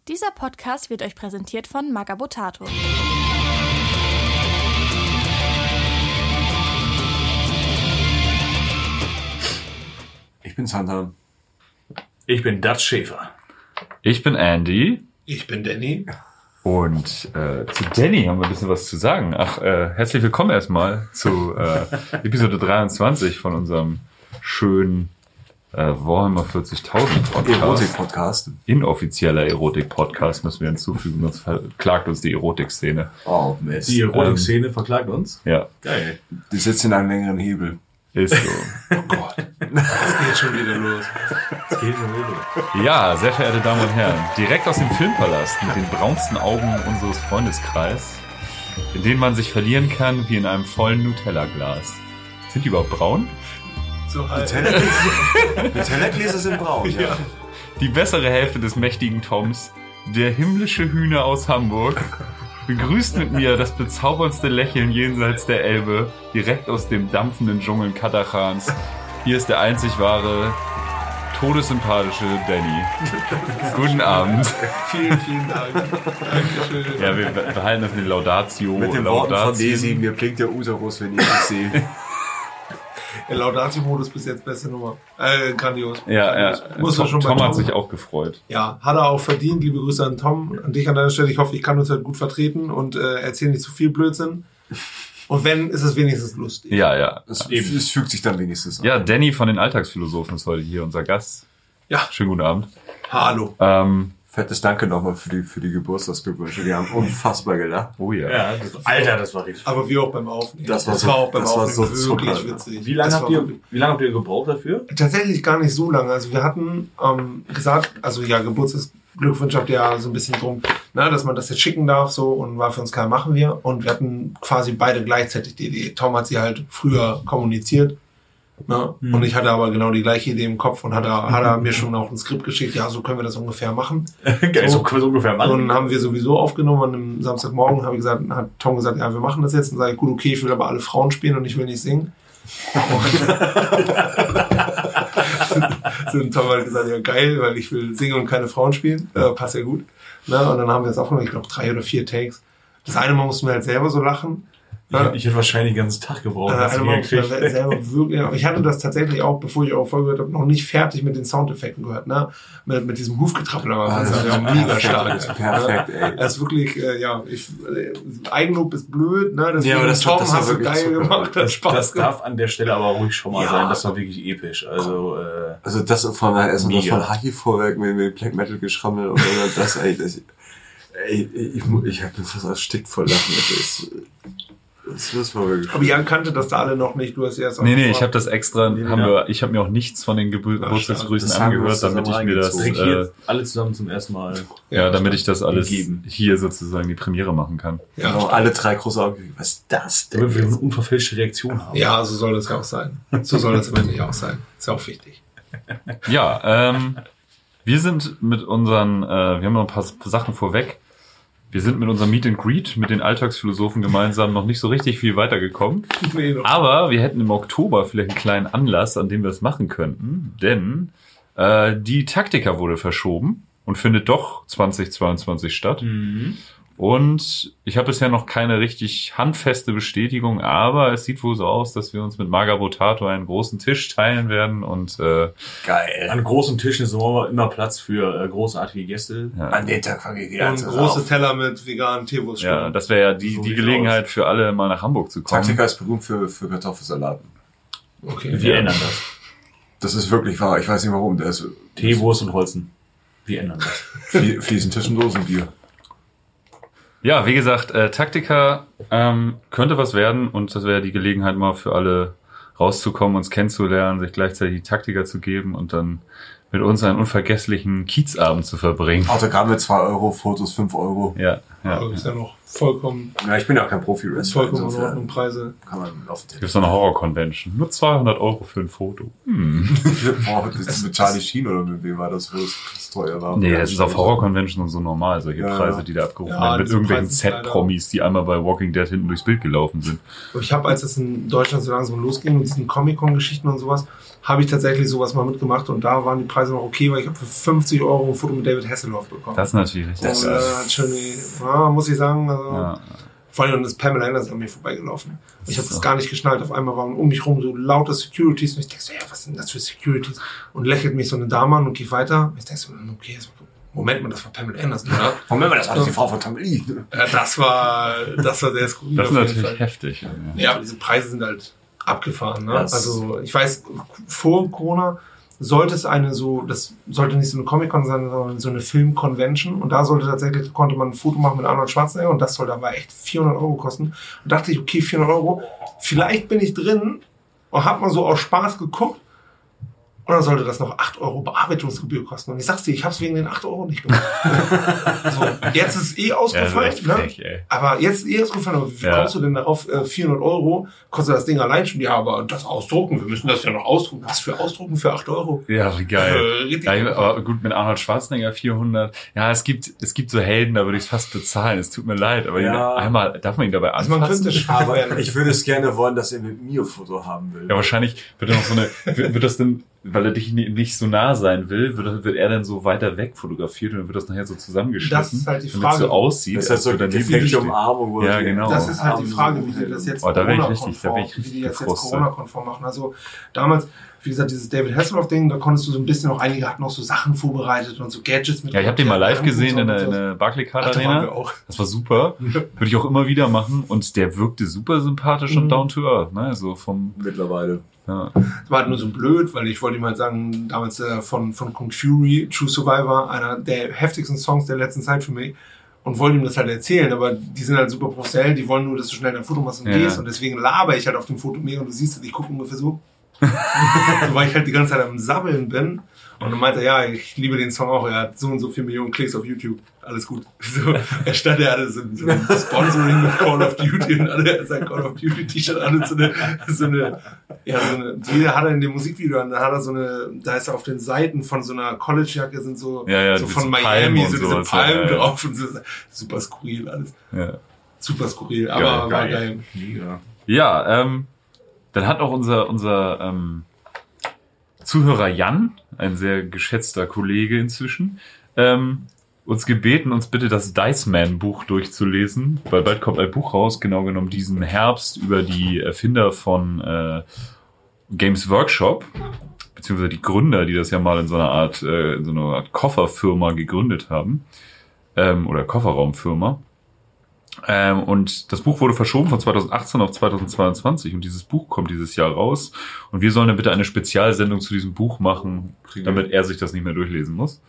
Dieser Podcast wird euch präsentiert von Magabotato. Ich bin Sandra. Ich bin Dutch Schäfer. Ich bin Andy. Ich bin Danny. Und zu Danny haben wir ein bisschen was zu sagen. Herzlich willkommen erstmal zu Episode 23 von unserem schönen Warhammer 40.000 Podcast. Erotik-Podcast. Inoffizieller Erotik-Podcast müssen wir hinzufügen, sonst verklagt uns die Erotik-Szene. Oh, Mist. Die Erotik-Szene verklagt uns? Ja. Geil. Die sitzt in einem längeren Hebel. Ist so. Oh Gott. Das geht schon wieder los. Ja, sehr verehrte Damen und Herren, direkt aus dem Filmpalast mit den braunsten Augen unseres Freundeskreises, in denen man sich verlieren kann wie in einem vollen Nutella-Glas. Sind die überhaupt braun? So halt. Nutella-Gläser sind braun, ja. Die bessere Hälfte des mächtigen Toms, der himmlische Hühner aus Hamburg, begrüßt mit mir das bezauberndste Lächeln jenseits der Elbe, direkt aus dem dampfenden Dschungel Katachans. Hier ist der einzig wahre, todessympathische Danny. Guten Abend. Vielen, vielen Dank. Dankeschön. Ja, wir behalten das in die Laudatio. Mit den Worten von Desi, mir blinkt der Uterus, wenn ich das sehe. Der Laudatio-Modus bis jetzt beste Nummer. Grandios. Ja. Muss man schon Tom bei hat sich auch gefreut. Ja, hat er auch verdient. Liebe Grüße an Tom. An dich an deiner Stelle. Ich hoffe, ich kann uns heute gut vertreten und erzähle nicht zu viel Blödsinn. Und wenn, ist es wenigstens lustig. Ja. Es fügt sich dann wenigstens an. Ja, Danny von den Alltagsphilosophen ist heute hier unser Gast. Ja. Schönen guten Abend. Hallo. Fettes Danke nochmal für die Geburtstagsglückwünsche. Wir haben unfassbar gelacht. Oh ja. Ja, das war richtig. Aber wir auch beim Aufnehmen. Das war auch beim Aufnehmen so wirklich zucker. witzig. Wie lange Das habt war wirklich- ihr gebraucht dafür? Tatsächlich gar nicht so lange. Also wir hatten gesagt, also ja, Geburtstagsglückwunsch habt ihr ja so ein bisschen drum, dass man das jetzt schicken darf, so, und war für uns klar, machen wir. Und wir hatten quasi beide gleichzeitig die Idee. Tom hat sie halt früher kommuniziert. Ne? Und ich hatte aber genau die gleiche Idee im Kopf und hat er mir schon auch ein Skript geschickt, ja, so können wir das ungefähr machen. Geil, so können wir ungefähr Und machen. dann haben wir sowieso aufgenommen und am Samstagmorgen hat Tom gesagt, ja, wir machen das jetzt. Und sage ich, gut, okay, ich will aber alle Frauen spielen und ich will nicht singen. Und Tom hat gesagt, ja geil, weil ich will singen und keine Frauen spielen. Passt ja gut. Na, und dann haben wir das aufgenommen, ich glaube 3 oder 4 Takes. Das eine Mal mussten wir halt selber so lachen. Ich hätte wahrscheinlich den ganzen Tag gebraucht. Ich hatte das tatsächlich auch, bevor ich auch vorgehört habe, noch nicht fertig mit den Soundeffekten gehört, ne? Mit diesem Hufgetrappel, aber das ist ja mega stark. Perfekt, ey. Das ist wirklich, Eigenlob ist blöd, ne? Deswegen, Ja, aber das Tom war hast du wirklich geil super. gemacht, hat Spaß Das gemacht. darf an der Stelle aber ruhig schon mal Ja. sein. Das war wirklich episch. Also, Also das von das Mega. von Hachi-Vorwerk mit Black Metal geschrammelt und das, ey, ich hab mir fast erstickt vor Lachen. Das war wirklich. Aber Jan kannte das da alle noch nicht, du hast erst Nee, ich habe das extra, ich habe mir auch nichts von den Geburtstagsgrüßen das haben wir uns angehört, damit ich mir das, trinke jetzt alle zusammen zum ersten Mal. damit ich das alles gegeben. hier sozusagen die Premiere machen kann. Ja, Alle 3 große Augen. Was ist das denn? Damit wir eine unverfälschte Reaktion haben. ja, so soll das ja auch sein. So soll das am Ende auch sein. Ist ja auch wichtig. Ja, wir sind mit unseren, wir haben noch ein paar Sachen vorweg. Wir sind mit unserem Meet and Greet mit den Alltagsphilosophen gemeinsam noch nicht so richtig viel weitergekommen. Nee, noch. Aber wir hätten im Oktober vielleicht einen kleinen Anlass, an dem wir es machen könnten. Denn die Taktika wurde verschoben und findet doch 2022 statt. Und ich habe bisher noch keine richtig handfeste Bestätigung, aber es sieht wohl so aus, dass wir uns mit Magabotato einen großen Tisch teilen werden und Geil. An großen Tischen ist immer Platz für großartige Gäste. An den Tag fange ich wieder an Und zu große rauchen. Teller mit veganen Teewurst. ja, das wäre ja die So sieht's Gelegenheit für alle, mal nach Hamburg zu kommen. Taktika ist berühmt für Kartoffelsalaten. Okay. Wir ändern das. Das ist wirklich wahr. Ich weiß nicht warum. Der ist Teewurst und Holzen. Wir ändern das. fließend Tischendosenbier. Ja, wie gesagt, Taktika könnte was werden und das wäre die Gelegenheit mal für alle rauszukommen, uns kennenzulernen, sich gleichzeitig die Taktika zu geben und dann mit uns einen unvergesslichen Kiezabend zu verbringen. Autogramme 2 Euro, Fotos 5 Euro. Ja, Ja. Also ist ja noch vollkommen, Ja, ich bin ja auch kein Profi-Wrestler. vollkommen in Ordnung, Preise. Kann man auf den Gibt so eine Horror-Convention. Nur 200 € für ein Foto. Boah, das ist mit Charlie Sheen oder mit wem war das, wo es teuer war? Nee, das ist auf Horror-Convention und so normal, solche Ja. Preise, die da abgerufen Ja, werden. Mit diese irgendwelchen Preise sind Z-Promis, die einmal bei Walking Dead hinten durchs Bild gelaufen sind. Ich habe, als es in Deutschland so langsam losging mit diesen Comic-Con-Geschichten und sowas, habe ich tatsächlich sowas mal mitgemacht und da waren die Preise noch okay, weil ich habe für 50 € ein Foto mit David Hasselhoff bekommen. Das ist natürlich richtig. Das hat schon, muss ich sagen, also, Ja. vor allem ist Pamela Anderson an mir vorbeigelaufen. Ich habe das gar nicht geschnallt. Auf einmal waren um mich rum so laute Securities und ich denke so, ja, was sind das für Securities? Und lächelt mich so eine Dame an und geht weiter. Ich denke so, okay, Moment mal, das war Pamela Anderson, oder? Moment mal, das war die Frau von Tamili. Ja, das war sehr skurril. Das ist auf jeden natürlich Fall. heftig. Ja. Ja, aber diese Preise sind halt abgefahren. Ne? Das- Also ich weiß, vor Corona sollte es das sollte nicht so eine Comic-Con sein, sondern so eine Film-Convention. Und da konnte man ein Foto machen mit Arnold Schwarzenegger und das sollte aber echt 400 € kosten. Und dachte ich, okay, 400 €, vielleicht bin ich drin und hab mal so aus Spaß geguckt. Und dann sollte das noch 8 € Bearbeitungsgebühr kosten. Und ich sag's dir, ich hab's wegen den 8 € nicht gemacht. So, jetzt ist es ausgefallen. Ja, das ist echt frech, ey. Aber jetzt ist ausgefallen. Aber wie Ja. kommst du denn darauf? 400 € kostet das Ding allein schon. Ja, aber das Ausdrucken, wir müssen das ja noch ausdrucken. Was für Ausdrucken für 8 €? Ja, wie geil. Richtig Ja, aber gut, mit Arnold Schwarzenegger 400. Ja, es gibt so Helden, da würde ich es fast bezahlen. Es tut mir leid, aber Ja. einmal darf man ihn dabei Also man anfassen. könnte schwach werden. Ich würde es gerne wollen, dass er mit mir ein Foto haben will. Ja, wahrscheinlich wird er noch wird das denn, weil er dich nicht so nah sein will, wird er dann so weiter weg fotografiert und dann wird das nachher so zusammengeschnitten. Das ist halt die damit Frage. es so aussieht, Das ist halt so als würde eine er neben dir defekte stehen. Umarmung. wo Ja, die genau. Das ist halt die Arme Frage, so wie die das jetzt Oh, da wär ich Corona-konform richtig wie die das jetzt gefrustet. Corona-konform machen. Also damals, wie gesagt, dieses David Hasselhoff-Ding, da konntest du so ein bisschen noch, einige hatten noch so Sachen vorbereitet und so Gadgets mit. Ja, ich habe den mal live gesehen in und so. der Barclaycard Ach, da waren wir Arena. auch. Das war super. Würde ich auch immer wieder machen. Und der wirkte super sympathisch und down to earth. Ne? So Mittlerweile. ja. Das war halt nur so blöd, weil ich wollte ihm halt sagen, damals von Kung Fury, True Survivor, einer der heftigsten Songs der letzten Zeit für mich. Und wollte ihm das halt erzählen, aber die sind halt super professionell, die wollen nur, dass du schnell dein Foto machst und Ja. gehst. Und deswegen laber ich halt auf dem Foto mehr und du siehst, ich gucke ungefähr so. So, weil ich halt die ganze Zeit am Sabbeln bin. Und dann meinte er, ja, ich liebe den Song auch, er hat so und so 4 Millionen Klicks auf YouTube, alles gut. So, er stand ja alle so ein Sponsoring mit Call of Duty und alle sein Call of Duty T-Shirt an und jeder hat er in dem Musikvideo an, da hat er da ist er auf den Seiten von so einer College-Jacke sind so Ja, von diese Miami, Palmen und so diese sowas, Palmen ja. drauf und so, super skurril alles. Ja. Super skurril, aber Ja, war geil. geil. Mega. Ja, dann hat auch unser Zuhörer Jan, ein sehr geschätzter Kollege inzwischen, uns gebeten, uns bitte das Diceman-Buch durchzulesen, weil bald kommt ein Buch raus, genau genommen diesen Herbst, über die Erfinder von Games Workshop, beziehungsweise die Gründer, die das ja mal in so einer Art Kofferfirma gegründet haben, oder Kofferraumfirma. Und das Buch wurde verschoben von 2018 auf 2022 und dieses Buch kommt dieses Jahr raus und wir sollen dann bitte eine Spezialsendung zu diesem Buch machen, damit er sich das nicht mehr durchlesen muss.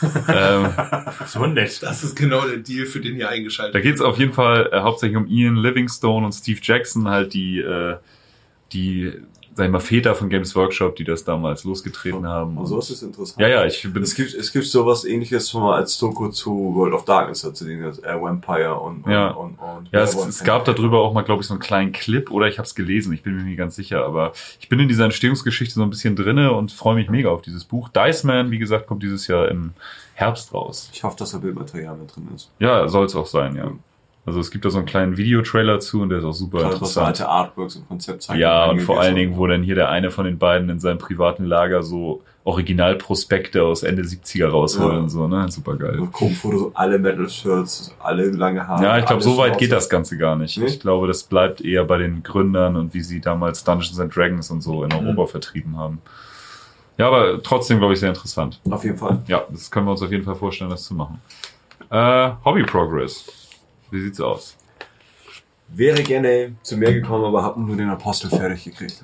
So nett. Das ist genau der Deal, für den ihr eingeschaltet Da geht es auf jeden Fall hauptsächlich um Ian Livingstone und Steve Jackson, halt die sag ich mal, Väter von Games Workshop, die das damals losgetreten haben. Und so ist es interessant. Ja, ich bin... Es gibt sowas ähnliches schon mal als Doku zu World of Darkness, zu den Vampire und Ja, es Werewolf. gab darüber auch mal, glaube ich, so einen kleinen Clip oder ich habe es gelesen, ich bin mir nicht ganz sicher, aber ich bin in dieser Entstehungsgeschichte so ein bisschen drinne und freue mich mega auf dieses Buch. Diceman, wie gesagt, kommt dieses Jahr im Herbst raus. Ich hoffe, dass da Bildmaterial mit drin ist. Ja, soll es auch sein, ja. Also es gibt da so einen kleinen Videotrailer zu und der ist auch super Gerade was so interessant. alte Artworks und Konzeptzeichnungen Ja, und angeht, vor wie allen so- Dingen, wo dann hier der eine von den beiden in seinem privaten Lager so Originalprospekte aus Ende 70er rausholen Ja. und so, ne? Super geil. So Krummfoto, so alle Metal-Shirts, alle lange Haare. Ja, ich glaube, alles so weit raus. geht das Ganze gar nicht. Nee? Ich glaube, das bleibt eher bei den Gründern und wie sie damals Dungeons and Dragons und so in Europa vertrieben haben. Ja, aber trotzdem, glaube ich, sehr interessant. Auf jeden Fall. Ja, das können wir uns auf jeden Fall vorstellen, das zu machen. Hobby Progress. Wie sieht's aus? Wäre gerne zu mir gekommen, aber hab nur den Apostel fertig gekriegt.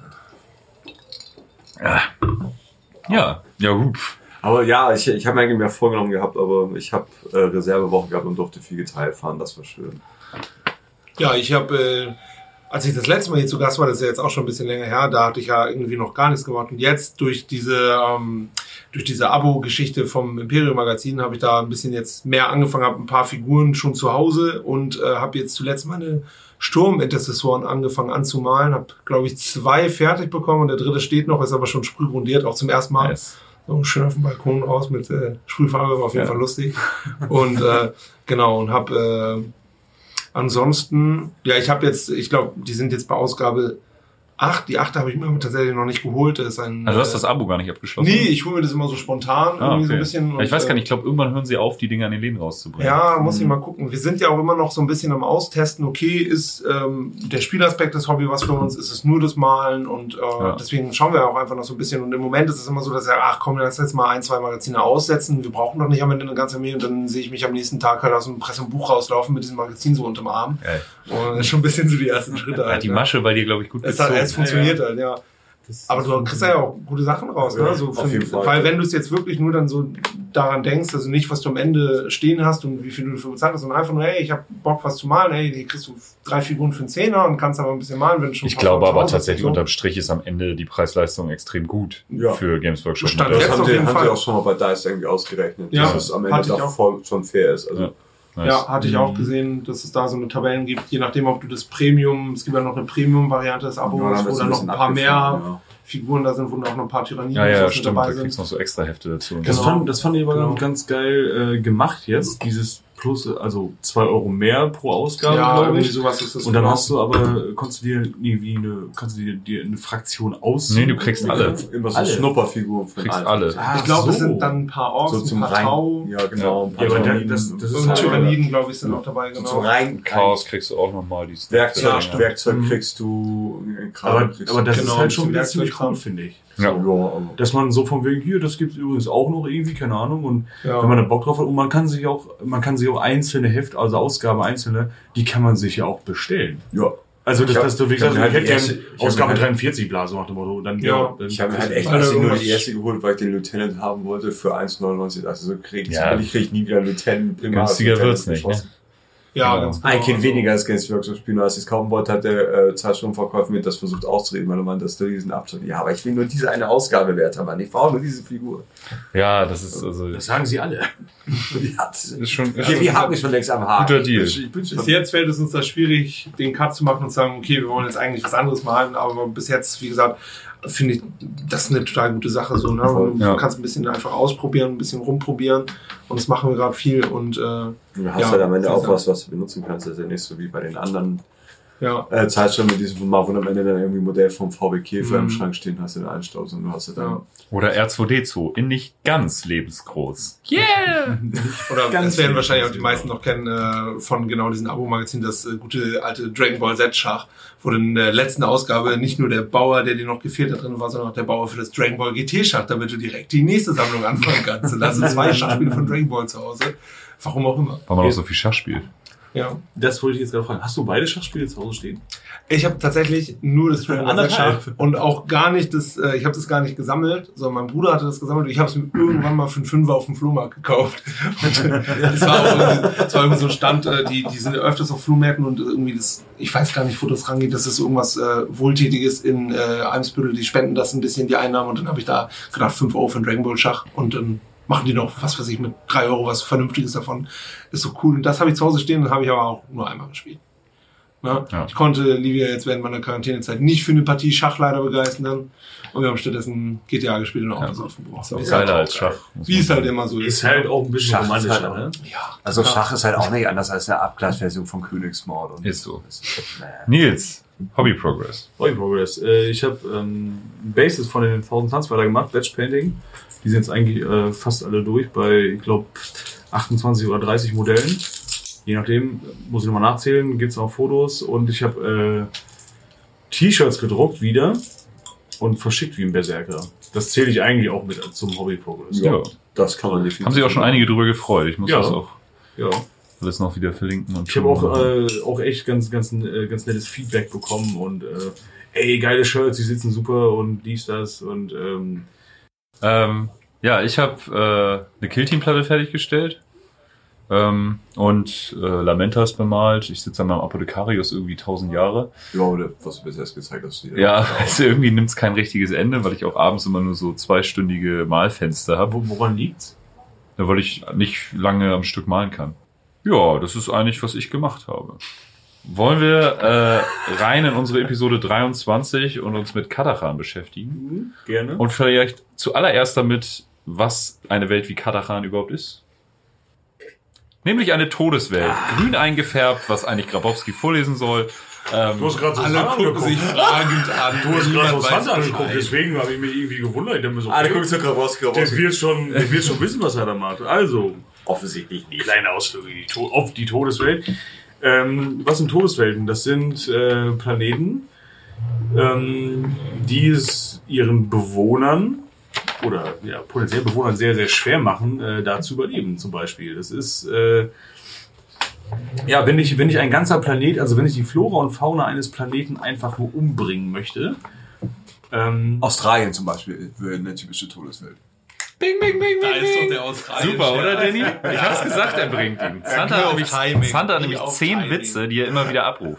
Ja, gut. Aber ja, ich habe mir eigentlich mehr vorgenommen gehabt, aber ich habe Reservewoche gehabt und durfte viel Geteilt fahren, das war schön. Ja, ich habe als ich das letzte Mal hier zu Gast war, das ist ja jetzt auch schon ein bisschen länger her, da hatte ich ja irgendwie noch gar nichts gemacht. Und jetzt durch diese Abo-Geschichte vom Imperium-Magazin habe ich da ein bisschen jetzt mehr angefangen, habe ein paar Figuren schon zu Hause und habe jetzt zuletzt meine Sturmintercessoren angefangen anzumalen. Habe, glaube ich, 2 fertig bekommen und der 3. steht noch, ist aber schon sprühgrundiert, auch zum ersten Mal. Yes. So schön auf dem Balkon raus mit Sprühfarbe, war auf jeden Fall lustig. Und genau, und habe ansonsten, ja, ich glaube, die sind jetzt bei Ausgabe 8. Die 8 habe ich mir tatsächlich noch nicht geholt. Das ist ein, Also du hast das Abo gar nicht abgeschlossen? Nee, ich hole mir das immer so spontan irgendwie so ein bisschen. Ich weiß gar nicht, ich glaube, irgendwann hören sie auf, die Dinger an den Läden rauszubringen. Ja, muss ich mal gucken. Wir sind ja auch immer noch so ein bisschen am Austesten. Okay, ist der Spielaspekt das Hobby was für uns? Ist es nur das Malen? Und deswegen schauen wir auch einfach noch so ein bisschen. Und im Moment ist es immer so, dass ach komm, lass jetzt mal 1, 2 Magazine aussetzen. Wir brauchen doch nicht am Ende eine ganze Armee. Und dann sehe ich mich am nächsten Tag halt aus dem Presse- und Buch rauslaufen mit diesem Magazin so unterm Arm. Und das ist schon ein bisschen so die ersten Schritte. Halt, die Masche bei dir, glaube ich, gut gezogen. Es funktioniert halt, ja. Aber du kriegst ja auch gute Sachen raus, ne? So auf jeden Fall. Weil wenn du es jetzt wirklich nur dann so daran denkst, also nicht, was du am Ende stehen hast und wie viel du dafür bezahlt hast, sondern einfach nur, hey, ich habe Bock, was zu malen, hey, hier kriegst du 3 Figuren für einen Zehner und kannst aber ein bisschen malen, wenn du schon. Ich glaube aber tatsächlich, unterm Strich ist am Ende die Preis-Leistung extrem gut für Games Workshop. Das haben die auch schon mal bei DICE irgendwie ausgerechnet, dass es am Ende doch voll schon fair ist. Also Ja, hatte ich auch gesehen, dass es da so eine Tabellen gibt, je nachdem, ob du das Premium, es gibt ja noch eine Premium-Variante des Abos, wo dann noch ein paar mehr Figuren da sind, wo auch noch ein paar Tyrannien stimmt, dabei da sind. kriegst du noch so extra Hefte dazu. Das fand ich aber ganz geil gemacht jetzt, dieses plus, also 2 Euro mehr pro Ausgabe, glaube ich. Sowas ist das. Und dann hast du aber, kannst du dir eine Fraktion aussuchen? Nee, du kriegst alle. Immer so Schnupperfiguren von kriegst alle. Ich glaube, es sind dann ein paar Orks, so ein paar Tau. Ja, genau. Ein paar das ist und Tyranniden, glaube ich, sind auch dabei. Genau. Zum rein Chaos kriegst du auch nochmal. Werkzeug kriegst du. Aber das ist halt schon wieder ziemlich cool, finde ich. Ja. Dass man so von wegen, hier, das gibt's übrigens auch noch irgendwie, keine Ahnung, und wenn man da Bock drauf hat, und man kann sich auch einzelne Heft, also Ausgabe einzelne, die kann man sich ja auch bestellen. Ja. Also dass du, wie gesagt, ich hätte gerne Ausgabe halt 43 Blase nach dem Motto. Dann, ich habe mir halt echt nur die erste geholt, weil ich den Lieutenant haben wollte für 1,99. Also so krieg ich nie wieder einen Lieutenant. Günstiger wird's nicht, ne? Ja, ganz genau. Ein Kind weniger als Games Workshop spielen, als ich es kaufen wollte, hat der Zeitschriftenverkäufer mir das versucht auszureden, weil er meinte, das ist riesen Abstand. Ja, aber ich will nur diese eine Ausgabe wert haben, ich brauche nur diese Figur. Ja, das ist also. Das sagen sie alle. Das ist schon. Wir haben mich schon längst am Haken. Guter Deal. Bis jetzt fällt es uns da schwierig, den Cut zu machen und zu sagen, okay, wir wollen jetzt eigentlich was anderes malen, aber bis jetzt, wie gesagt, finde ich, das ist eine total gute Sache, so, ne? Du kannst ein bisschen einfach ausprobieren, ein bisschen rumprobieren und das machen wir gerade viel und, du hast halt am Ende auch was du benutzen kannst, das ist ja nicht so wie bei den anderen Zeitschriften mit diesem Format, wo am Ende dann irgendwie ein Modell vom VW Käfer im Schrank stehen hast, in Einstaus und du hast ja dann. Oder R2D2, in nicht ganz lebensgroß. Yeah! Oder das werden wahrscheinlich auch die meisten noch kennen von genau diesem Abo-Magazin, das gute alte Dragon Ball Z-Schach, wo in der letzten Ausgabe nicht nur der Bauer, der dir noch gefehlt hat, drin war, sondern auch der Bauer für das Dragon Ball GT-Schach, damit du direkt die nächste Sammlung anfangen kannst. Und da sind 2 Schachspiele von Dragon Ball zu Hause. Warum auch immer. Weil man auch so viel Schach spielt. Ja. Das wollte ich jetzt gerade fragen. Hast du beide Schachspiele zu Hause stehen? Ich habe tatsächlich nur das Dragon Ball Schach und auch gar nicht ich habe das gar nicht gesammelt, sondern mein Bruder hatte das gesammelt. Ich habe es mir irgendwann mal für einen 5er auf dem Flohmarkt gekauft. Und das war irgendwie so ein Stand, die sind öfters auf Flohmärkten und irgendwie ich weiß gar nicht, wo das rangeht, das ist irgendwas Wohltätiges in Eimsbüttel, die spenden das ein bisschen, die Einnahmen, und dann habe ich da gedacht, 5 Euro für ein Dragon Ball Schach und dann machen die noch, was weiß ich, mit 3 Euro was Vernünftiges davon. Ist so cool. Und das habe ich zu Hause stehen und habe ich aber auch nur einmal gespielt. Ja? Ich konnte Livia jetzt während meiner Quarantänezeit nicht für eine Partie Schach leider begeistern. Und wir haben stattdessen GTA gespielt und Autos aufgebraucht. Ist geiler als Schach. Wie es halt immer so ist. Ist halt auch ein bisschen romantischer, ne? Ja. Also Schach ist halt auch nicht anders als eine Abgleisversion von Königsmord. Und ist so. Nils, Hobby Progress. Hobby Progress. Ich habe Bases von den 1000 Suns weiter gemacht, Batch Painting. Die sind jetzt eigentlich fast alle durch bei, ich glaube, 28 oder 30 Modellen. Je nachdem, muss ich nochmal nachzählen, gibt's auch Fotos. Und ich habe T-Shirts gedruckt wieder und verschickt wie ein Berserker. Das zähle ich eigentlich auch mit zum Hobby Progress. Ja, das kann man definitiv. Haben sich auch schon einige drüber gefreut. Ich muss das auch ja. alles noch wieder verlinken. Und ich habe auch echt ganz nettes Feedback bekommen und ey, geile Shirts, die sitzen super und dies, das und ja, ich habe eine Killteam-Platte fertiggestellt. Und Lamenta ist bemalt. Ich sitze an meinem Apothekarius irgendwie 1000 Jahre. Ja, oder was du bis jetzt gezeigt hast. Ja, also irgendwie nimmt es kein richtiges Ende, weil ich auch abends immer nur so 2-stündige Malfenster habe. Woran liegt's? Ja, weil ich nicht lange am Stück malen kann. Ja, das ist eigentlich, was ich gemacht habe. Wollen wir rein in unsere Episode 23 und uns mit Katachan beschäftigen? Gerne. Und vielleicht zuallererst damit, was eine Welt wie Katachan überhaupt ist. Nämlich eine Todeswelt. Grün eingefärbt, was eigentlich Grabowski vorlesen soll. Du hast gerade so alle gucken sich fragend an. Du hast gerade so Sand angeguckt, deswegen habe ich mich irgendwie gewundert. Ich dachte mir so, Alle gucken zu Grabowski. der wird schon wissen, was er da macht. Also, Offensichtlich nicht. kleine Ausflüge auf die Todeswelt. Was sind Todeswelten? Das sind Planeten, die es ihren Bewohnern oder ja, potenziell Bewohnern sehr, sehr schwer machen, da zu überleben zum Beispiel. Das ist, wenn ich ein ganzer Planet, also wenn ich die Flora und Fauna eines Planeten einfach nur umbringen möchte. Australien zum Beispiel wäre eine typische Todeswelt. Bing, bing, bing, Da bing, ist doch bing. der Australier. Super, oder Danny? Ich hab's gesagt, er bringt ihn. Santa hat nämlich 10 Witze, die er immer wieder abruft.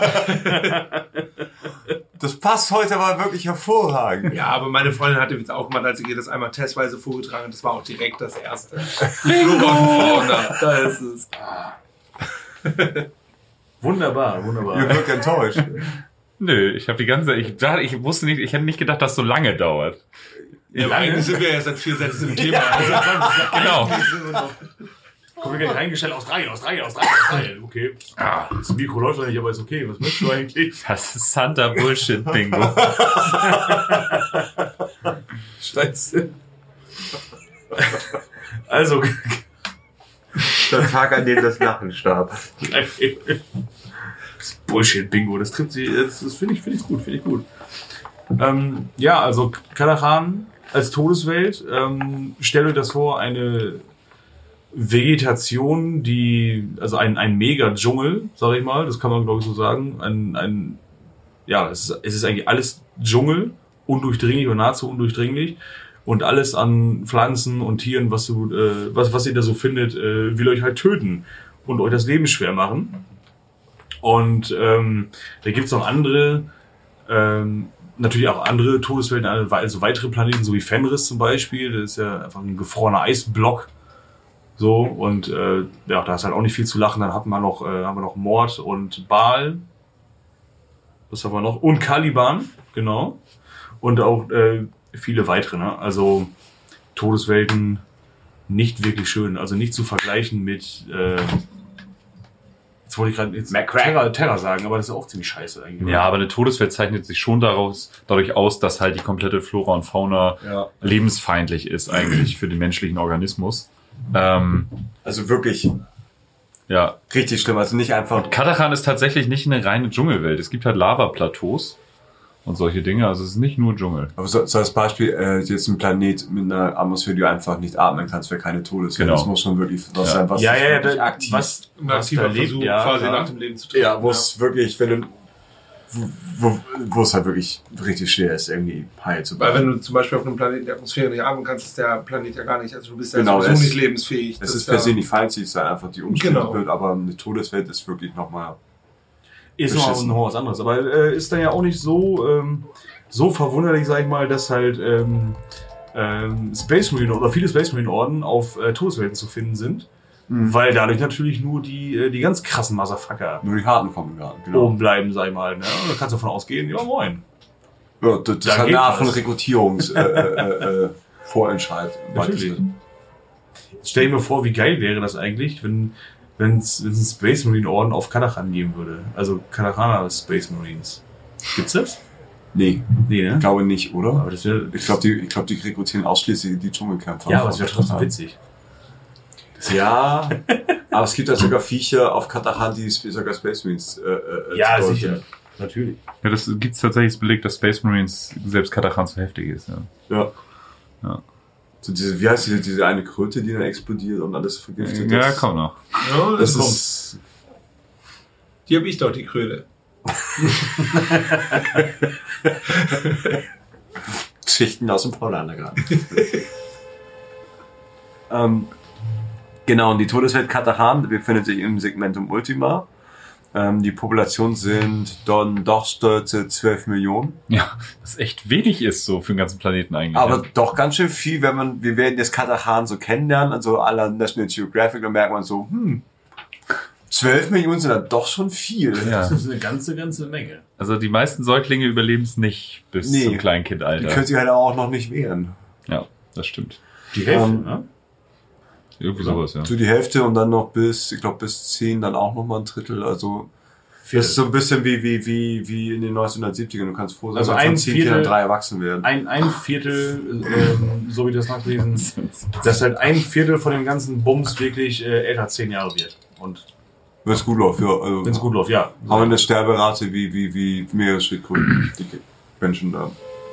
Das passt heute aber wirklich hervorragend. Ja, aber meine Freundin hatte jetzt auch mal, als ich ihr das einmal testweise vorgetragen habe, das war auch direkt das erste. Da ist es. Wunderbar. Ihr wirkt enttäuscht. Nö, ich habe die ganze, ich wusste nicht, ich hätte nicht gedacht, dass so lange dauert. Ja, aber eigentlich sind wir ja seit 4 Sätzen im Thema. Also, Genau. Komm, wir gleich reingestellt, Australien. Okay. Das Mikro läuft doch nicht, aber ist okay. Was möchtest du eigentlich? Das ist Santa Bullshit Bingo. Scheiße. Also, Der Tag, an dem das Lachen starb. das Bullshit-Bingo, das trifft sie, das finde ich gut. Also Katachan als Todeswelt, stellt euch das vor, eine Vegetation, also ein Mega-Dschungel, sag ich mal, das kann man glaube ich so sagen, es ist eigentlich alles Dschungel, undurchdringlich oder nahezu undurchdringlich und alles an Pflanzen und Tieren, was ihr da so findet, will euch halt töten und euch das Leben schwer machen. Und da gibt's noch andere, natürlich auch andere Todeswelten, also weitere Planeten, so wie Fenris zum Beispiel. Das ist ja einfach ein gefrorener Eisblock. So, und da ist halt auch nicht viel zu lachen. Dann haben wir noch Mord und Baal. Was haben wir noch? Und Caliban, genau. Und auch viele weitere, ne? Also Todeswelten nicht wirklich schön. Also nicht zu vergleichen mit jetzt wollte ich gerade Terra sagen, aber das ist auch ziemlich scheiße eigentlich. Ja, aber eine Todeswelt zeichnet sich schon dadurch aus, dass halt die komplette Flora und Fauna lebensfeindlich ist eigentlich für den menschlichen Organismus. Also wirklich richtig schlimm. Also nicht einfach... Katachan ist tatsächlich nicht eine reine Dschungelwelt. Es gibt halt Lavaplateaus und solche Dinge. Also es ist nicht nur Dschungel. Aber so als Beispiel, jetzt ein Planet mit einer Atmosphäre, die du einfach nicht atmen kannst, wäre keine Todeswelt. Genau. Das muss schon wirklich was sein, was wirklich aktiv... Was aktiver Versuch, quasi nach dem Leben zu treten. Ja, wo es wirklich, wenn du... Wo es halt wirklich richtig schwer ist, irgendwie heil zu bleiben. Weil wenn du zum Beispiel auf einem Planeten die Atmosphäre nicht atmen kannst, ist der Planet ja gar nicht, also du bist ja Genau, sowieso nicht lebensfähig. Es ist per se nicht feindlich, es ist einfach die Umstände Genau. blöd, aber eine Todeswelt ist wirklich nochmal... Ist noch was anderes. Aber ist dann ja auch nicht so verwunderlich, sag ich mal, dass halt Space Marine oder viele Space Marine Orden auf Todeswelten zu finden sind. Weil dadurch natürlich nur die ganz krassen Motherfucker Nur die Harten kommen gerade, genau. oben bleiben, sag ich mal. Ne? Da kannst du davon ausgehen, ja moin. Ja, das ist Da halt geht eine Art von was. Vorentscheid. Natürlich. Jetzt stell dir mal vor, wie geil wäre das eigentlich, wenn es einen Space Marine Orden auf Katachan geben würde. Also Katachaner Space Marines. Gibt's das? Nee, Nee, ne? ich glaube nicht, oder? Aber das wäre... Ich glaube, die rekrutieren ausschließlich die Dschungelkämpfer. Ja, aber es wäre trotzdem witzig. Ja, aber es gibt ja sogar Viecher auf Katachan, die sogar Space Marines Ja, zu Gold sicher. sind. Natürlich. Ja, das gibt's tatsächlich belegt, dass Space Marines selbst Katachan zu heftig ist. Ja. Ja. So wie heißt diese eine Kröte, die dann explodiert und alles vergiftet? Ja, komm noch. Ja, Das kommt. ist... Die habe ich doch, die Kröte. Geschichten aus dem Paulanergarten. Genau, und die Todeswelt Katahan befindet sich im Segmentum Ultima. Die Population sind dann doch stolze 12 Millionen. Ja, was echt wenig ist so für den ganzen Planeten eigentlich. Aber doch ganz schön viel, wir werden jetzt Katahan so kennenlernen, also à la National Geographic, dann merkt man so, 12 Millionen sind dann doch schon viel. Ja. Das ist eine ganze Menge. Also die meisten Säuglinge überleben es nicht bis zum Kleinkindalter. Die können sich halt auch noch nicht wehren. Ja, das stimmt. Die Hälfte, ne? Irgendwie sowas, ja. So die Hälfte und dann noch bis 10 dann auch noch mal ein Drittel, also das ist so ein bisschen wie in den 1970ern. Du kannst froh sein, also wenn von 10 Kindern 3 erwachsen werden. Ein Viertel, so wie das nachlesen, dass halt ein Viertel von dem ganzen Bums wirklich älter als 10 Jahre wird. Und wenn es gut läuft, ja. Also wenn es gut läuft, ja. Haben wir eine Sterberate wie mehrere Schildkröten, dicke Menschen da.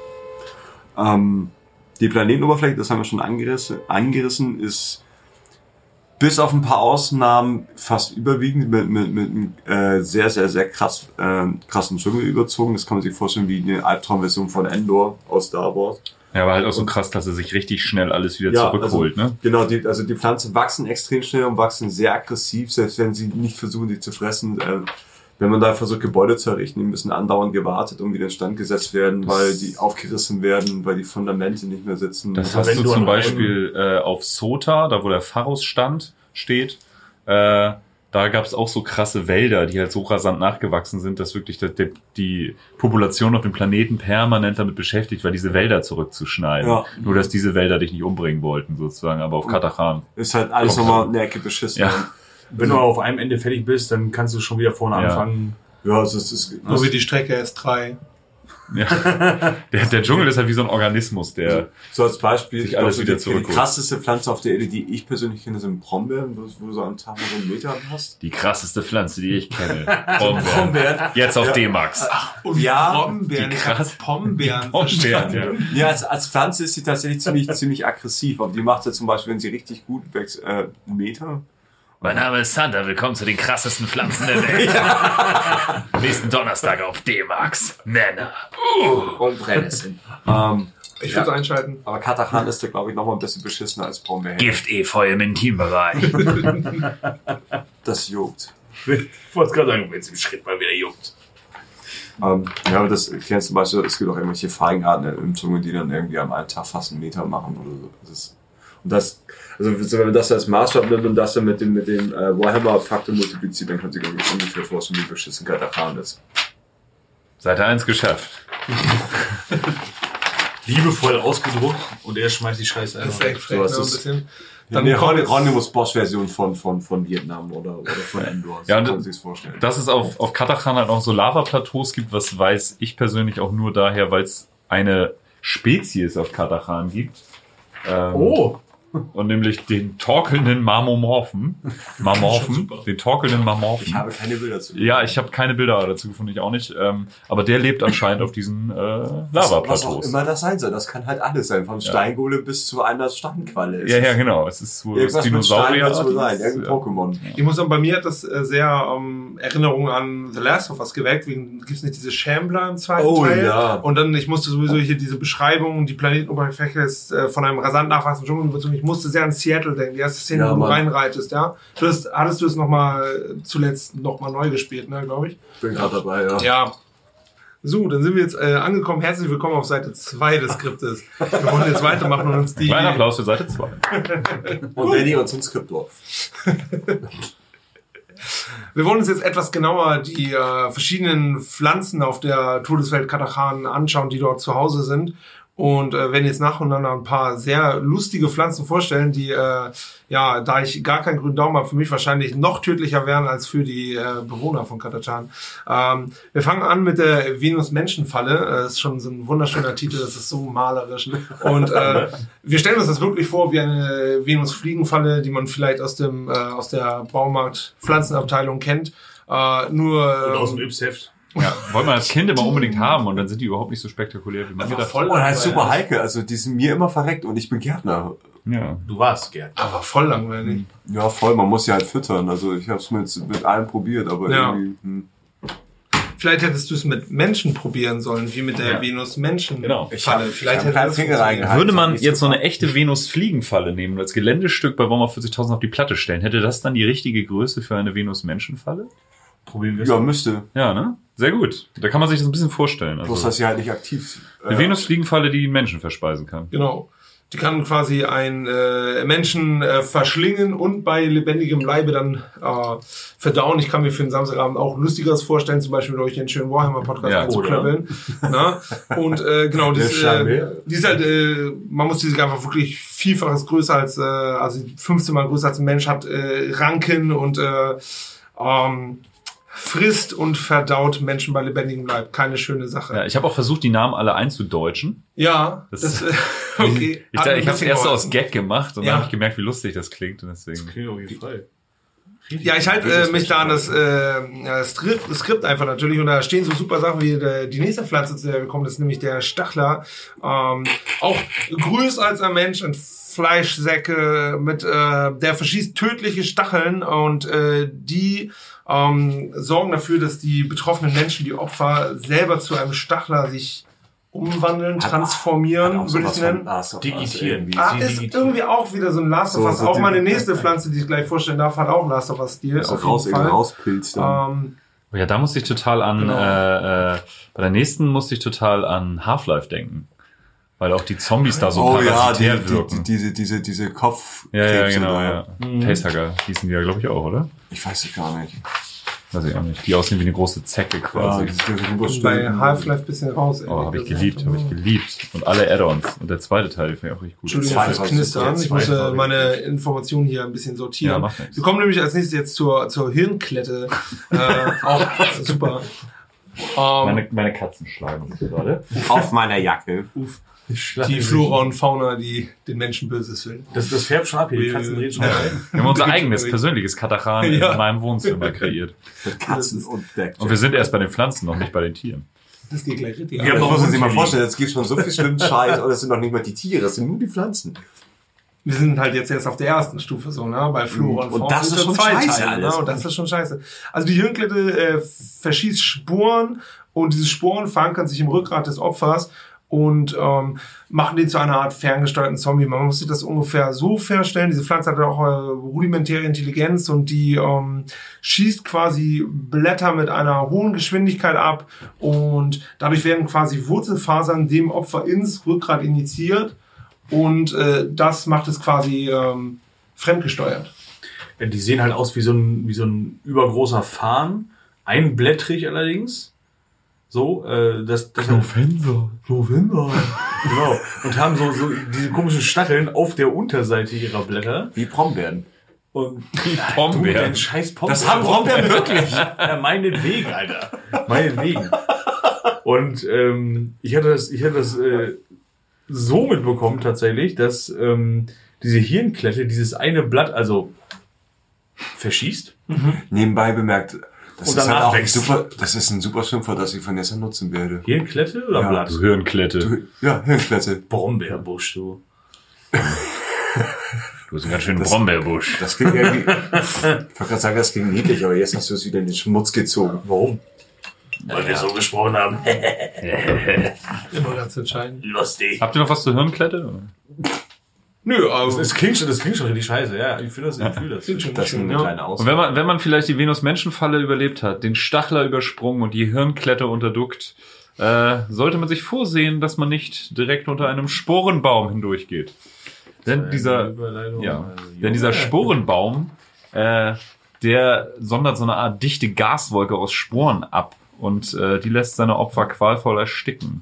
Die Planetenoberfläche, das haben wir schon angerissen, ist bis auf ein paar Ausnahmen fast überwiegend mit sehr, sehr, sehr krassen Dschungel überzogen. Das kann man sich vorstellen wie eine Albtraumversion von Endor aus Star Wars. Ja, aber halt auch so krass, dass er sich richtig schnell alles wieder zurückholt, also, ne? Genau, die Pflanzen wachsen extrem schnell und wachsen sehr aggressiv, selbst wenn sie nicht versuchen, die zu fressen. Wenn man da versucht, Gebäude zu errichten, die müssen andauernd gewartet und wieder instand gesetzt werden, weil die aufgerissen werden, weil die Fundamente nicht mehr sitzen. Das hast du zum Beispiel auf Sota, da wo der Pharos steht, da gab es auch so krasse Wälder, die halt so rasant nachgewachsen sind, dass wirklich die Population auf dem Planeten permanent damit beschäftigt war, diese Wälder zurückzuschneiden. Ja. Nur, dass diese Wälder dich nicht umbringen wollten, sozusagen, aber auf Katahan. Ist halt alles nochmal eine Ecke beschissen. Ja. Wenn du auf einem Ende fertig bist, dann kannst du schon wieder vorne anfangen. Ja, es ist so wie die Strecke S3. Ja. Der Dschungel ist halt wie so ein Organismus, der so als Beispiel sich alles wieder zurückholt. Die krasseste Pflanze auf der Erde, die ich persönlich kenne, sind Brombeeren, wo du so am Tag so einen Meter hast. Die krasseste Pflanze, die ich kenne. Brombeeren. Jetzt auf D-Max. Und ja, Brombeeren. Pombeeren. Ja. Ja, als Pflanze ist sie tatsächlich ziemlich aggressiv. Aber die macht ja zum Beispiel, wenn sie richtig gut wächst, einen Meter. Mein Name ist Sander, willkommen zu den krassesten Pflanzen der Welt. Nächsten Donnerstag auf D-Max. Männer. Und Brennnesseln. Ich würde einschalten. Aber Katahan ist da, glaube ich, noch mal ein bisschen beschissener als Brombeeren. Gift-Efeu im Intimbereich. Das juckt. Ich wollte gerade sagen, wenn es im Schritt mal wieder juckt. Ja, aber das erklärt zum Beispiel, es gibt auch irgendwelche Feigenarten im Dschungel, die dann irgendwie am einen Tag fast einen Meter machen oder so. Also wenn man das als Maßstab nimmt und das dann mit dem Warhammer-Faktor multipliziert, dann kann sich ungefähr vorstellen, wie beschissen Katahan ist. Seite 1 geschafft. Liebevoll ausgedruckt und er schmeißt die Scheiße einfach. Das ist echt frech, so, ein bisschen. Dann eine Ronimus-Bosch-Version von Vietnam oder von Endor. Ja, kann man sich vorstellen. Dass es auf Katahan halt auch so Lavaplateaus gibt, was weiß ich persönlich auch nur daher, weil es eine Spezies auf Katahan gibt. Und nämlich den torkelnden Marmorphen. Den torkelnden Marmorphen. Ich habe keine Bilder dazu gefunden. Ja, ich habe keine Bilder dazu gefunden, ich auch nicht. Aber der lebt anscheinend auf diesen Lavaplateaus. Was auch immer das sein soll. Das kann halt alles sein. Vom Steingolem bis zu einer Steinqualle. Ja, genau. Es ist wohl irgendwas Dinosaurier. Mit Stein sein. Irgendein Pokémon. Ich muss sagen, bei mir hat das sehr Erinnerungen an The Last of Us geweckt. Gibt es nicht diese Shambler im zweiten Teil? Ja. Und dann, ich musste sowieso hier diese Beschreibung, die Planetenoberfläche ist von einem rasant nachwachsenden Dschungel. Ich musste sehr an Seattle denken, die erste Szene, wo du reinreitest, ja. Hattest du es zuletzt nochmal neu gespielt, ne, glaube ich? Bin gerade dabei, ja. Ja. So, dann sind wir jetzt angekommen. Herzlich willkommen auf Seite 2 des Skriptes. Wir wollen jetzt weitermachen und uns die... Kleiner Applaus für Seite 2. Und Danny und zum Skript drauf. Wir wollen uns jetzt etwas genauer die verschiedenen Pflanzen auf der Todeswelt Katahan anschauen, die dort zu Hause sind. Und werden jetzt nacheinander ein paar sehr lustige Pflanzen vorstellen, die, da ich gar keinen grünen Daumen habe, für mich wahrscheinlich noch tödlicher wären als für die Bewohner von Katahan. Wir fangen an mit der Venus-Menschen-Falle. Das ist schon so ein wunderschöner Titel, das ist so malerisch. Und wir stellen uns das wirklich vor wie eine Venus-Fliegenfalle, die man vielleicht aus der Baumarkt-Pflanzenabteilung kennt. Und aus dem Yps-Heft. Ja, wollen wir als Kind immer unbedingt haben und dann sind die überhaupt nicht so spektakulär, wie man gedacht hat. Und halt super heikel, also die sind mir immer verreckt und ich bin Gärtner. Ja. Du warst Gärtner. Aber voll langweilig. Ja, voll, man muss sie halt füttern, also ich habe es mit allem probiert, aber irgendwie... Vielleicht hättest du es mit Menschen probieren sollen, wie mit der Venus-Menschen-Falle. Vielleicht hättest du Würde man jetzt so eine echte Venus-Fliegenfalle nehmen und als Geländestück bei Warhammer 40.000 auf die Platte stellen, hätte das dann die richtige Größe für eine Venus-Menschen-Falle? Probieren wir es. Ja, müsste. Ja, ne? Sehr gut. Da kann man sich das ein bisschen vorstellen. Bloß, dass sie halt nicht aktiv... eine Venus-Fliegenfalle, die einen Menschen verspeisen kann. Genau. Die kann quasi einen Menschen verschlingen und bei lebendigem Leibe dann verdauen. Ich kann mir für den Samstagabend auch Lustigeres vorstellen, zum Beispiel durch den schönen Warhammer-Podcast einzuklöppeln. Und genau, die ist halt, man muss diese einfach wirklich vielfaches größer als, also 15 Mal größer als ein Mensch, hat Ranken und frisst und verdaut Menschen bei lebendigem Leib. Keine schöne Sache. Ja, ich habe auch versucht, die Namen alle einzudeutschen. Ja, okay. Ich habe es erst so aus Gag gemacht und Ja. dann habe ich gemerkt, wie lustig das klingt. Und deswegen. Okay, auf jeden Fall. Ja, ich halte mich da an das Skript einfach natürlich, und da stehen so super Sachen wie die nächste Pflanze, zu der wir kommen, das ist nämlich der Stachler. Auch größer als ein Mensch, ein Fleischsäcke mit, der verschießt tödliche Stacheln, und die sorgen dafür, dass die betroffenen Menschen, die Opfer, selber zu einem Stachler sich umwandeln, transformieren, würde ich nennen. Digitieren. Ist irgendwie auch wieder so ein Last of Us. Auch meine nächste Pflanze, die ich gleich vorstellen darf, hat auch einen Last of Us-Stil. Auf jeden Fall. Rauspilzt dann. Ja, da musste ich total an, bei der nächsten musste ich total an Half-Life denken. Weil auch die Zombies da so parasitär wirken. Diese Kopf. Ja, genau, ja. Facehugger hießen die ja, glaube ich, auch, oder? Ich weiß es gar nicht. Weiß ich auch nicht. Die aussehen wie eine große Zecke quasi. Bei Half-Life bisschen raus. Oh, habe ich geliebt. Und alle Add-ons. Und der zweite Teil, den fand ich auch richtig gut. Entschuldigung fürs Knistern. Ich muss meine Informationen hier ein bisschen sortieren. Ja, macht nichts. Wir kommen nämlich als nächstes jetzt zur Hirnklette. Auch super. Meine Katzen schlagen sich gerade. Auf meiner Jacke. Die Flora und Fauna, die den Menschen Böses will. Das färbt schon ab hier. Die Katzen reden schon rein. Wir haben unser eigenes persönliches Katachan in meinem Wohnzimmer kreiert. Katzen und Blackjack. Und wir sind erst bei den Pflanzen, noch nicht bei den Tieren. Das geht gleich richtig. Ja, das muss man sich mal vorstellen. Jetzt gibt's schon so viel schlimmen Scheiß, und das sind noch nicht mal die Tiere, das sind nur die Pflanzen. Wir sind halt jetzt erst auf der ersten Stufe so, ne? Bei Flora und Fauna. Und das ist schon scheiße alles. Ne? Und das ist schon scheiße. Also die Hirnklette verschießt Sporen, und diese Sporen verankern sich im Rückgrat des Opfers und machen den zu einer Art ferngesteuerten Zombie. Man muss sich das ungefähr so vorstellen. Diese Pflanze hat auch rudimentäre Intelligenz, und die schießt quasi Blätter mit einer hohen Geschwindigkeit ab, und dadurch werden quasi Wurzelfasern dem Opfer ins Rückgrat injiziert, und das macht es quasi fremdgesteuert. Ja, die sehen halt aus wie so ein übergroßer Farn, einblättrig allerdings. So, das November. Genau. Und haben so diese komischen Stacheln auf der Unterseite ihrer Blätter. Wie Brombeeren. Und Brombeeren. dein scheiß Pombeeren. Das haben Brombeeren wirklich. Ja, meinetwegen, Alter. Meinetwegen. Und ich hatte das so mitbekommen tatsächlich, dass diese Hirnklette dieses eine Blatt also verschießt. Nebenbei bemerkt, das Und ist halt danach auch wächst. das ist ein super Schimpfwort, das ich von Nessa nutzen werde. Hirnklette oder Ja, Blatt? Du Hirnklette. Ja, Hirnklette. Brombeerbusch, du. Du hast einen ganz schönen Brombeerbusch. Das klingt irgendwie, ich wollte gerade sagen, das klingt niedlich, aber jetzt hast du es wieder in den Schmutz gezogen. Warum? Weil wir so gesprochen haben. Immer ganz entscheidend. Lustig. Habt ihr noch was zur Hirnklette? Nö, aber Das klingt schon richtig scheiße, ja. Ich fühle das. sind schon Das ist schön, eine kleine Und Auswahl. wenn man vielleicht die Venus-Menschen-Falle überlebt hat, den Stachler übersprungen und die Hirnklette unterduckt, sollte man sich vorsehen, dass man nicht direkt unter einem Sporenbaum hindurchgeht. Denn dieser Sporenbaum, der sondert so eine Art dichte Gaswolke aus Sporen ab, und die lässt seine Opfer qualvoll ersticken.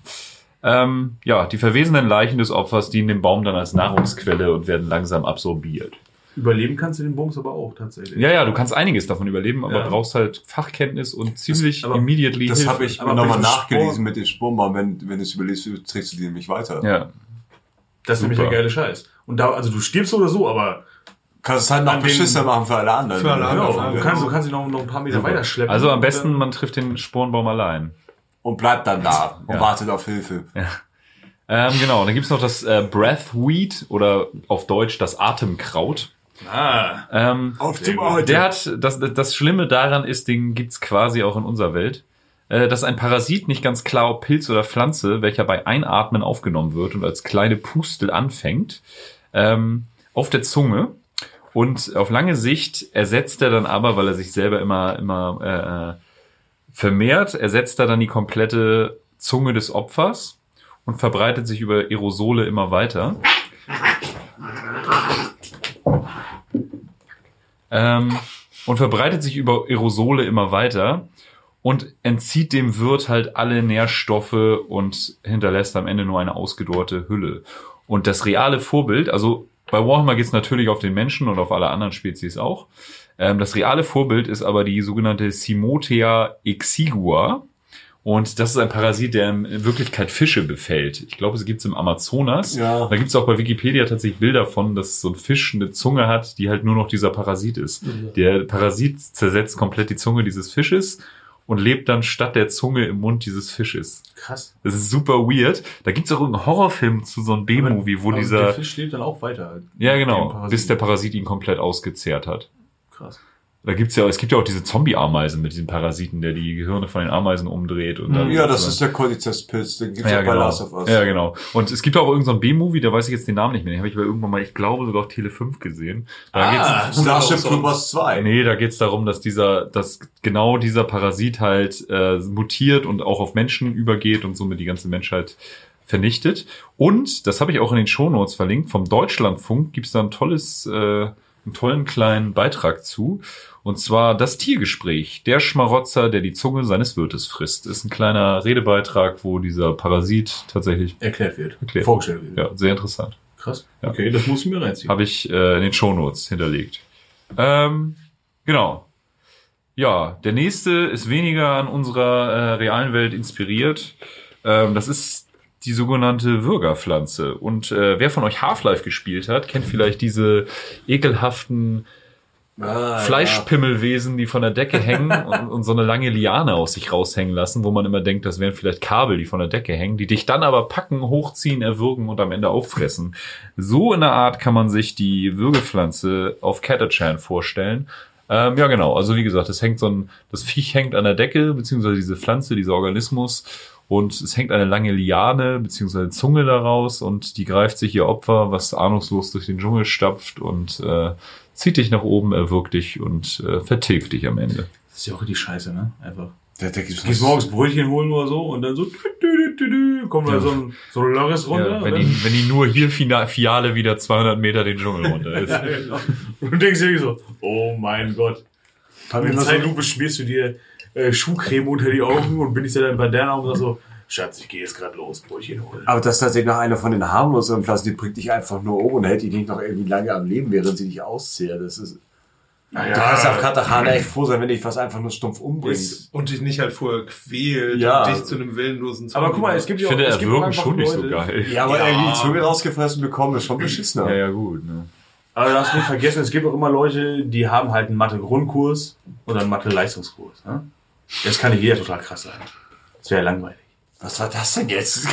Die verwesenden Leichen des Opfers dienen dem Baum dann als Nahrungsquelle und werden langsam absorbiert. Überleben kannst du den Bums aber auch tatsächlich. Ja, du kannst einiges davon überleben, aber Ja. brauchst halt Fachkenntnis und ziemlich aber immediately Das Hilfe. habe ich Aber nochmal bei diesem nachgelesen mit dem Sprungbaum. Wenn du es überlebst, trägst du die nämlich weiter. Ja. Das ist nämlich Super. der geile Scheiß. Und da, also du stirbst so oder so, aber Kannst es halt noch An den- beschissener machen für alle anderen. Für alle anderen. genau, du kannst dich noch ein paar Meter weiter schleppen. Also am besten, man trifft den Sporenbaum allein. Und bleibt dann da und Ja. wartet auf Hilfe. Genau, dann gibt's noch das Breathweed oder auf Deutsch das Atemkraut. Auf zum gut. Heute. Der hat, das Schlimme daran ist, den gibt's quasi auch in unserer Welt. Das ist ein Parasit, nicht ganz klar ob Pilz oder Pflanze, welcher bei Einatmen aufgenommen wird und als kleine Pustel anfängt auf der Zunge. Und auf lange Sicht ersetzt er dann aber, weil er sich selber immer vermehrt, ersetzt er dann die komplette Zunge des Opfers und verbreitet sich über Aerosole immer weiter. Und verbreitet sich über Aerosole immer weiter und entzieht dem Wirt halt alle Nährstoffe und hinterlässt am Ende nur eine ausgedorrte Hülle. Und das reale Vorbild, also bei Warhammer geht es natürlich auf den Menschen und auf alle anderen Spezies auch. Das reale Vorbild ist aber die sogenannte Simothea exigua. Und das ist ein Parasit, der in Wirklichkeit Fische befällt. Ich glaube, es gibt's im Amazonas. Ja. Da gibt's auch bei Wikipedia tatsächlich Bilder von, dass so ein Fisch eine Zunge hat, die halt nur noch dieser Parasit ist. Der Parasit zersetzt komplett die Zunge dieses Fisches und lebt dann statt der Zunge im Mund dieses Fisches. Krass. Das ist super weird. Da gibt's auch irgendeinen Horrorfilm zu so einem B-Movie, wo Aber dieser... der Fisch lebt dann auch weiter. Ja, Dem genau, Parasiten. bis der Parasit ihn komplett ausgezehrt hat. Krass. Es gibt ja auch diese Zombie-Ameisen mit diesem Parasiten, der die Gehirne von den Ameisen umdreht. Und dann Ja, das ist der Cordyceps-Pilz, den gibt's ja, auch bei genau. Last of Us. Ja, genau. Und es gibt auch irgendeinen so einen B-Movie, da weiß ich jetzt den Namen nicht mehr. Den habe ich aber irgendwann mal, ich glaube, sogar auf Tele 5 gesehen. Da Starship Troopers 2. Nee, da geht's darum, dass genau dieser Parasit halt mutiert und auch auf Menschen übergeht und somit die ganze Menschheit vernichtet. Und, das habe ich auch in den Shownotes verlinkt, vom Deutschlandfunk gibt's da einen tollen kleinen Beitrag zu. Und zwar das Tiergespräch, der Schmarotzer, der die Zunge seines Wirtes frisst. Ist ein kleiner Redebeitrag, wo dieser Parasit tatsächlich Erklärt wird. Erklärt. Vorgestellt wird. Ja, sehr interessant. Krass. Ja. Okay, das muss ich mir reinziehen. Habe ich in den Shownotes hinterlegt. Genau. Ja, der nächste ist weniger an unserer realen Welt inspiriert. Das ist die sogenannte Würgerpflanze. Und wer von euch Half-Life gespielt hat, kennt vielleicht diese ekelhaften Fleischpimmelwesen, die von der Decke hängen und so eine lange Liane aus sich raushängen lassen, wo man immer denkt, das wären vielleicht Kabel, die von der Decke hängen, die dich dann aber packen, hochziehen, erwürgen und am Ende auffressen. So in der Art kann man sich die Würgepflanze auf Catachan vorstellen. Ja, genau. Also wie gesagt, das Viech hängt an der Decke, beziehungsweise diese Pflanze, dieser Organismus, und es hängt eine lange Liane, beziehungsweise Zunge daraus, und die greift sich ihr Opfer, was ahnungslos durch den Dschungel stapft und zieht dich nach oben, erwürgt dich und vertilgt dich am Ende. Das ist ja auch die Scheiße, ne? Einfach. Da Du gehst morgens Brötchen holen oder so und dann so kommt da so ein Lörres runter. Ja, wenn die nur hier Fiale wieder 200 Meter den Dschungel runter ist. Ja, genau. Und du denkst dir so, oh mein Gott. In Zeitlupe schmierst du dir Schuhcreme unter die Augen und bin ich dann bei der Augen und sag so, Schatz, ich gehe jetzt gerade los, Brötchen holen. Aber das ist tatsächlich noch eine von den harmloseren Pflanzen, die bringt dich einfach nur um und hält dich nicht noch irgendwie lange am Leben, während sie dich auszehrt. Das ist... Naja, Du kannst auf Katachana echt froh sein, wenn dich was einfach nur stumpf umbringt. Und dich nicht halt vorher quält Ja. und dich zu einem willenlosen aber guck mal, es gibt Ich ja auch, finde es gibt auch Erwürgen einfach schon nicht so Leute, geil. Ja, aber Ja. irgendwie die Zunge rausgefressen bekommen, ist schon beschissener. Ja, gut. Ne? Aber du hast nicht vergessen, es gibt auch immer Leute, die haben halt einen Mathe-Grundkurs oder einen Mathe-Leistungskurs. Ne? Das kann nicht jeder total krass sein. Das wäre ja langweilig. Was war das denn jetzt?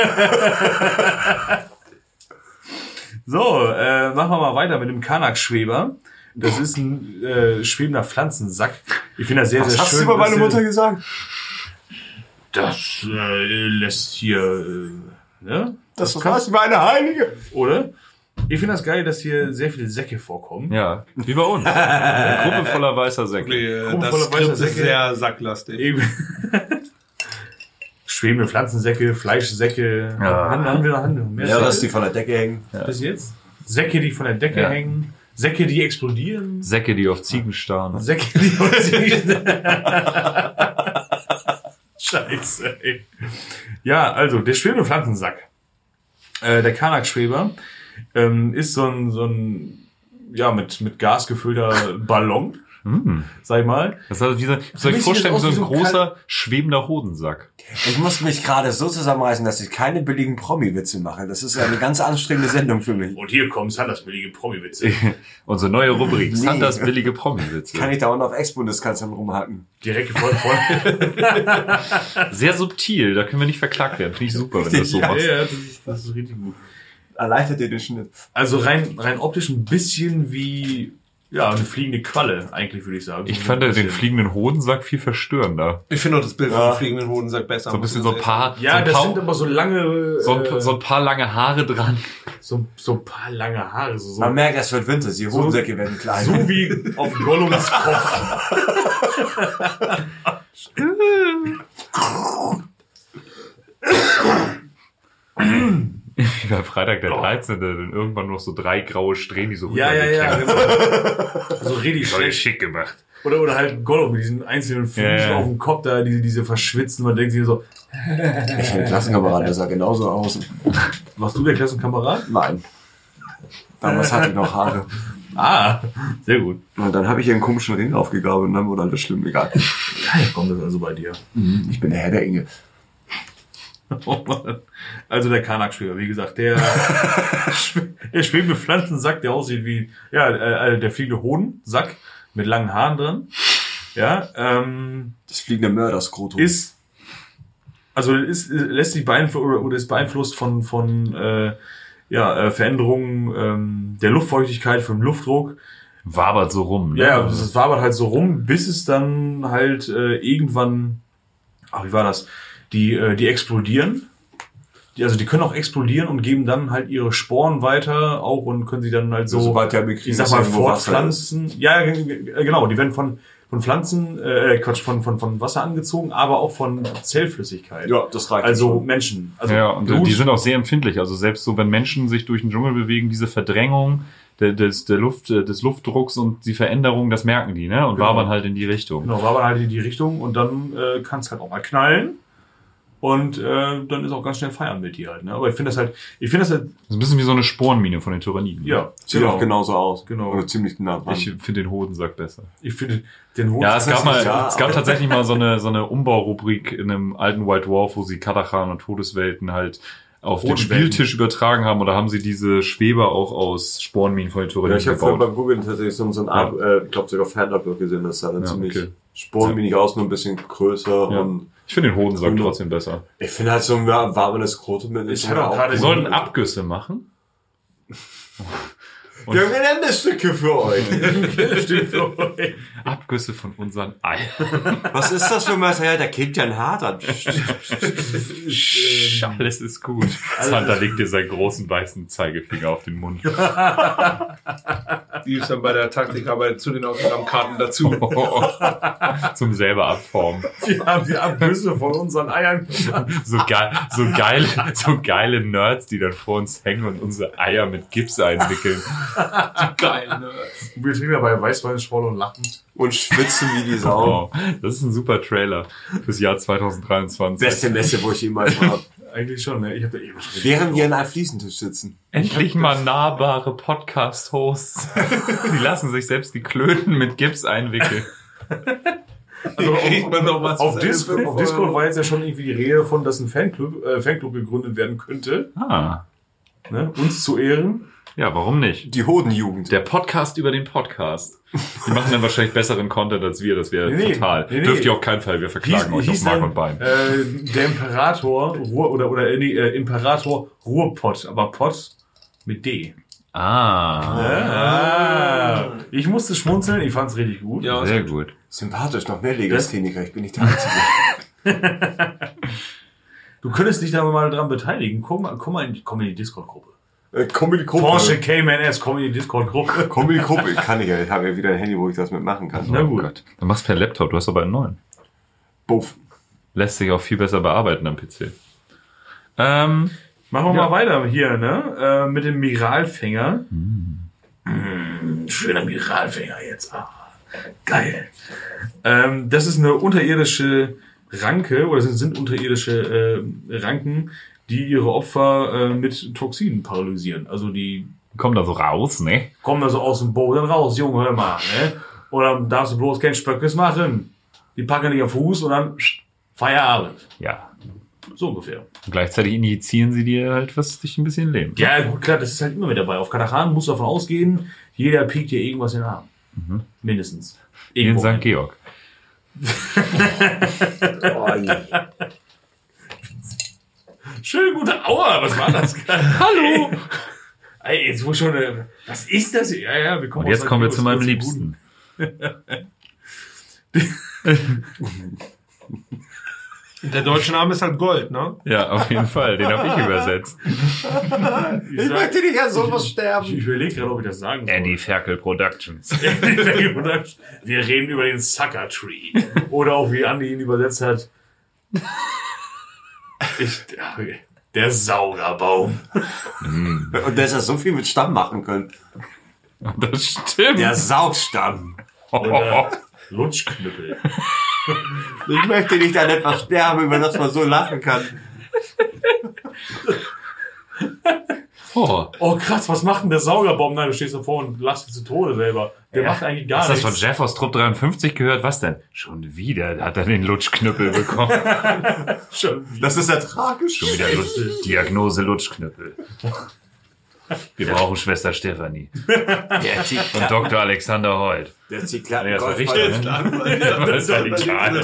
So, machen wir mal weiter mit dem Kanak-Schweber. Das ist ein schwebender Pflanzensack. Ich finde das sehr, Was sehr hast schön. du über meine dass Mutter gesagt? Das lässt hier, ne? Das war's über eine Heilige. Oder? Ich finde das geil, dass hier sehr viele Säcke vorkommen. Ja, wie bei uns. Eine Gruppe voller weißer Säcke. Gruppe Das voller Skript weißer ist Säcke. sehr sacklastig. Schwebende Pflanzensäcke, Fleischsäcke. Ja. Haben wir noch mehr Ja, Säcke dass die von der Decke hängen. bis jetzt? Säcke, die von der Decke Ja. hängen. Säcke, die explodieren. Säcke, die auf Ziegen starren. Säcke, die uns Scheiße, ey. Ja, also, der schwebende Pflanzensack. Der Kanak-Schweber ist so ein ja, mit Gas gefüllter Ballon, sag ich mal. Das ist wie so, soll ich mich vorstellen, wie sieht so das ein aus wie so ein großer, schwebender Hodensack. Ich muss mich gerade so zusammenreißen, dass ich keine billigen Promi-Witze mache. Das ist eine ganz anstrengende Sendung für mich. Und hier kommen Sanders billige Promi-Witze. Unsere neue Rubrik, Nee. Sanders billige Promi-Witze. Kann ich da auch noch auf Ex-Bundeskanzlern rumhacken? Direkt gefolgt von. Sehr subtil, da können wir nicht verklagt werden. Finde ich super, wenn du das so machst. Ja, das ist richtig gut. Erleichtert dir den Schnitt. Also rein optisch ein bisschen wie Ja, eine fliegende Qualle, eigentlich, würde ich sagen. Ich fand den fliegenden Hodensack viel verstörender. Ich finde auch das Bild vom fliegenden Hodensack besser. So ein bisschen so ein paar... Ja, das sind aber so lange... So ein paar lange Haare dran. So ein paar lange Haare. So. Man merkt, es wird Winter, die Hodensäcke werden klein. So wie auf Gollums Kopf. Wie bei Freitag der 13. Dann irgendwann noch so 3 graue Strähnen, die so Ja. Genau. So richtig schick gemacht. Oder halt Gollum mit diesen einzelnen Füßen auf dem Kopf da, diese verschwitzen. Man denkt sich so... Ich bin Klassenkamerad, der sah genauso aus. Warst du der Klassenkamerad? Nein. Damals hatte ich noch Haare. Ah, sehr gut. Und dann habe ich hier einen komischen Ring aufgegabelt und dann wurde alles schlimm, egal. Ja, kommt das also bei dir. Ich bin der Herr der Inge. Oh Mann. Also der Karnak-Schwimmer, wie gesagt, der schwebende Pflanzensack, der aussieht wie, der fliegende Hodensack mit langen Haaren dran. Ja, Das fliegende Mörderskrotum. lässt sich beeinflussen oder ist beeinflusst von Veränderungen der Luftfeuchtigkeit, vom Luftdruck. Wabert so rum. Ne? Ja, das wabert halt so rum, bis es dann halt irgendwann, wie war das? Die explodieren. Die können auch explodieren und geben dann halt ihre Sporen weiter auch und können sie dann halt so, ich sag mal, fortpflanzen. Ja, genau, die werden von Pflanzen, von Wasser angezogen, aber auch von Zellflüssigkeit. Ja, das reicht. Also schon. Menschen. Also Ja, und die sind auch sehr empfindlich. Also selbst so, wenn Menschen sich durch den Dschungel bewegen, diese Verdrängung des Luftdrucks und die Veränderung, das merken die, ne? Und wabern halt in die Richtung. Genau, wabern halt in die Richtung und dann kann es halt auch mal knallen. Und dann ist auch ganz schnell Feierabend mit dir halt. Ne? Aber ich finde das halt... Das ist ein bisschen wie so eine Sporenmine von den Tyranniden. Ja, Sieht auch genauso aus. Genau. Oder ziemlich nah dran. Ich finde den Hodensack besser. Ich finde den Hodensack... Ja, es gab tatsächlich mal so eine Umbaurubrik in einem alten White Dwarf, wo sie Katachan und Todeswelten halt auf den Spieltisch übertragen haben, oder haben sie diese Schweber auch aus Sporenminen von den Tyranniden ich habe gebaut? beim Googlen tatsächlich so ein Art, ich glaube sogar Fanartwork gesehen, das sah dann ziemlich sporenminig aus, nur ein bisschen größer und... Ich finde den Hodensack trotzdem besser. Ich finde halt so ein warmes Skrotum mit... Ich hatte auch gerade... Wir sollten Abgüsse machen. Wir haben Geländestücke für euch. Abgüsse von unseren Eiern. Was ist das für Material? Da klebt ja ein Haar dran. Alles ist gut. Santa legt dir seinen großen weißen Zeigefinger auf den Mund. Die ist dann bei der Taktikarbeit zu den Autogrammkarten dazu. Zum selber abformen. Wir haben die Abgüsse von unseren Eiern. So geile Nerds, die dann vor uns hängen und unsere Eier mit Gips einwickeln. Geil, ne? Wir trinken dabei Weißweinschorle und lachen. Und schwitzen wie die Sau. Oh, das ist ein super Trailer fürs Jahr 2023. Beste Messe, wo ich jemals war. Eigentlich schon, ne? Ich hab da schon Während wir an einem Fliesentisch sitzen. Endlich mal nahbare Podcast-Hosts. Die lassen sich selbst die Klöten mit Gips einwickeln. Also Kriegt man noch was auf zu essen? auf Discord war jetzt ja schon irgendwie die Rede davon, dass ein Fanclub gegründet werden könnte. Ne? Uns zu Ehren. Ja, warum nicht? Die Hodenjugend. Der Podcast über den Podcast. Die machen dann wahrscheinlich besseren Content als wir, das wäre fatal. Nee. Dürft ihr auf keinen Fall, wir verklagen euch auf Mark und Bein. Der Imperator, Imperator Ruhrpott, aber Pott mit D. Ich musste schmunzeln, ich fand's richtig gut. Ja, sehr gut. Sympathisch, noch mehr Legastheniker, ich bin nicht der Einzige. Du könntest dich da mal dran beteiligen. Komm mal in die Discord-Gruppe. Comedy-Gruppe. Porsche Cayman S, komm in die Discord-Gruppe. Comedy-Gruppe kann ich ja. Ich habe ja wieder ein Handy, wo ich das mitmachen kann. Na gut. Gott. Dann machst du per Laptop, du hast aber einen neuen. Buff. Lässt sich auch viel besser bearbeiten am PC. Machen wir mal weiter hier, ne? Mit dem Miralfänger. Schöner Miralfänger jetzt. Geil. Das ist eine unterirdische Ranke, oder sind unterirdische Ranken, die ihre Opfer mit Toxinen paralysieren. Also die kommen da so raus, ne? Kommen da so aus dem Boden raus, Junge, hör mal, ne? Oder darfst du bloß kein Spöckes machen. Die packen dich am Fuß und dann Feierabend. Ja. So ungefähr. Und gleichzeitig injizieren sie dir halt, was dich ein bisschen lähmt. Ja, gut, klar, das ist halt immer mit dabei. Auf Katachan musst du davon ausgehen, jeder piekt dir irgendwas in den Arm. Mindestens. In St. Georg. Schöne gute Aua, was war das gerade? Hallo! Ey, jetzt wo schon, was ist das? Ja, wir kommen Und jetzt kommen wir zu meinem Liebsten. Der deutsche Name ist halt Gold, ne? Ja, auf jeden Fall. Den habe ich übersetzt. Ich möchte nicht an sowas sterben. Ich überlege gerade, ob ich das sagen soll. Andy Ferkel Productions. Wir reden über den Sucker Tree. Oder auch wie Andy ihn übersetzt hat. Der Saugerbaum. Und der ist ja so viel mit Stamm machen können. Das stimmt. Der Saugstamm. Oder Lutschknüppel. Ich möchte nicht an etwas sterben, über das man so lachen kann. Oh krass, was macht denn der Saugerbaum? Nein, du stehst davor und lachst dich zu Tode selber. Der macht eigentlich gar Hast du das nichts. von Jeff aus Trupp 53 gehört? Was denn? Schon wieder hat er den Lutschknüppel bekommen. Das ist ja tragisch. Schon wieder Diagnose Lutschknüppel. Wir brauchen Schwester Stefanie. Und Dr. Alexander Holt. Der zieht klar. Nee, das war richtig, ne? Das ist ja nicht schade.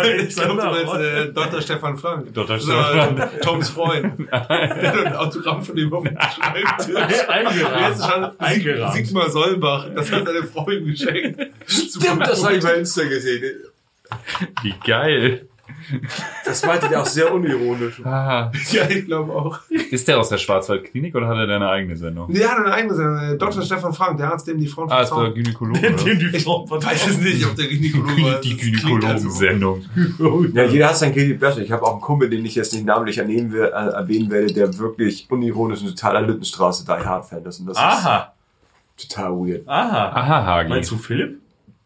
Dr. Stefan Frank. Dr. Stefan Frank. Toms Freund. Der hat ein Autogramm von ihm auf dem Schreibtisch. Eingerahmt. Sigmar Solbach. Das hat seine Frau ihm geschenkt. Stimmt, das habe ich bei Insta gesehen. Wie geil. Das meinte der auch sehr unironisch. Ah. Ja, ich glaube auch. Ist der aus der Schwarzwaldklinik oder hat er eine eigene Sendung? Der hat eine eigene Sendung. Dr. Stefan Frank, der Arzt, dem die Frauen Ah, ist der vertrauen. Gynäkologe. Oder? Die Frau Ich weiß es nicht, ob der Gynäkologe war. Die Das klingt Gynäkologen-Sendung. Ja, jeder hat sein Guilty Pleasure. Ich habe auch einen Kumpel, den ich jetzt nicht namentlich erwähnen werde, der wirklich unironisch ein totaler Lindenstraße Die Hard Fan ist. Und das Aha. ist total weird. Aha, Hagi. Meinst du Philipp?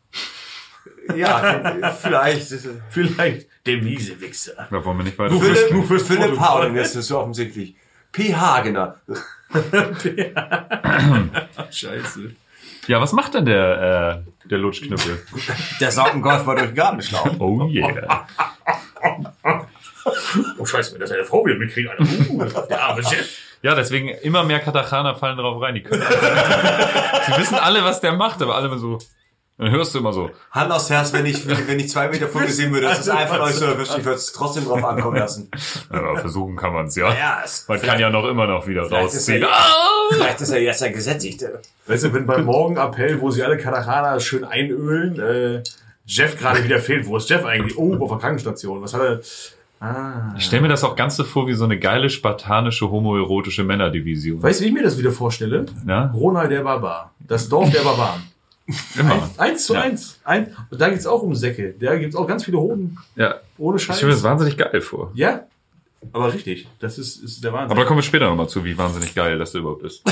Ja, vielleicht. Vielleicht. Der miese Wichser. Da wollen wir nicht weiter. Philipp Hauling, das ist so offensichtlich. P. Hagener. Scheiße. Ja, was macht denn der Lutschknüppel? Der saugt einen Golfball durch den Gartenschlauch. Oh yeah. Oh Scheiße, wenn das eine Frau wieder mitkriegt, Alter. Der arme Chef. Ja, deswegen immer mehr Katachana fallen drauf rein. Die können. Sie wissen alle, was der macht, aber alle immer so. Dann hörst du immer so. Hand aufs Herz, wenn ich 2 Meter vor mir sehen würde, dass es einfach euch so erwischt, ich würde es trotzdem drauf ankommen lassen. Aber versuchen kann man es, ja. Ja, Man kann ja noch immer noch wieder rausziehen. Vielleicht ist er jetzt der Gesättigte. Weißt du, wenn beim Morgenappell, wo sie alle Katachana schön einölen, Jeff gerade wieder fehlt. Wo ist Jeff eigentlich? Oh, auf der Krankenstation. Was hat er? Ich stelle mir das auch ganz so vor wie so eine geile spartanische homoerotische Männerdivision. Weißt du, wie ich mir das wieder vorstelle? Ja? Ronald der Barbar. Das Dorf der Barbaren. Immer. 1:1. Und da geht's auch um Säcke. Da gibt's auch ganz viele Hoden. Ja. Ohne Ich Scheiß. stelle mir das wahnsinnig geil vor. Ja, aber richtig. Das ist der Wahnsinn. Aber da kommen wir später nochmal zu, wie wahnsinnig geil das überhaupt ist.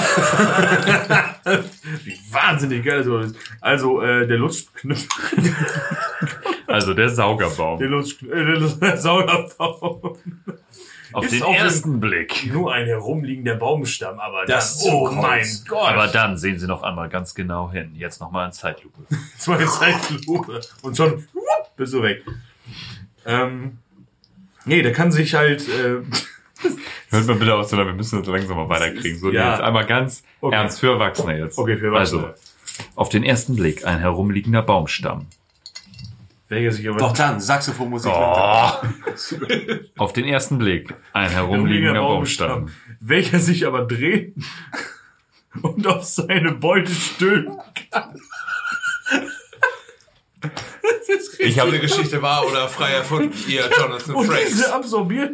Wie wahnsinnig geil das ist. Also, der Lutschknüppel. Also der Saugerbaum. Der Saugerbaum. Auf Ist den auf ersten Blick. Nur ein herumliegender Baumstamm, aber Das dann, oh Zukunft. mein Gott. Aber dann sehen Sie noch einmal ganz genau hin. Jetzt nochmal in Zeitlupe. 2 Zeitlupe. Und schon bist du weg. Nee, der kann sich halt... Hört mal bitte auf, sondern wir müssen das langsam mal weiterkriegen. So, Ja. jetzt einmal ganz Okay. ernst für Erwachsene jetzt. Okay, für Erwachsene. Also, auf den ersten Blick ein herumliegender Baumstamm. welcher sich aber... Doch dann, Saxophonmusik. Oh. Auf den ersten Blick ein herumliegender Baumstamm. Welcher sich aber dreht und auf seine Beute stöhnen kann. Ich habe Diese Geschichte wahr oder frei erfunden, ihr Jonathan Und Frakes. diese absorbiert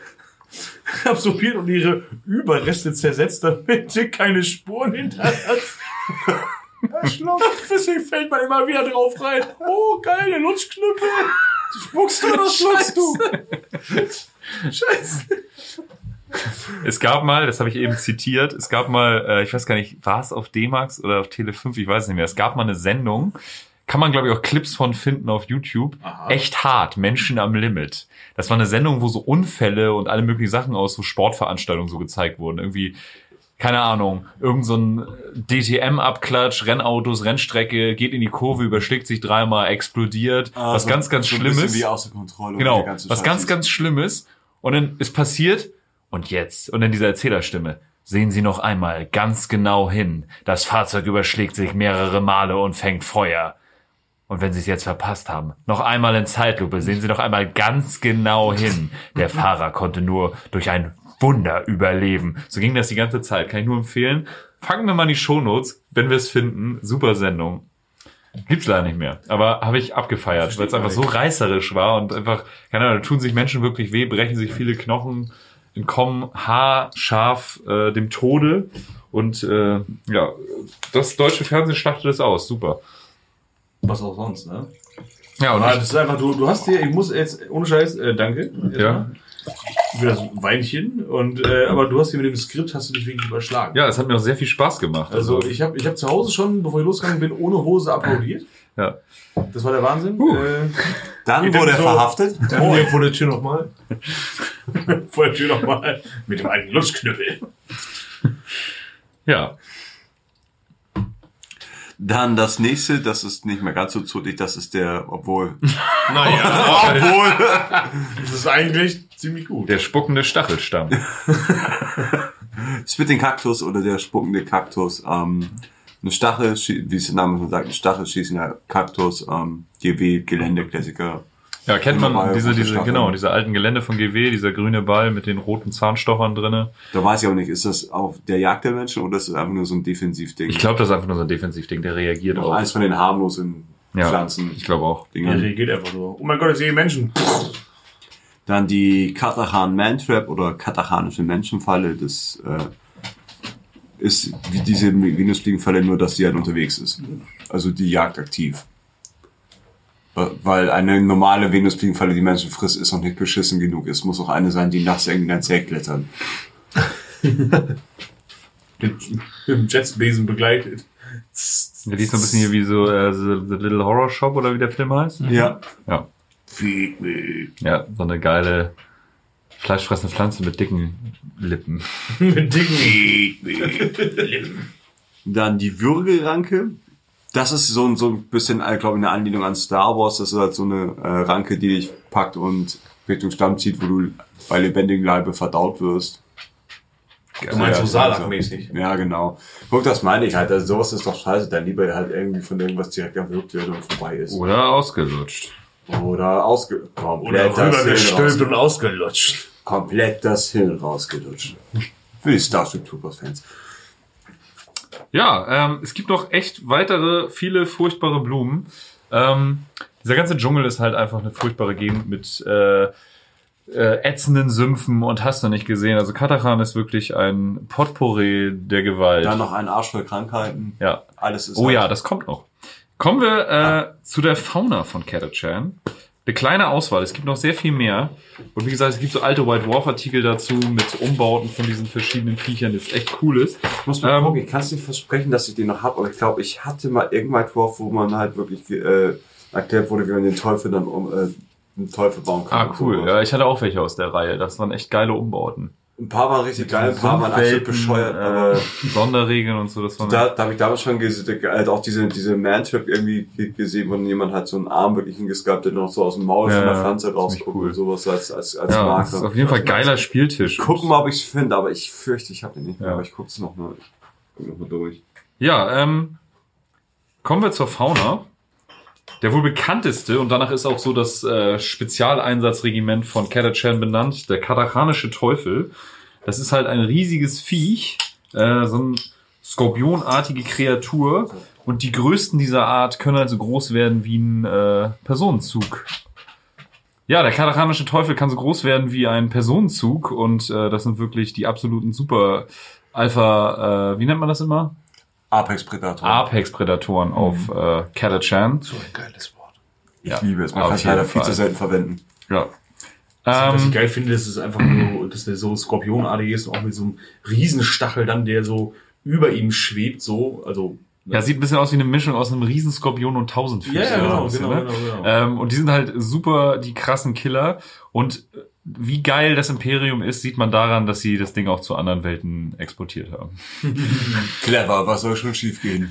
und ihre Überreste zersetzt, damit sie keine Spuren hinterlässt. Deswegen fällt man immer wieder drauf rein. Oh, geil, der Lutschknüppel. Spuckst du oder schluckst du? Scheiße. Es gab mal, das habe ich eben zitiert, es gab mal, ich weiß gar nicht, war es auf D-Max oder auf Tele 5, ich weiß es nicht mehr. Es gab mal eine Sendung, kann man glaube ich auch Clips von finden auf YouTube. Aha. Echt hart, Menschen am Limit. Das war eine Sendung, wo so Unfälle und alle möglichen Sachen aus so Sportveranstaltungen so gezeigt wurden. Irgendwie, keine Ahnung, irgend so ein DTM-Abklatsch, Rennautos, Rennstrecke, geht in die Kurve, überschlägt sich dreimal, explodiert. Was ganz, ganz so ein bisschen Schlimmes. wie außer Kontrolle. und Genau, der ganze was Scheiß ganz, ist- ganz Schlimmes. Und dann ist passiert, und jetzt, und dann diese Erzählerstimme. Sehen Sie noch einmal ganz genau hin. Das Fahrzeug überschlägt sich mehrere Male und fängt Feuer. Und wenn Sie es jetzt verpasst haben, noch einmal in Zeitlupe, sehen Sie noch einmal ganz genau hin. Der Fahrer konnte nur durch ein Wunder überleben. So ging das die ganze Zeit. Kann ich nur empfehlen. Packen wir mal in die Shownotes, wenn wir es finden. Super Sendung. Gibt's leider nicht mehr. Aber habe ich abgefeiert, weil es einfach so reißerisch war und einfach, keine Ahnung, da tun sich Menschen wirklich weh, brechen sich viele Knochen, entkommen haarscharf dem Tode. Und ja, das deutsche Fernsehen schlachtet es aus. Super. Was auch sonst, ne? Ja, und das ist einfach, du hast hier, ich muss jetzt, ohne Scheiß, danke. Ja. Für das Weinchen. Und aber du hast hier mit dem Skript, hast du dich wirklich überschlagen. Ja, es hat mir auch sehr viel Spaß gemacht. Also ich hab zu Hause schon, bevor ich losgegangen bin, ohne Hose applaudiert. Ja. Das war der Wahnsinn. Dann wurde er verhaftet. Dann hier vor der Tür nochmal. Vor der Tür nochmal mit dem alten Lutschknüppel. Ja. Dann das nächste, das ist nicht mehr ganz so zotig, das ist der, obwohl. Das ist eigentlich ziemlich gut. Der spuckende Stachelstamm. Spitting Kaktus oder der spuckende Kaktus. Eine Stachel, wie es der Name schon sagt, ein stachelschießender Kaktus, GW, Geländeklassiker. Ja, kennt man Wunderbar, diese rote Stacheln. genau, diese alten Gelände von GW, dieser grüne Ball mit den roten Zahnstochern drinne. Da weiß ich auch nicht, ist das auf der Jagd der Menschen oder ist das einfach nur so ein Defensivding? Ich glaube, das ist einfach nur so ein Defensivding, der reagiert auch auf. eins von den harmlosen Ja, Pflanzen. ich glaube auch. Der reagiert einfach so. Oh mein Gott, ich sehe Menschen. Dann die Katachan Man-Trap oder katachanische Menschenfalle. Das ist wie diese Venusfliegenfalle, nur dass sie halt unterwegs ist. Also die jagt aktiv. Weil eine normale Venusfliegenfalle, die Menschen frisst, ist noch nicht beschissen genug. Es muss auch eine sein, die nachts irgendwie in dein Zelt klettern. Im Jetsbesen begleitet. Ja, die ist so ein bisschen hier wie so The Little Horror Shop oder wie der Film heißt. Ja. Ja. Feed me. Ja, so eine geile fleischfressende Pflanze mit dicken Lippen. Mit dicken. Dann die Würgeranke. Das ist so ein bisschen, glaube ich, eine Anlehnung an Star Wars. Das ist halt so eine Ranke, die dich packt und Richtung Stamm zieht, wo du bei lebendigem Leibe verdaut wirst. Du meinst so Salak-mäßig. Ja, genau. Guck, das meine ich halt. Also sowas ist doch scheiße. Dann lieber halt irgendwie von irgendwas direkt erwürgt wird und vorbei ist. Oder ausgelutscht. Oder Oder rübergestülpt und ausgelutscht. Komplett das Hirn rausgelutscht. Für die Starship Troopers Fans. Ja, es gibt noch echt weitere, viele furchtbare Blumen. Dieser ganze Dschungel ist halt einfach eine furchtbare Gegend mit ätzenden Sümpfen und hast du nicht gesehen. Also Katachan ist wirklich ein Potpourri der Gewalt. Dann noch ein Arsch voll Krankheiten. Ja. Alles ist Oh halt ja, das kommt noch. Kommen wir zu der Fauna von Catachan. Eine kleine Auswahl, es gibt noch sehr viel mehr. Und wie gesagt, es gibt so alte White Dwarf-Artikel dazu mit Umbauten von diesen verschiedenen Viechern, das echt cool ist. Ich muss mal gucken, ich kann es nicht versprechen, dass ich den noch habe, aber ich glaube, ich hatte mal irgendwann White wo man halt wirklich erklärt wurde, wie man den Teufel dann einen Teufel bauen kann. Ah, cool. Ja, ich hatte auch welche aus der Reihe. Das waren echt geile Umbauten. Ein paar waren richtig geil, ein paar waren absolut bescheuert, aber Sonderregeln und so, das war da habe ich damals schon halt auch diese Man-Trap irgendwie gesehen, wo jemand halt so einen Arm wirklich hingescalpt, der noch so aus dem Maul von der Pflanze rausguckt cool. und sowas als ja, Marker. das ist auf jeden Fall geiler Spieltisch. Gucken mal, ob ich es finde, aber ich fürchte, ich habe den nicht mehr, Ja. aber ich gucke es noch mal durch. Ja, kommen wir zur Fauna. Der wohl bekannteste, und danach ist auch so das Spezialeinsatzregiment von Catachan benannt, der katachanische Teufel. Das ist halt ein riesiges Viech, so eine skorpionartige Kreatur. Und die größten dieser Art können halt so groß werden wie ein Personenzug. Ja, der katachanische Teufel kann so groß werden wie ein Personenzug. Und das sind wirklich die absoluten Super Alpha, wie nennt man das immer? Apex-Prädatoren auf Catachan. So ein geiles Wort. Ich liebe es, man auf kann es leider jeden viel Fall. zu selten verwenden. Ja. Was ich geil finde, ist es einfach nur, dass der so skorpionartig ist, auch mit so einem Riesenstachel dann, der so über ihm schwebt, so, also. Ja, sieht ein bisschen aus wie eine Mischung aus einem Riesenskorpion und Tausendfüßer. Ja, genau. genau. Und die sind halt super die krassen Killer. Und wie geil das Imperium ist, sieht man daran, dass sie das Ding auch zu anderen Welten exportiert haben. Clever, was soll schon schief gehen?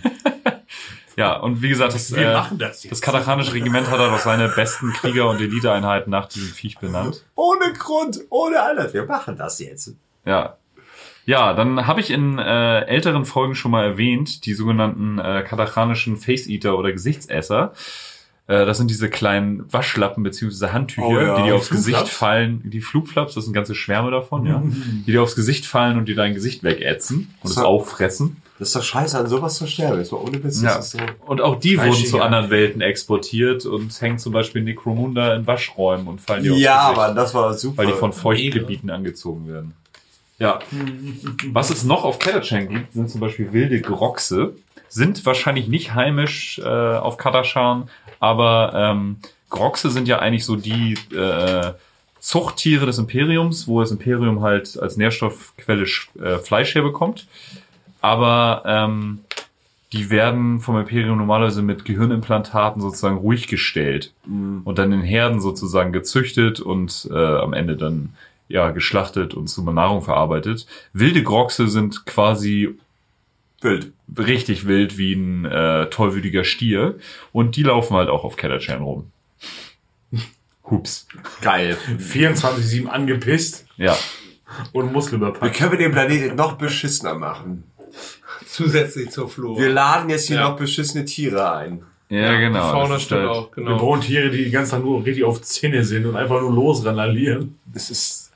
Ja, und wie gesagt, Wir machen das jetzt. das katachanische Regiment hat auch seine besten Krieger- und Eliteeinheiten nach diesem Viech benannt. Ohne Grund, ohne alles. Wir machen das jetzt. Ja. Ja, dann habe ich in älteren Folgen schon mal erwähnt, die sogenannten katachanischen Face-Eater oder Gesichtsesser. Das sind diese kleinen Waschlappen bzw. Handtücher, die dir aufs Gesicht fallen. Die Flugflaps, das sind ganze Schwärme davon, ja. Die dir aufs Gesicht fallen und dir dein Gesicht wegätzen und es auffressen. Das ist doch scheiße, an sowas zu sterben. Das war ohne Witz. Ja. Das ist so. Und auch die wurden Fleischiger. zu anderen Welten exportiert und hängen zum Beispiel Necromunda in Waschräumen und fallen die aufs Ja, Gesicht, Mann, das war super. weil die von Feuchtgebieten angezogen werden. Ja. Was es noch auf Catachan gibt, sind zum Beispiel wilde Grochse. Sind wahrscheinlich nicht heimisch auf Catachan, aber Grochse sind ja eigentlich so die Zuchttiere des Imperiums, wo das Imperium halt als Nährstoffquelle Fleisch herbekommt. Aber die werden vom Imperium normalerweise mit Gehirnimplantaten sozusagen ruhig gestellt und dann in Herden sozusagen gezüchtet und am Ende dann ja geschlachtet und zu Nahrung verarbeitet. Wilde Grochse sind quasi Wild. richtig wild wie ein tollwütiger Stier und die laufen halt auch auf Catachan rum. Hups. Geil. 24/7 angepisst Ja. und Muskel Wie überpackt. können wir den Planeten noch beschissener machen? Zusätzlich zur Flora. Wir laden jetzt hier Ja. noch beschissene Tiere ein. Ja, genau. Die Fauna das ist stimmt halt- auch, Wir genau. brauchen Tiere, die ganze Zeit nur richtig auf Zähne sind und einfach nur losrandalieren. Das ist...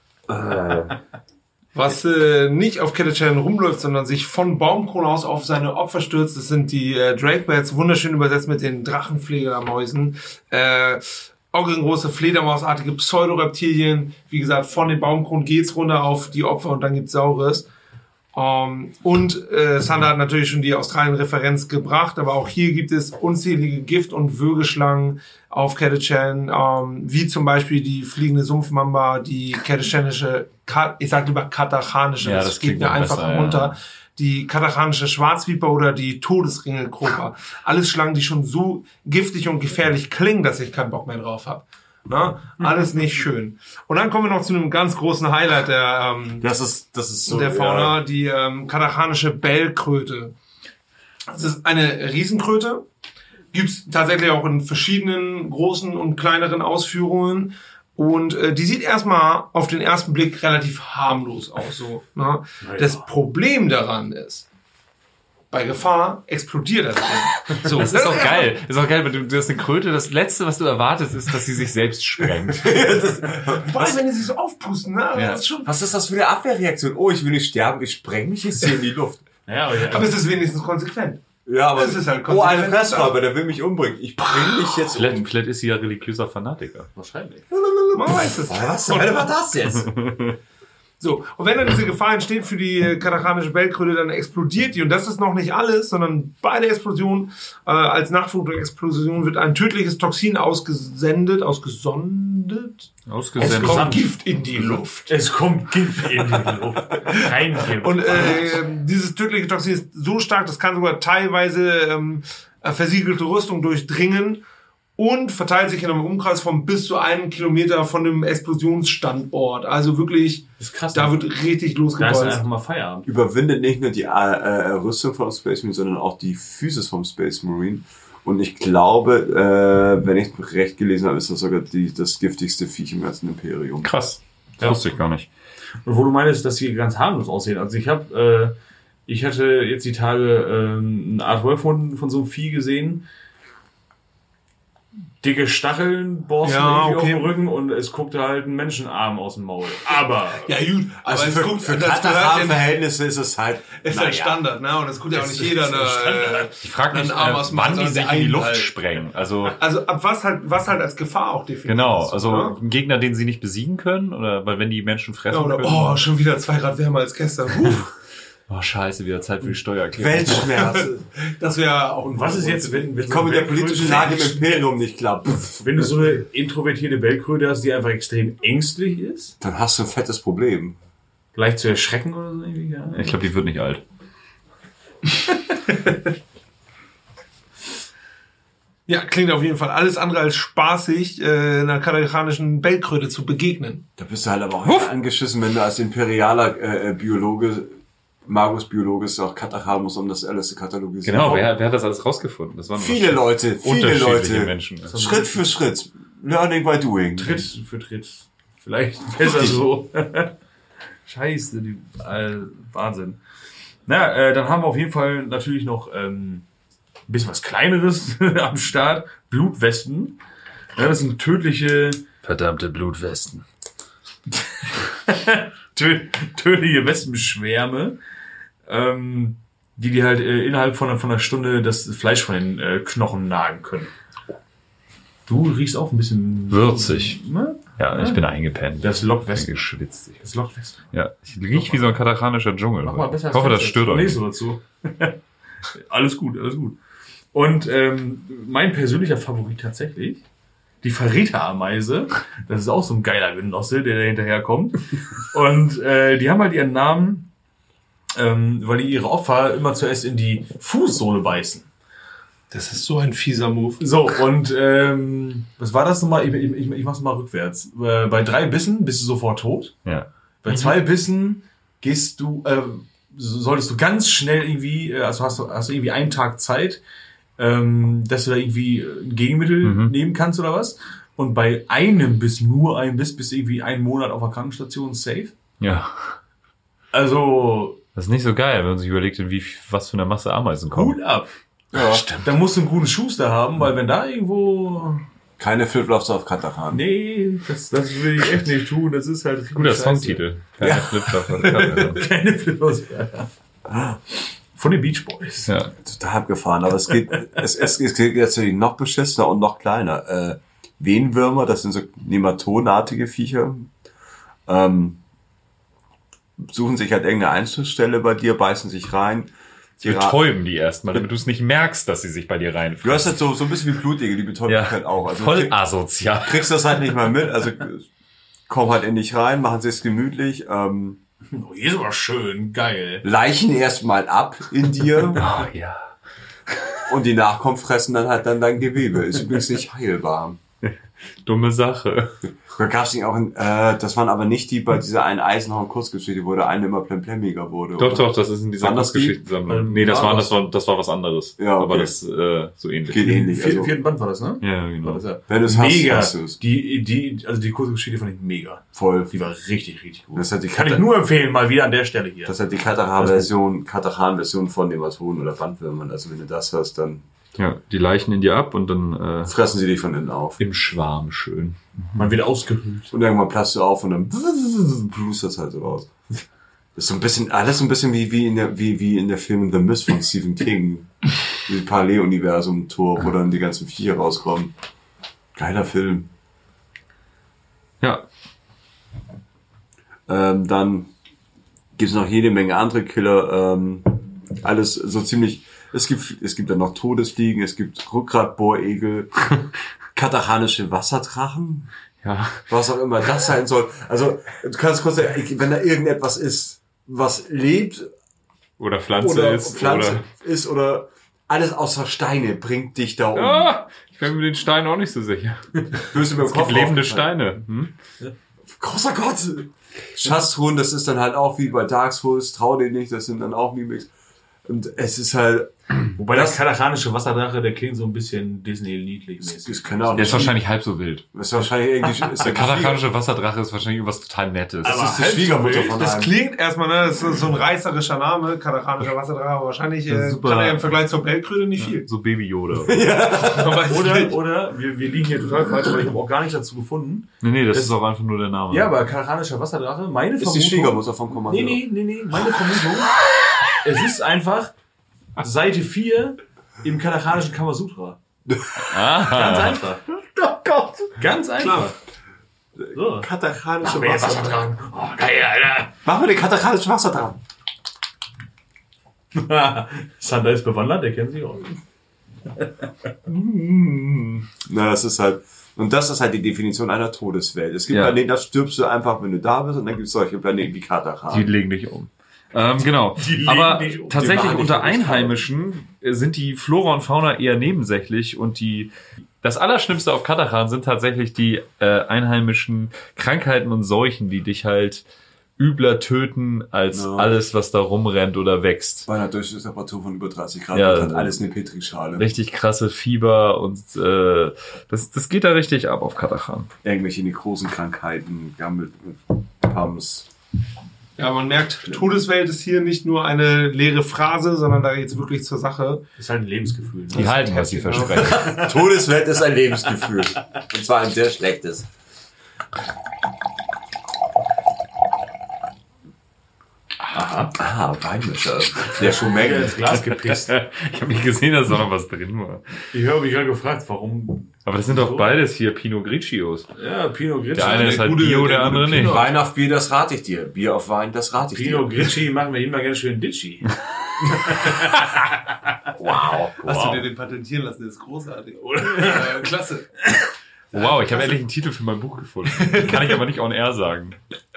Was nicht auf Catachan rumläuft, sondern sich von Baumkrone aus auf seine Opfer stürzt, das sind die Drakebats, wunderschön übersetzt mit den Drachenfledermäusen. Augengroße, fledermausartige Pseudoreptilien. Wie gesagt, von den Baumkronen geht's runter auf die Opfer und dann gibt's Saures. Und Sander hat natürlich schon die Australien-Referenz gebracht, aber auch hier gibt es unzählige Gift- und Würgeschlangen auf Catachan, wie zum Beispiel die fliegende Sumpfmamba, die katachanische, ich sag lieber katachanische, Ja, das das geht klingt mir noch einfach besser, runter, ja. die katachanische Schwarzviper oder die Todesringelkroper. Alles Schlangen, die schon so giftig und gefährlich klingen, dass ich keinen Bock mehr drauf habe. Na, alles nicht schön. Und dann kommen wir noch zu einem ganz großen Highlight Das ist so... der Fauna, Ja. die katachanische Bellkröte. Das ist eine Riesenkröte. Gibt's tatsächlich auch in verschiedenen großen und kleineren Ausführungen. Und die sieht erstmal auf den ersten Blick relativ harmlos aus. So, ne? Naja. Das Problem daran ist, bei Gefahr explodiert das Ding. So, Das ist doch geil. Das ist auch geil, weil du hast eine Kröte. Das Letzte, was du erwartest, ist, dass sie sich selbst sprengt. Wobei, wenn die sich so aufpusten, ne? Ja. Das ist schon, Was ist das für eine Abwehrreaktion? Oh, ich will nicht sterben, ich spreng mich jetzt hier in die Luft. Ja, aber es ist wenigstens konsequent. Ja, aber... Es ist halt oh, ein konsequent. Fressräuber, der will mich umbringen. Ich bring mich jetzt um. Vielleicht ist sie ja religiöser Fanatiker. wahrscheinlich. Man weiß es. Was zur Hölle war das jetzt? So, und wenn dann diese Gefahr entsteht für die katachanische Bellkröte, dann explodiert die. Und das ist noch nicht alles, sondern bei der Explosion, als Nachfolge der Explosion wird ein tödliches Toxin ausgesondet. Es kommt Gift in die Luft. Es kommt Gift in die Luft. Kein Gift. Und dieses tödliche Toxin ist so stark, das kann sogar teilweise versiegelte Rüstung durchdringen und verteilt sich in einem Umkreis von bis zu 1 Kilometer von dem Explosionsstandort. Also wirklich, das ist krass. da wird richtig da ist losgebolzt. einfach mal Feierabend. Überwindet nicht nur die Rüstung vom Space Marine, sondern auch die Physis vom Space Marine. Und ich glaube, wenn ich recht gelesen habe, ist das sogar das giftigste Viech im ganzen Imperium. Krass. Das Ja. wusste ich gar nicht. Und wo du meinst, dass sie ganz harmlos aussehen. Also ich hatte jetzt die Tage eine Artwork von so einem Vieh gesehen. Dicke Stacheln, Borsten Ja, irgendwie okay. auf dem Rücken und es guckte halt ein Menschenarm aus dem Maul. Aber Ja gut, aber Also es für guckt, das Katachan-Verhältnisse ist es halt... ist halt Standard, ne? Und das guckt ja auch nicht jeder. Ich frage mich, einen Arm aus dem wann die Maul, sich der in die einen Luft halt. sprengen. Also, Also ab was halt als Gefahr auch definiert genau. ist, Also, ne? ein Gegner, den sie nicht besiegen können, oder, weil wenn die Menschen fressen Ja, oder, können. oh, schon wieder 2 Grad wärmer als gestern. Oh, scheiße, wieder Zeit für die Steuererklärung. Weltschmerz. Das wäre auch ein... und was ist jetzt, wenn Ich komme mit der politischen Lage im Imperium nicht klar. Pff, wenn du so eine introvertierte Bellkröte hast, die einfach extrem ängstlich ist? dann hast du ein fettes Problem. Leicht zu erschrecken oder so irgendwie? Ja. Ich glaube, die wird nicht alt. Ja, klingt auf jeden Fall alles andere als spaßig, einer katachanischen Bellkröte zu begegnen. Da bist du halt aber auch angeschissen, wenn du als imperialer Biologe, Magus-Biologe auch Katachan musst, um das alles zu katalogisieren. Genau, wer hat das alles rausgefunden? Das waren Viele Leute, unterschiedliche Menschen. Schritt für Schritt. Learning by doing. Tritt für Tritt. Vielleicht besser so. Scheiße, Wahnsinn. Na, dann haben wir auf jeden Fall natürlich noch ein bisschen was Kleineres am Start. Blutwespen. Ja, das sind tödliche Verdammte Blutwesten. tödliche Wespenschwärme. die halt innerhalb von einer Stunde das Fleisch von den Knochen nagen können. Du riechst auch ein bisschen... Würzig. Ne? Ja, ich bin eingepennt. Das lockt Westen. Geschwitzt. Das lockt Westen. Ja, ich riech wie so ein kataranischer Dschungel. Mach mal besser. Ich hoffe, das stört euch nicht. nicht. So dazu. Alles gut, alles gut. Und mein persönlicher Favorit tatsächlich, die Farita-Ameise. Das ist auch so ein geiler Genosse, der da hinterherkommt. Und die haben halt ihren Namen, weil die ihre Opfer immer zuerst in die Fußsohle beißen. Das ist so ein fieser Move. So, und was war das nochmal? Ich mach's mal rückwärts. Bei 3 Bissen bist du sofort tot. Ja. Bei 2 Bissen solltest du ganz schnell irgendwie, also hast du irgendwie einen Tag Zeit, dass du da irgendwie ein Gegenmittel nehmen kannst oder was. Und bei einem Biss, nur ein Biss, bist du irgendwie 1 Monat auf der Krankenstation safe. Ja. Also... Das ist nicht so geil, wenn man sich überlegt, was für eine Masse Ameisen kommt. Hut ab. Ja. Stimmt. Da musst du einen guten Schuster haben, weil wenn da irgendwo... Keine Flipflops auf Kataran. Nee, das will ich echt nicht tun. Das ist halt richtig Guter scheiße. Songtitel. Keine Flipflops. Keine Flipflops. Von den Beach Boys. Ja. Total abgefahren, aber es geht jetzt noch beschissener und noch kleiner. Venenwürmer, das sind so nematodenartige Viecher, suchen sich halt irgendeine Einschlussstelle bei dir, beißen sich rein. Die betäuben die erstmal, damit du es nicht merkst, dass sie sich bei dir reinfressen. Du hast halt so ein bisschen wie Blutegel, die betäuben dich halt auch. Also voll asozial. Kriegst das halt nicht mal mit, also komm halt in dich rein, machen sie es gemütlich, Oh, hier ist aber schön, geil. Leichen erstmal ab in dir Oh, ja. und die Nachkommen fressen dann halt dann dein Gewebe. Ist übrigens nicht heilbar. Dumme Sache. Da gab's nicht auch, das waren aber nicht die bei dieser einen Eisenhorn-Kurzgeschichte, wo der eine immer plemplemiger wurde. Doch, das ist in dieser Waren das die? Kurzgeschichtensammlung. Nee, das war was anderes. Ja, okay. Aber das so ähnlich. Geht ähnlich. Im Also, vierten Band war das, ne? Ja, genau. War das ja. wenn du es Mega. hast du es. Die Kurzgeschichte fand ich mega. Voll. Die war richtig, richtig gut. Das hat die Kann ich nur empfehlen, mal wieder an der Stelle hier. Das hat die Kataran-Version von Nematoden oder Bandwürmern. Also wenn du das hast, dann Ja, die Leichen in dir ab und dann fressen sie dich von innen auf. im Schwarm schön. Man wird ausgehöhlt. Und irgendwann platzt du auf und dann plustert es halt so raus. Das ist so ein bisschen, alles so ein bisschen wie in der Film The Mist von Stephen King. Dieses Paralleluniversum-Tor, wo dann die ganzen Viecher rauskommen. Geiler Film. Ja. Dann gibt's noch jede Menge andere Killer. Alles so ziemlich. Es gibt dann noch Todesfliegen, es gibt Rückgratbohregel, kataranische Wasserdrachen, Ja. was auch immer das sein soll. Also du kannst kurz sagen, wenn da irgendetwas ist, was lebt Oder Pflanze oder ist. Pflanze Oder ist oder alles außer Steine bringt dich da um. Ah, ich bin mir den Steinen auch nicht so sicher. Böse mit dem Es gibt Kopf lebende aufgefallen. Steine. Hm? Großer Gott! Schatztruhen, das ist dann halt auch wie bei Dark Souls, trau dir nicht, das sind dann auch Mimics. Und es ist halt... Wobei der kataranische Wasserdrache, der klingt so ein bisschen Disney-niedlich-mäßig. Das kann auch Der ist wahrscheinlich halb so wild. Das ist wahrscheinlich irgendwie... Ist Der kataranische Wasserdrache ist wahrscheinlich irgendwas total Nettes. Aber das ist die Schwiegermutter von Das einem. klingt erstmal, ne, das ist so ein reißerischer Name, kataranischer Wasserdrache, aber wahrscheinlich Super. kann er im Vergleich zur Bellkröte nicht viel. So Baby Yoda. Oder wir liegen hier total falsch, weil ich habe auch gar nicht dazu gefunden. Nee, das ist auch einfach nur der Name. Ja, aber kataranischer Wasserdrache, meine Ist die Vermutung... Schwiegermutter vom Kommandeur. Nee, meine Vermutung, es ist einfach Seite 4 im kataranischen Kamasutra. Ganz einfach. Oh Gott! Ganz einfach. So. Kataranische Mehr Wasser. Wasser dran. Oh, geil, Alter. Machen wir den kataranischen Wasser dran. Sander ist bewandert, der kennt sich auch. Na, das ist halt... Und das ist halt die Definition einer Todeswelt. Es gibt Ja. Planeten, da stirbst du einfach, wenn du da bist, und dann gibt es solche Planeten wie Die Kataran. legen dich um. Genau. Die legen Aber dich um. Die tatsächlich machen dich unter wirklich Einheimischen sind die Flora und Fauna eher nebensächlich und das Allerschlimmste auf Kataran sind tatsächlich die einheimischen Krankheiten und Seuchen, die dich halt übler töten als Ja. alles, was da rumrennt oder wächst. Bei einer Durchschnittstemperatur von über 30 Grad Ja, wird halt alles eine Petrischale. Richtig krasse Fieber und das geht da richtig ab auf Kataran. Irgendwelche großen Krankheiten, Pumps. Ja, man merkt, Todeswelt ist hier nicht nur eine leere Phrase, sondern da geht's wirklich zur Sache. Das ist halt ein Lebensgefühl. Die Ne? halten, was sie versprechen. Todeswelt ist ein Lebensgefühl. Und zwar ein sehr schlechtes. Weinmischer. Der schon Der merkt. ins Glas gepisst. Ich habe nicht gesehen, dass da noch was drin war. Ich habe mich gerade gefragt, warum. Aber das sind doch beides hier Pinot Grigios. Ja, Pinot Grigio. Der eine ist halt gute- Bio, der der andere gute nicht. Wein auf Bier, das rate ich dir. Bier auf Wein, das rate ich Pinot dir. Grigio machen wir immer ganz schön ditchy. Wow. Hast du dir den patentieren lassen? Das ist großartig. Klasse. Wow, ich habe endlich einen Titel für mein Buch gefunden. Kann ich aber nicht on air sagen.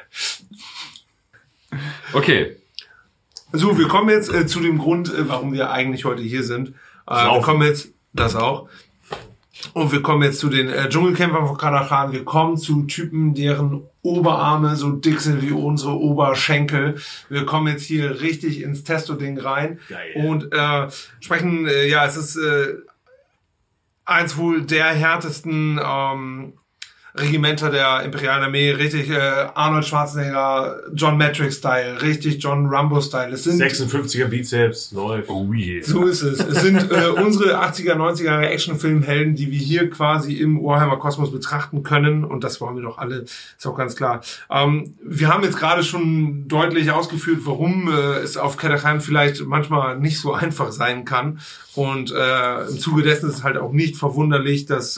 Okay. So, wir kommen jetzt zu dem Grund, warum wir eigentlich heute hier sind. Wir kommen jetzt, das auch. Und wir kommen jetzt zu den Dschungelkämpfern von Kadachan. Wir kommen zu Typen, deren Oberarme so dick sind wie unsere Oberschenkel. Wir kommen jetzt hier richtig ins Testo-Ding rein. Geil. Und sprechen, es ist eins wohl der härtesten Regimenter der Imperialen Armee, richtig Arnold Schwarzenegger, John Matrix-Style, richtig John Rambo-Style. Es sind 56er Bizeps, läuft. Oh yeah. so ist es. Es sind unsere 80er, 90er Actionfilmhelden, die wir hier quasi im Warhammer Kosmos betrachten können. Und das wollen wir doch alle, ist auch ganz klar. Wir haben jetzt gerade schon deutlich ausgeführt, warum es auf Kadachan vielleicht manchmal nicht so einfach sein kann. Und im Zuge dessen ist es halt auch nicht verwunderlich, dass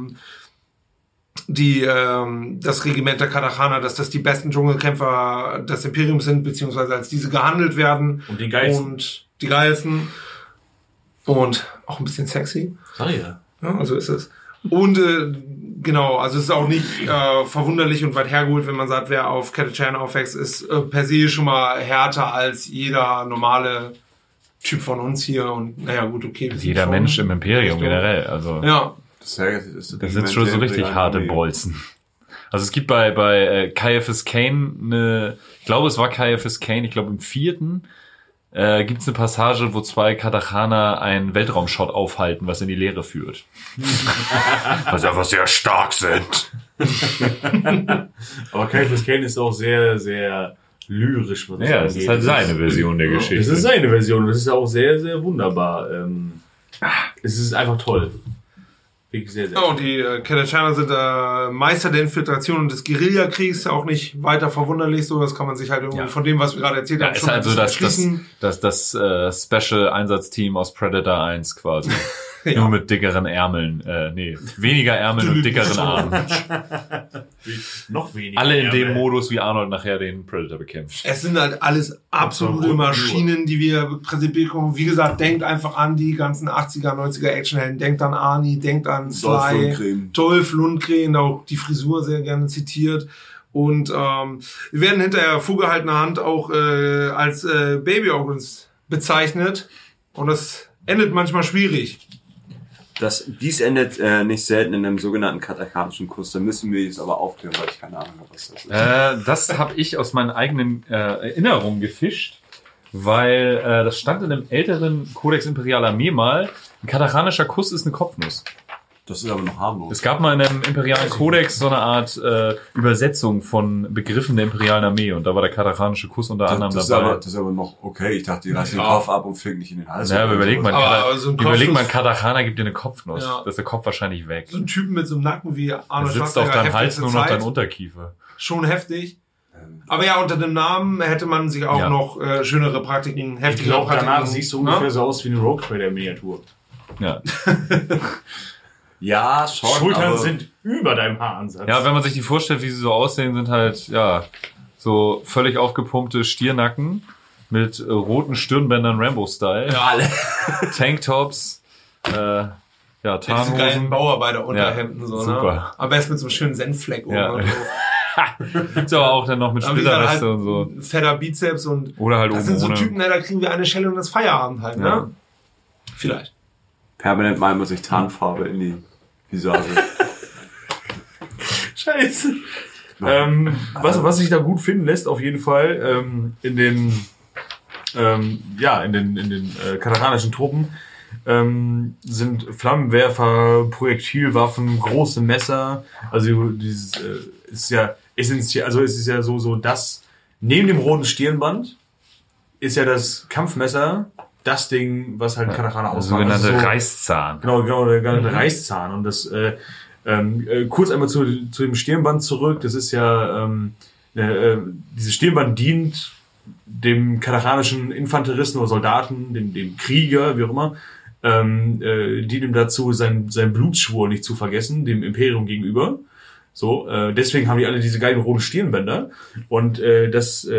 das Regiment der Kadachaner, dass das die besten Dschungelkämpfer des Imperiums sind, beziehungsweise als diese gehandelt werden. Und die geilsten. Und die geilsten. Und auch ein bisschen sexy. Sag ich ja. Ja, also ist es. Und genau, also es ist auch nicht verwunderlich und weit hergeholt, wenn man sagt, wer auf Kadachan aufwächst, ist per se schon mal härter als jeder normale Typ von uns hier. Und naja, gut, okay. wir sind Jeder schon Mensch im Imperium Richtung- generell. Also Ja. Das sind schon so richtig harte Bolzen. Also es gibt bei Caiaphas Kane ich glaube es war Caiaphas Kane, ich glaube im 4. Gibt's eine Passage, wo 2 Kadachaner einen Weltraumshot aufhalten, was in die Leere führt. Was einfach sehr stark sind. Aber Caiaphas Kane ist auch sehr, sehr lyrisch. Was Ja, es ist halt seine Version der Geschichte. Das ist seine Version. Das ist auch sehr, sehr wunderbar. Es ist einfach toll. Wirklich sehr, sehr Ja, und die Kadachaner sind Meister der Infiltration und des Guerillakriegs, auch nicht weiter verwunderlich so, das kann man sich halt irgendwie Ja. von dem, was wir gerade erzählt Ja, haben, ist schon halt so ein bisschen erschließen. das Special-Einsatzteam aus Predator 1 quasi. Ja. Nur mit dickeren Ärmeln. Weniger Ärmeln und dickeren Armen. noch weniger. Alle in dem Ärmel. Modus, wie Arnold nachher den Predator bekämpft. Es sind halt alles absolute Absolut. Maschinen, die wir präsentiert bekommen. Wie gesagt, denkt einfach an die ganzen 80er, 90er Actionhelden. Denkt an Arnie, denkt an Dolph Sly, Lundgren. Dolph Lundgren, auch die Frisur sehr gerne zitiert. Und wir werden hinterher vorgehaltener Hand auch als Baby Organs bezeichnet. Und das endet manchmal schwierig. Dies endet nicht selten in einem sogenannten katachanischen Kuss. Da müssen wir jetzt aber aufklären, weil ich keine Ahnung habe, was das ist. Das habe ich aus meinen eigenen Erinnerungen gefischt, weil das stand in einem älteren Codex Imperial Armee mal. Ein katachanischer Kuss ist eine Kopfnuss. Das ist aber noch harmlos. Es gab mal in einem imperialen Kodex so eine Art Übersetzung von Begriffen der imperialen Armee und da war der katachanische Kuss unter anderem das dabei. ist aber noch okay. Ich dachte, die reißen den Kopf ab und fliegen nicht in den Hals. Ja, aber überleg mal, Aber so ein Kopfnuss- Katachaner gibt dir eine Kopfnuss. Ja. Da ist der Kopf wahrscheinlich weg. So ein Typen mit so einem Nacken wie Da Arnold sitzt auf Schwarzenegger, deinem Hals heftigste nur noch Zeit. dein Unterkiefer. Schon heftig. Aber ja, unter dem Namen hätte man sich auch Ja. noch schönere Praktiken, Ich heftige glaube, Praktiken. danach siehst du ungefähr so aus wie eine Rogue Trader Miniatur. Ja. Ja, schon. Schultern aber sind über deinem Haaransatz. Ja, wenn man sich die vorstellt, wie sie so aussehen, sind halt, ja, so völlig aufgepumpte Stiernacken mit roten Stirnbändern Rambo-Style. Ja, alle. Tanktops, ja, Diese geilen Tarnhosen. Bauarbeiter-Unterhemden. Ja, so, super. Ne? Am besten mit so einem schönen Senffleck oben Ja. drauf. Gibt's aber auch dann noch mit Aber wie gesagt, Splitterweste halt und so. ein fetter Bizeps und Oder halt das oben sind so ohne. Typen, da kriegen wir eine Schelle und das Feierabend halt, Ja. ne? Vielleicht. permanent malen muss ich Tarnfarbe in die Visage. Scheiße. Was sich da gut finden lässt, auf jeden Fall, in den katachanischen Truppen, sind Flammenwerfer, Projektilwaffen, große Messer. Also dieses ist ja essentiell, also es ist ja so, dass neben dem roten Stirnband ist ja das Kampfmesser das Ding, was halt Katachaner Der ausmacht. sogenannte Also so, Reißzahn. Genau, der Reißzahn. Und das kurz einmal zu dem Stirnband zurück. Das ist ja dieses Stirnband dient dem katachanischen Infanteristen oder Soldaten, dem Krieger, wie auch immer, dient ihm dazu, sein Blutschwur nicht zu vergessen, dem Imperium gegenüber. So, deswegen haben die alle diese geilen roten Stirnbänder und den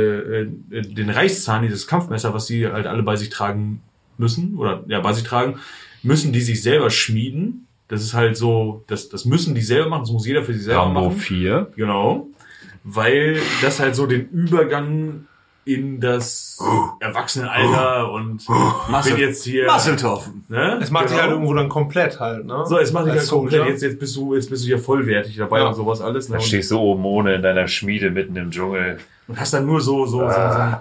Reichszahn, dieses Kampfmesser, was sie halt alle bei sich tragen müssen, müssen die sich selber schmieden. Das ist halt so, das müssen die selber machen, das muss jeder für sich selber machen. Rambo 4. Genau. Weil das halt so den Übergang in das Erwachsenenalter und bin jetzt hier. Masseltoffen. Ne? Es macht dich halt irgendwo dann komplett halt, ne? So, es macht dich halt Als komplett. Soldier. Jetzt bist du ja vollwertig dabei und sowas alles. Ne? Dann stehst du oben ohne in deiner Schmiede mitten im Dschungel. Und hast dann nur so ein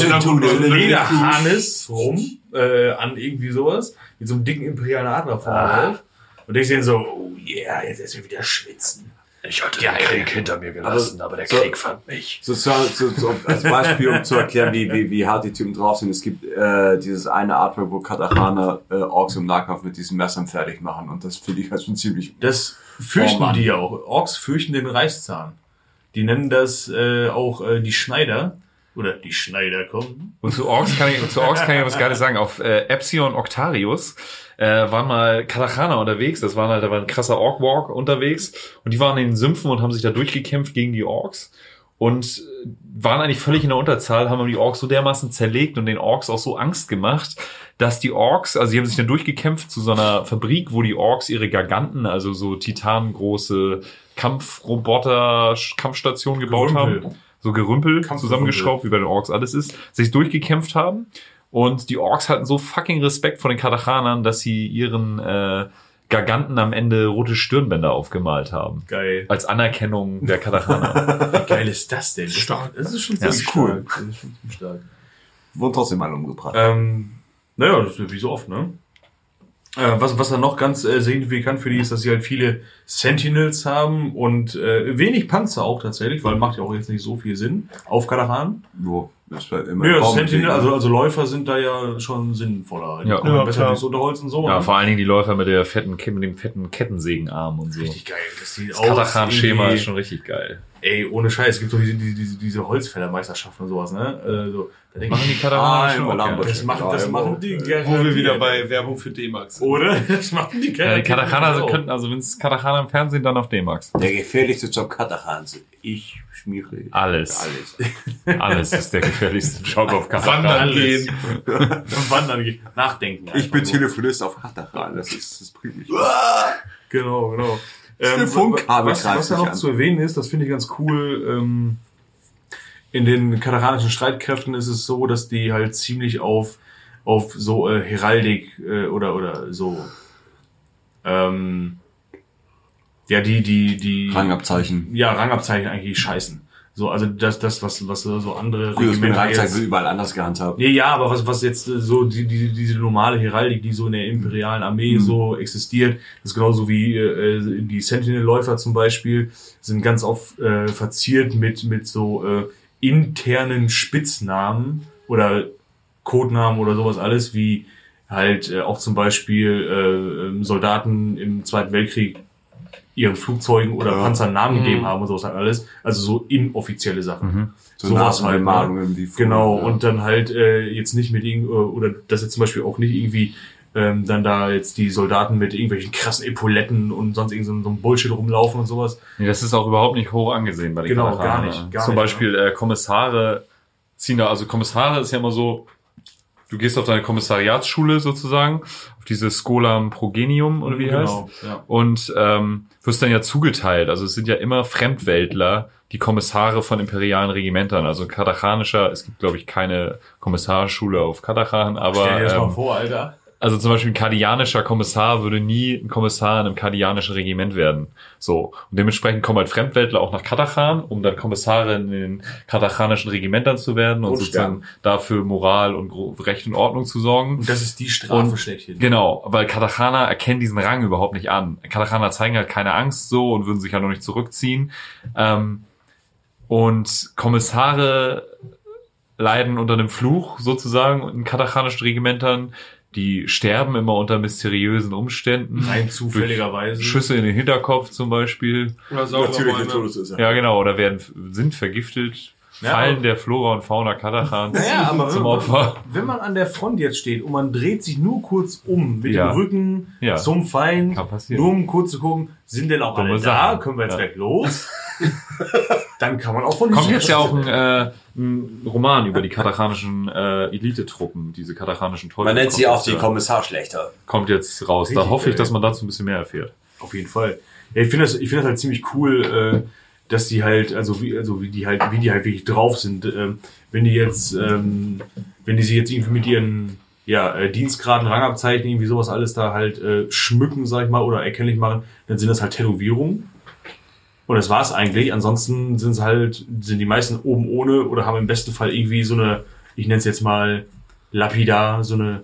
Lederharnis Lederharnis rum an irgendwie sowas mit so einem dicken imperialen Adler vorne drauf. Und denkst dir so, oh yeah, jetzt ist wieder schwitzen. Ich hatte den Krieg hinter mir gelassen, aber der Krieg fand mich. So, als Beispiel, um zu erklären, wie hart die Typen drauf sind. Es gibt dieses eine Artwork, wo Katachana Orks im Nahkampf mit diesen Messern fertig machen. Und das finde ich halt schon ziemlich... Das fürchten Mann. die ja auch. Orks fürchten den Reichszahn. Die nennen das auch die Schneider. Oder die Schneider kommen. Und zu Orks kann ich was Geiles sagen. Auf Epsilon Octarius waren mal Katachaner unterwegs. Da war ein krasser Ork-Walk unterwegs. Und die waren in den Sümpfen und haben sich da durchgekämpft gegen die Orks. Und waren eigentlich völlig in der Unterzahl, haben die Orks so dermaßen zerlegt und den Orks auch so Angst gemacht, dass die Orks, also die haben sich dann durchgekämpft zu so einer Fabrik, wo die Orks ihre Garganten, also so titangroße Kampfroboter-Kampfstationen gebaut haben. So Gerümpel zusammengeschraubt, wie bei den Orks alles ist, sich durchgekämpft haben. Und die Orks hatten so fucking Respekt vor den Katachanern, dass sie ihren Garganten am Ende rote Stirnbänder aufgemalt haben. Geil. Als Anerkennung der Katachaner. Wie geil ist das denn? Stark. Das ist schon Das ziemlich ist cool. stark. Das ist schon ziemlich stark. Wurden trotzdem alle umgebracht. Naja, das ist wie so oft, ne? Was dann noch ganz signifikant für die ist, dass sie halt viele Sentinels haben und wenig Panzer auch tatsächlich, weil macht ja auch jetzt nicht so viel Sinn auf Katachan. Jo, das war immer Ja, kaum Sentinel, Gegner. also Läufer sind da ja schon sinnvoller. Die Ja. kommen Ja, besser klar. durchs Unterholz und so. Ja, ne? vor allen Dingen die Läufer mit dem fetten Kettensägenarm und so. Richtig geil. Das sieht Das aus Katachan-Schema irgendwie- ist schon richtig geil. Ey, ohne Scheiß, es gibt doch diese Holzfällermeisterschaften und sowas, ne? So, da denk Machen ich, die Katachaner schon Einmal auch Lambo. gerne. das machen die gerne. Wo wir wieder bei Werbung für D-Max sind. Oder? Das machen die gerne. Ja, die Katachaner könnten, also wenn es Katachaner im Fernsehen, dann auf D-Max. Der gefährlichste Job Katachans. Ich schmiere Alles. alles. Alles ist der gefährlichste Job auf Katachan. Wandern gehen. Und wandern gehen. Nachdenken. Ich bin einfach nur. Telefonist auf Katachan. Das bringt mich. Genau. eine Funkkabel was greift da sich noch an. zu erwähnen ist, das finde ich ganz cool, in den katachanischen Streitkräften ist es so, dass die halt ziemlich auf so Heraldik oder so die Rangabzeichen. ja, Rangabzeichen eigentlich scheißen. So, also das was so andere Gut, das mit Regimenter Rangzeichen jetzt. wird überall anders gehandhabt. Nee, ja, aber was jetzt so diese normale Heraldik, die so in der imperialen Armee so existiert, das ist genauso wie die Sentinel-Läufer zum Beispiel, sind ganz oft verziert mit so internen Spitznamen oder Codenamen oder sowas alles, wie halt auch zum Beispiel Soldaten im Zweiten Weltkrieg ihren Flugzeugen oder Panzern Namen gegeben haben und sowas halt alles. Also so inoffizielle Sachen. So sowas halt. Nasenbemalungen wie vorher, Genau, ja. und dann halt jetzt nicht mit oder dass jetzt zum Beispiel auch nicht irgendwie dann da jetzt die Soldaten mit irgendwelchen krassen Epauletten und sonst irgend so ein Bullshit rumlaufen und sowas. Nee, das ist auch überhaupt nicht hoch angesehen bei den Genau, Katachaner. gar nicht, Zum ne? Beispiel Kommissare ziehen da, also Kommissare ist ja immer so, du gehst auf deine Kommissariatsschule sozusagen, auf diese Scholam Progenium oder wie heißt. Ja. Und wirst dann ja zugeteilt. Also es sind ja immer Fremdweltler, die Kommissare von imperialen Regimentern. Also katachanischer, es gibt glaube ich keine Kommissarschule auf Katachan, aber Stell dir das mal vor, Alter. also zum Beispiel ein kardianischer Kommissar würde nie ein Kommissar in einem kardianischen Regiment werden. So. Und dementsprechend kommen halt Fremdweltler auch nach Katachan, um dann Kommissare in den katachanischen Regimentern zu werden und sozusagen dafür Moral und Recht und Ordnung zu sorgen. Und das ist die Strafe Und- schlechthin. Genau, weil Katachaner erkennen diesen Rang überhaupt nicht an. Katachaner zeigen halt keine Angst so und würden sich halt noch nicht zurückziehen. Und Kommissare leiden unter einem Fluch sozusagen in katachanischen Regimentern. Die sterben immer unter mysteriösen Umständen. Rein zufälligerweise. Durch Schüsse in den Hinterkopf zum Beispiel. Oder saubere Natürliche Bäume. Todesursache. Ja, genau. Oder sind vergiftet. fallen der Flora und Fauna Katachans Naja, aber zum Opfer. wenn man an der Front jetzt steht und man dreht sich nur kurz um mit Ja. dem Rücken Ja. zum Feind, Kann passieren. nur um kurz zu gucken, sind denn auch Dumme alle da? Sachen. Können wir jetzt Ja. gleich los? Dann kann man auch von Kommt jetzt ja auch ein Roman über die katachanischen Elitetruppen, diese katachanischen Teufel. Man nennt sie auch die Kommt Kommissarschlechter. jetzt raus. Da Richtig hoffe ich, geil. dass man dazu ein bisschen mehr erfährt. Auf jeden Fall. Ja, ich finde das halt ziemlich cool, dass die halt, wie die halt wirklich drauf sind. Wenn die sich jetzt irgendwie mit ihren Dienstgraden, Rangabzeichen, irgendwie sowas alles da halt schmücken, sag ich mal, oder erkennlich machen, dann sind das halt Tätowierungen. Und das war's eigentlich. Ansonsten sind die meisten oben ohne oder haben im besten Fall irgendwie so eine, ich nenne es jetzt mal lapidar, so eine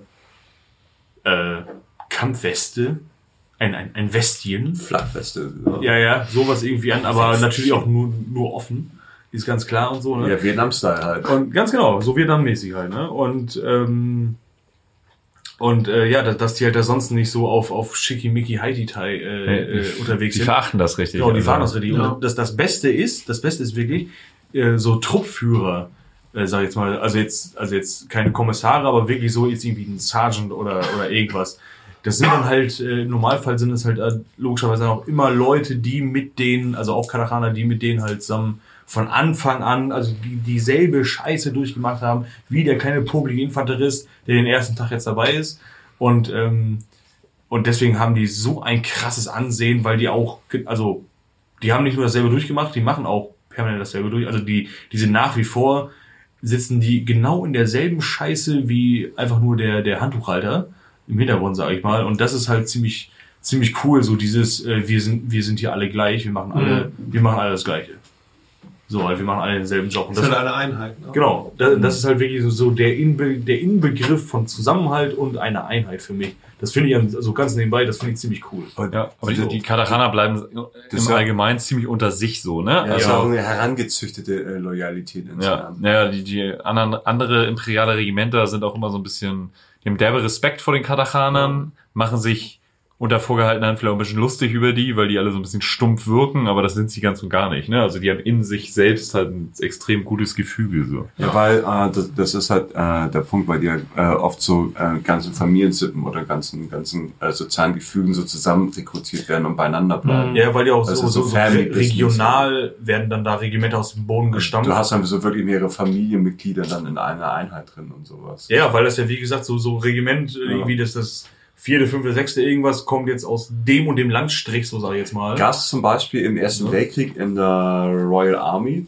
Kampfweste. Ein Westchen. Flakfeste. Ja, sowas irgendwie an, aber natürlich auch nur offen. Ist ganz klar und so, ne? Ja, Vietnam-Style halt. Und ganz genau, so Vietnam-mäßig halt, ne? Dass die halt da sonst nicht so auf Schickimicki Haiti-Tai unterwegs Die sind. verachten das richtig. Genau, die also. fahren das richtig. Ja. Und das Beste ist wirklich, so Truppführer, sag ich jetzt mal, also jetzt keine Kommissare, aber wirklich so jetzt irgendwie ein Sergeant oder irgendwas. Das sind dann halt, im Normalfall sind es halt logischerweise auch immer Leute, die mit denen, also auch Katachaner, die mit denen halt zusammen von Anfang an, also die dieselbe Scheiße durchgemacht haben, wie der kleine popelige Infanterist, der den ersten Tag jetzt dabei ist. Und deswegen haben die so ein krasses Ansehen, weil die auch, also die haben nicht nur dasselbe durchgemacht, die machen auch permanent dasselbe durch. Also die sind nach wie vor, sitzen die genau in derselben Scheiße wie einfach nur der Handtuchhalter im Hintergrund, sage ich mal. Und das ist halt ziemlich cool, so dieses, wir sind hier alle gleich, wir machen alle das Gleiche. So, also wir machen alle denselben Job. Und Das ist halt eine Einheit. Ne? genau, das ist halt wirklich so der Inbegriff von Zusammenhalt und einer Einheit für mich. Das finde ich so ganz nebenbei, das finde ich ziemlich cool. Ja, aber die Katachaner bleiben im Allgemeinen ziemlich unter sich so, ne? Ja, das ist Also, auch eine herangezüchtete Loyalität insgesamt. die andere imperiale Regimenter sind auch immer so ein bisschen, die haben derbe Respekt vor den Katachanern, machen sich unter vorgehaltener Hand vielleicht ein bisschen lustig über die, weil die alle so ein bisschen stumpf wirken, aber das sind sie ganz und gar nicht, ne? Also die haben in sich selbst halt ein extrem gutes Gefüge, so. Ja, weil das ist halt der Punkt, bei dir oft so ganzen Familiensippen oder ganzen sozialen Gefügen so zusammen rekrutiert werden und beieinander bleiben. Ja, weil ja auch Also so Family Business. regional werden dann da Regimenter aus dem Boden gestampft. Du hast dann so wirklich mehrere Familienmitglieder dann in einer Einheit drin und sowas. Ja, weil das ja wie gesagt so Regiment, irgendwie das 4., 5., 6. irgendwas kommt jetzt aus dem und dem Landstrich, so sage ich jetzt mal. Gab es zum Beispiel im Ersten Weltkrieg in der Royal Army,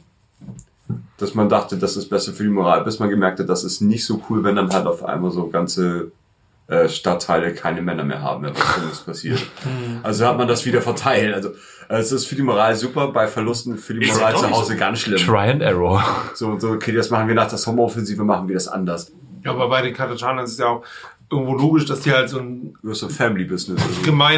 dass man dachte, das ist besser für die Moral, bis man gemerkt hat, das ist nicht so cool, wenn dann halt auf einmal so ganze Stadtteile keine Männer mehr haben, wenn was Schlimmes passiert. Also hat man das wieder verteilt. Also es ist für die Moral super, bei Verlusten für die Ist Moral ja zu doch Hause so. ganz schlimm. Try and Error. So, okay, das machen wir nach der Sommeroffensive, machen wir das anders. Ja, aber bei den Katachanern ist es ja auch irgendwo logisch, dass die halt so ein Du hast so ein Family Business. Also.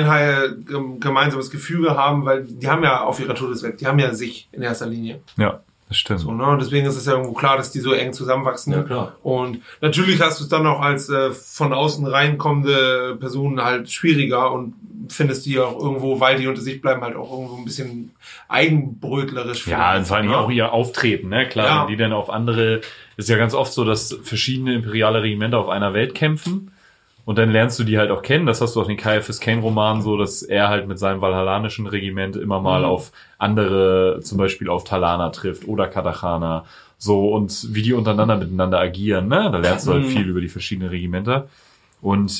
gemeinsames Gefüge haben, weil die haben ja auf ihrer Todeswelt, die haben ja sich in erster Linie. Ja, das stimmt. So, ne? Und deswegen ist es ja irgendwo klar, dass die so eng zusammenwachsen. Ja, klar. Und natürlich hast du es dann auch als von außen reinkommende Person halt schwieriger und findest die auch irgendwo, weil die unter sich bleiben, halt auch irgendwo ein bisschen eigenbrötlerisch. Ja, und vor allem ne? auch ihr Auftreten, ne? Klar, Ja. wenn die dann auf andere, ist ja ganz oft so, dass verschiedene imperiale Regimenter auf einer Welt kämpfen und dann lernst du die halt auch kennen. Das hast du auch in den Caiaphas Cain Roman so, dass er halt mit seinem valhallanischen Regiment immer mal auf andere, zum Beispiel auf Talaner trifft oder Katachaner, so, und wie die untereinander miteinander agieren, ne? Da lernst du halt viel über die verschiedenen Regimenter. Und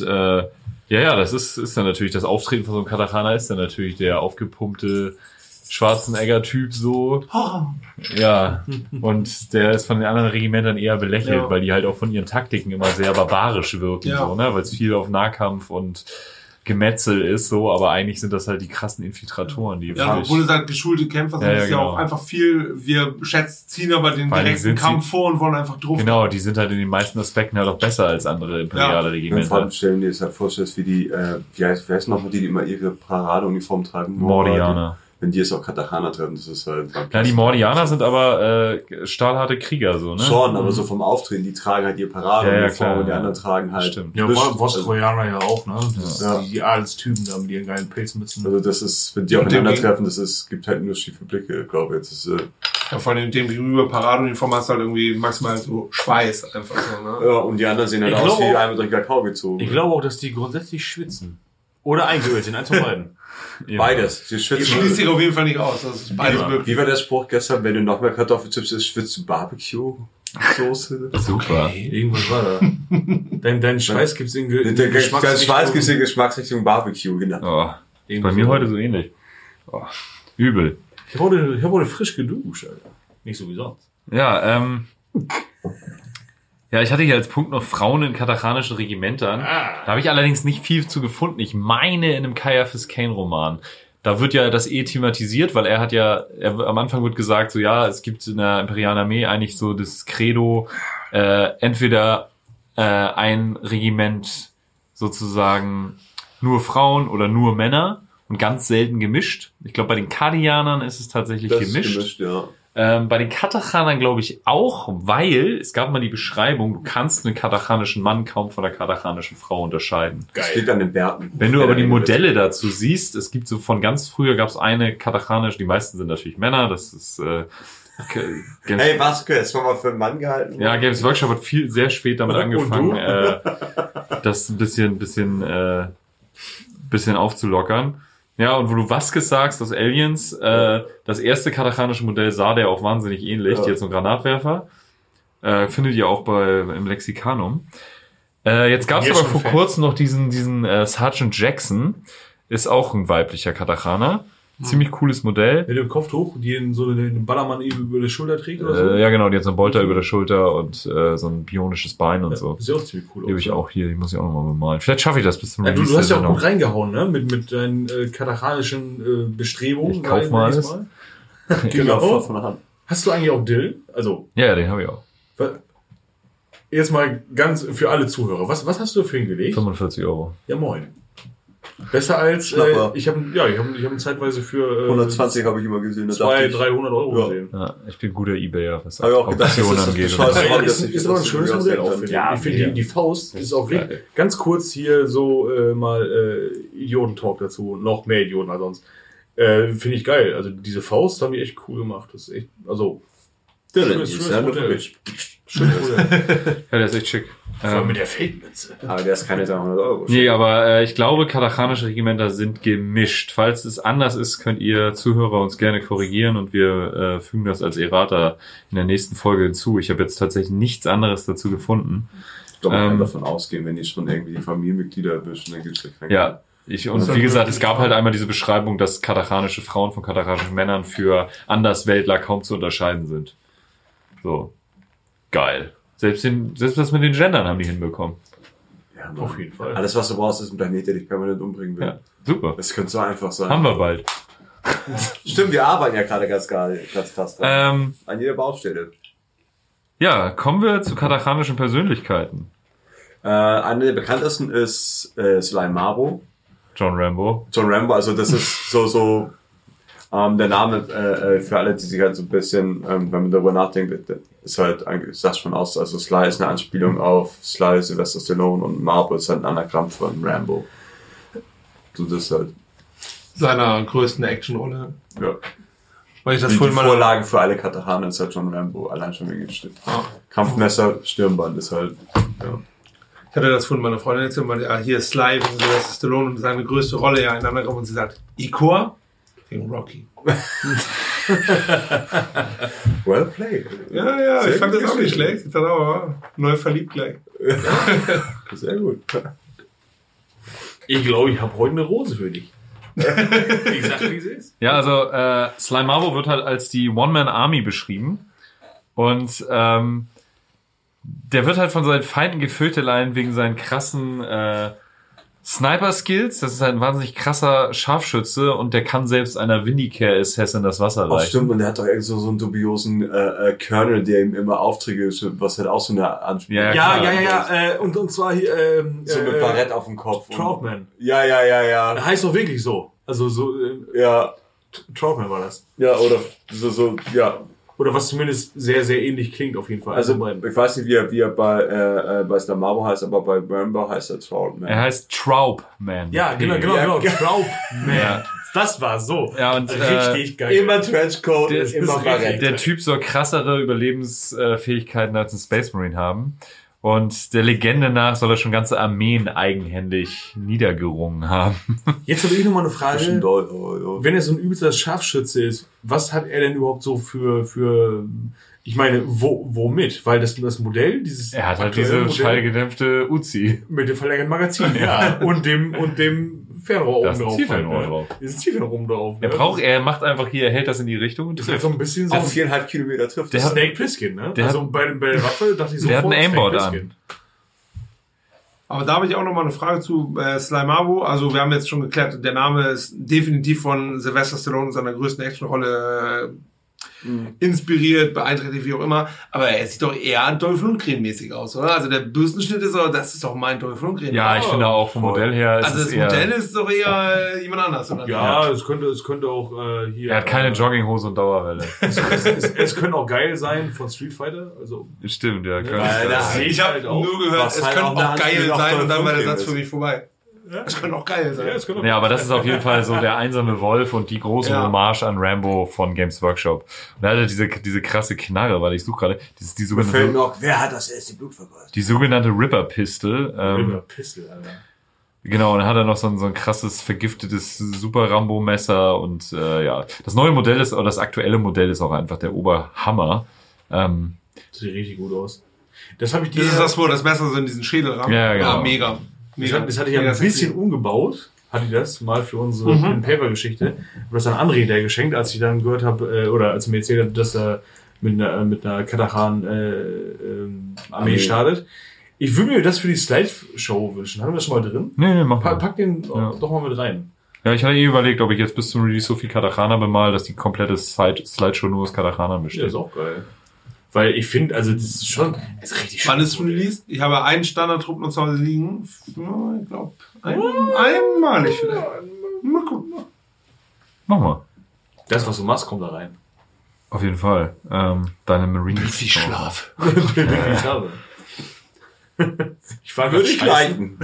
das ist dann natürlich, das Auftreten von so einem Katachaner ist dann natürlich der aufgepumpte Schwarzenegger-Typ so. Ja, und der ist von den anderen Regimentern eher belächelt, weil die halt auch von ihren Taktiken immer sehr barbarisch wirken, so, ne? Weil es viel auf Nahkampf und Gemetzel ist, so, aber eigentlich sind das halt die krassen Infiltratoren, die Ja, obwohl es halt geschulte Kämpfer sind, ist ja genau. auch einfach viel, wir ziehen aber den Vor allem direkten sind Kampf vor und wollen einfach drauf. Genau, die sind halt in den meisten Aspekten halt auch besser als andere imperiale Und vor Regimenter. allem stellen die es halt vor, wie die, wie heißt nochmal die immer ihre Paradeuniform tragen? Mordianer. Wenn die es auch Katachaner treffen, das ist halt... Ja, die Mordianer sind aber stahlharte Krieger, so, ne? Schon, aber so vom Auftreten, die tragen halt ihr Paradeuniform und die anderen tragen halt... Stimmt. Ja, Büsch- Vostrojaner ja auch, ne? Das Ja. ist die Adelstypen da mit ihren geilen Pilzmützen. Also das ist, wenn die aufeinandertreffen, gibt halt nur schiefe Blicke, glaube ich. Das ist, Ja, vor allem dem gegenüber Paradeuniform hast du halt irgendwie maximal so Schweiß einfach so, ne? Ja, und die anderen sehen halt aus wie einmal durch Kakao gezogen. Ich glaube auch, dass die grundsätzlich schwitzen. Oder eingeölt sind, eins von beiden. Beides. Sie Ich schwitzen. schließe dich auf jeden Fall nicht aus. Das ist beides möglich. Wie war der Spruch gestern, wenn du noch mehr Kartoffelchips isst, schwitzt du Barbecue-Soße? Super. Irgendwas war da. Dein Schweiß gibt's in Der Schweiß gibt es in Geschmacksrichtung Barbecue, genau. Oh, bei mir heute so ähnlich. Oh, übel. Ich hab heute frisch geduscht, Alter. Nicht so wie sonst. Ja, ja, ich hatte hier als Punkt noch Frauen in katachanischen Regimentern. Da habe ich allerdings nicht viel zu gefunden. Ich meine in einem Caiaphas Cain-Roman. Da wird ja das thematisiert, weil am Anfang wird gesagt, so ja, es gibt in der imperialen Armee eigentlich so das Credo, entweder ein Regiment sozusagen nur Frauen oder nur Männer und ganz selten gemischt. Ich glaube, bei den Kardianern ist es tatsächlich gemischt. Ja. Bei den Katachanern glaube ich auch, weil es gab mal die Beschreibung, du kannst einen katachanischen Mann kaum von einer katachanischen Frau unterscheiden. Das liegt an den Bärten. Wenn du aber die Modelle dazu siehst, es gibt so von ganz früher gab es eine katachanische, die meisten sind natürlich Männer, das ist Hey, was? Das war mal für einen Mann gehalten? Ja, Games Workshop hat sehr spät damit angefangen, das ein bisschen aufzulockern. Ja, und wo du Vasquez sagst, aus Aliens, das erste katachanische Modell sah der auch wahnsinnig ähnlich, die hat so einen Granatwerfer. Findet ihr auch im Lexikanum. Jetzt gab es aber vor kurzem noch diesen Sergeant Jackson, ist auch ein weiblicher Katachaner. Ziemlich cooles Modell. Mit dem Kopftuch, die so einen Ballermann eben über der Schulter trägt oder so? Ja, genau, die hat so einen Bolter über der Schulter und so ein bionisches Bein und so. Sieht auch ziemlich cool aus. Die habe ich auch hier, die muss ich auch nochmal bemalen. Vielleicht schaffe ich das bis zum Release. Du hast ja auch gut reingehauen, ne? Mit deinen katachanischen Bestrebungen. Ich kauf mal alles. Genau. Hast du eigentlich auch Dill? Also. Ja, den habe ich auch. Jetzt mal ganz für alle Zuhörer. Was hast du für ihn gelegt? 45 €. Ja, moin. Besser als, ich habe zeitweise für 120 habe ich immer gesehen. 200-300 € gesehen. Ja, ich bin guter Ebayer, was Optionen angeht. Ist aber ein schönes Modell auch, finde ich. Ich finde, die Faust ist auch richtig. Ganz kurz hier so mal Idioten-Talk dazu. Noch mehr Idioten als sonst. Finde ich geil. Also diese Faust haben die echt cool gemacht. Das ist echt, also schönes Modell. Schönes Modell. Ja, der ist echt schick. Vor allem mit der Feldmütze. Aber der ist keine 300 €. Nee, aber ich glaube, katachanische Regimenter sind gemischt. Falls es anders ist, könnt ihr Zuhörer uns gerne korrigieren und wir fügen das als Errata in der nächsten Folge hinzu. Ich habe jetzt tatsächlich nichts anderes dazu gefunden. Ich glaube, man kann davon ausgehen, wenn die schon irgendwie die Familienmitglieder erwischen, dann gibt es ja keinen. Ja. Und wie gesagt, es gab halt einmal diese Beschreibung, dass katachanische Frauen von katachanischen Männern für Andersweltler kaum zu unterscheiden sind. So. Geil. Selbst das mit den Gendern haben die hinbekommen. Ja, auf jeden Fall. Alles, was du brauchst, ist ein Planet, der dich permanent umbringen will. Ja, super. Das könnte so einfach sein. Haben wir bald. Stimmt, wir arbeiten ja gerade ganz krass dran. An jeder Baustelle. Ja, kommen wir zu katachanischen Persönlichkeiten. Eine der bekanntesten ist Sly Maro. John Rambo, also das ist so der Name für alle, die sich halt so ein bisschen, wenn man darüber nachdenkt, ist halt eigentlich, sagt schon aus, also Sly ist eine Anspielung auf Sly, Sylvester Stallone und Marbo ist halt ein Anagramm von Rambo. So das ist halt seiner größten Actionrolle. Ja. Weil ich das die vorhin mal Vorlage für alle Katachaner ist halt John Rambo, allein schon wegen dem Stück. Kampfmesser, Stirnband ist halt, ja. Ich hatte das vorhin meiner Freundin erzählt, weil hier ist Sly wegen Sylvester Stallone und seine größte Rolle ja in Anagramm und sie sagt, Ikor wegen Rocky. Well played. Ja, sehr ich fand das auch nicht geschrieben. schlecht. Ich dachte aber, neu verliebt gleich. Sehr gut. Ich glaube, ich habe heute eine Rose für dich. Wie gesagt, wie sie ist. Ja, also Sly Marvo wird halt als die One-Man-Army beschrieben. Und der wird halt von seinen Feinden gefürchtelein wegen seinen krassen Sniper-Skills. Das ist halt ein wahnsinnig krasser Scharfschütze und der kann selbst einer Vindicair-Assassin das Wasser reichen. Stimmt, und der hat doch irgendwie so einen dubiosen Colonel, der ihm immer Aufträge, was halt auch so eine Anspielung. Ja. Und zwar hier so mit Barett auf dem Kopf. Troutman. Ja. Der heißt doch wirklich so. Also so. Ja. Troutman war das. Ja, oder so, ja. Oder was zumindest sehr, sehr ähnlich klingt auf jeden Fall. Also ich weiß nicht, wie er bei Sly Marvo heißt, aber bei Rambo heißt er Troutman. Er heißt Troutman. Ja, genau. Troutman. Ja. Das war so. Ja, und richtig geil. Immer Trenchcoat, Der- immer Barett. der Typ soll krassere Überlebensfähigkeiten als ein Space Marine haben. Und der Legende nach soll er schon ganze Armeen eigenhändig niedergerungen haben. Jetzt habe ich nochmal eine Frage. Zwischendurch, Wenn er so ein übelster Scharfschütze ist, was hat er denn überhaupt so für ich meine, womit? Weil das Modell, dieses Er hat halt aktuelle diese Modell schallgedämpfte Uzi. mit dem verlängerten Magazin, ja. und dem Fernrohr Da oben ist ein drauf. Zielfernrohr halt, drauf. Ist ein Zielfernrohr oben drauf. Er macht einfach hier, er hält das in die Richtung und Das ist einfach ein bisschen so Auf 4,5 Kilometer trifft Der das. hat- Snake Plissken, ne? der Also hat- bei der Waffe dachte ich der hat sofort ein Aimbot Snake an. Plissken. Aber da habe ich auch noch mal eine Frage zu Slimeabo. Also wir haben jetzt schon geklärt, der Name ist definitiv von Sylvester Stallone in seiner größten Actionrolle inspiriert, beeinträchtigt, wie auch immer. Aber er sieht doch eher Dolph Lundgren-mäßig aus, oder? Also der Bürstenschnitt ist auch, das ist doch mein Dolph Lundgren. Ja, ich finde auch vom Modell her ist Also es das eher... Modell ist doch eher jemand anders, oder? Ja, es könnte auch hier. Er hat keine Jogginghose und Dauerwelle. Es könnte auch geil sein von Street Fighter. Also Stimmt, ja. Ich habe halt auch. nur gehört, Was es halt könnte auch eine auch geil Anspielung auf sein und dann war der Dolph Satz für Lundgren mich vorbei. Es könnte auch geil sein. Ja, es könnte auch Ja, aber das ist auf jeden Fall so der einsame Wolf und die große Ja. Hommage an Rambo von Games Workshop. Und er hatte diese krasse Knarre, weil ich suche gerade, die Fällt sogenannte, noch, wer hat das erste Blut vergossen? die sogenannte Ripper Pistol. River Pistol, Alter. Genau, und dann hat er noch so ein krasses, vergiftetes Super Rambo-Messer und ja. Das neue Modell ist, oder das aktuelle Modell ist auch einfach der Oberhammer. Das sieht richtig gut aus. Das habe ich dir. Das ist das, wo das Messer so in diesen Schädel rammt. Ja, genau. Mega. Das hatte ich ja Mega ein bisschen sexy. umgebaut. Hatte ich das mal für unsere Pen-Paper-Geschichte. Hab das dann André der geschenkt, als ich dann gehört habe, oder als er mir erzählt hat, dass er mit einer Katachan Armee startet. Ich würde mir das für die Slide-Show wünschen. Haben wir das schon mal drin? Nee, mach mal. Pack den Ja. doch mal mit rein. Ja, ich hatte überlegt, ob ich jetzt bis zum Release so viel Katachana bemal, dass die komplette Slideshow nur aus Katachana Ja, besteht. ist auch geil. Weil ich finde, also das ist schon, das ist richtig Wann schön. ist released? Ich habe einen Standardtrupp noch zu Hause liegen. Ja, ich glaube, einmalig vielleicht. Mal gucken. Mach mal. Das, was du machst, kommt da rein. Auf jeden Fall. Deine Marine. Wie Schlaf. Ich habe. Ich fand Würde das ich scheiße. liken.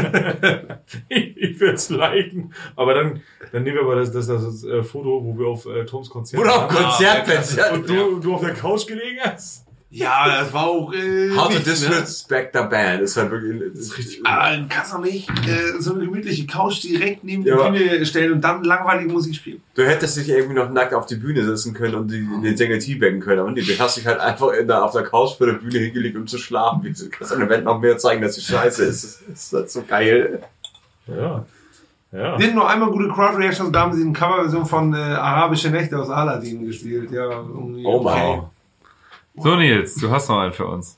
Ich würde es liken. Aber dann nehmen wir mal das Foto, wo wir auf Toms Konzert Oder auf Konzert, und du auf der Couch gelegen hast. Ja, das war auch How to wichtig, ne? disrespect the band ist halt wirklich, das ist richtig Aber du kannst doch nicht so eine gemütliche Couch direkt neben die Ja. Bühne stellen und dann langweilige Musik spielen. Du hättest dich irgendwie noch nackt auf die Bühne setzen können und den Sänger teabaggen können, aber nee, du hast dich halt einfach auf der Couch vor der Bühne hingelegt, um zu schlafen. Wie du kannst an der Band noch mehr zeigen, dass sie scheiße ist. Das ist halt so geil. Ja. Ja. Die hatten nur einmal gute Crowd-Reactions, da haben sie eine Coverversion von Arabische Nächte aus Aladdin gespielt. Ja, irgendwie Oh Mann. okay. So, Nils, du hast noch einen für uns.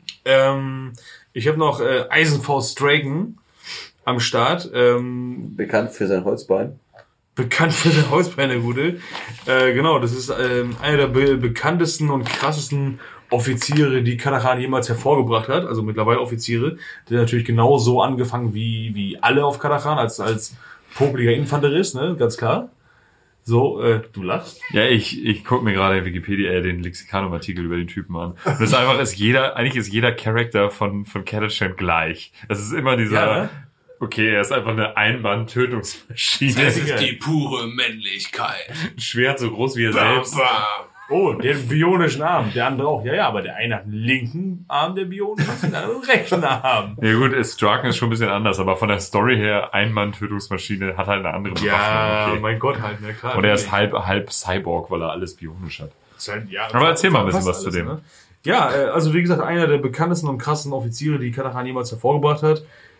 Ich habe noch Eisenfaust Dragon am Start. Bekannt für sein Holzbein. Bekannt für sein Holzbein, der Gute. Genau, das ist einer der bekanntesten und krassesten Offiziere, die Katachan jemals hervorgebracht hat. Also mittlerweile Offiziere. Der natürlich genauso angefangen wie alle auf Katachan, als popeliger Infanterist, ne, ganz klar. So, du lachst. Ja, ich gucke mir gerade in Wikipedia den Lexikanum-Artikel über den Typen an. Und das ist einfach, eigentlich ist jeder Charakter von Catachan gleich. Es ist immer dieser, Ja, ne? okay, er ist einfach eine Einmann-Tötungsmaschine. Das ist die pure Männlichkeit. Ein Schwert so groß wie er selbst. Oh, den bionischen Arm. Der andere auch. Ja, aber der eine hat einen linken Arm, der bionisch ist, und der andere einen rechten Arm. Ja gut, Straken ist schon ein bisschen anders, aber von der Story her, Einmann-Tötungsmaschine hat halt eine andere Bewaffnung. Ja, okay. mein Gott, halt, ne, klar. Und er ist halb Cyborg, weil er alles bionisch hat. Ja, Aber erzähl mal ein bisschen fast was zu dem. Ne? Ja, also wie gesagt, einer der bekanntesten und krassesten Offiziere, die Katachan jemals hervorgebracht hat.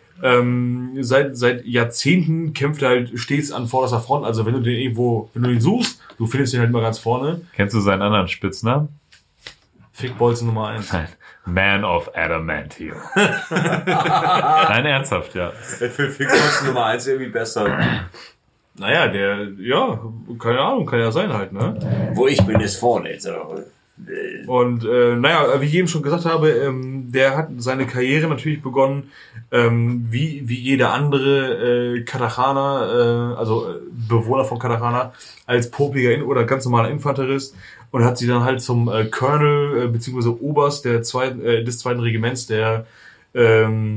Seit Jahrzehnten kämpft er halt stets an vorderster Front. Also wenn du ihn suchst, du findest ihn halt immer ganz vorne. Kennst du seinen anderen Spitznamen? Fickbolzen Nummer 1. Nein. Man of Adamantium. Nein, ernsthaft, ja. Für Fixkosten Nummer 1 irgendwie besser. Naja, keine Ahnung, kann ja sein halt, ne? Wo ich bin, ist vorne jetzt. Und naja, wie ich eben schon gesagt habe, der hat seine Karriere natürlich begonnen, wie jeder andere Katachaner, Bewohner von Katachana, als popliger oder ganz normaler Infanterist und hat sie dann halt zum Colonel beziehungsweise Oberst des zweiten Regiments der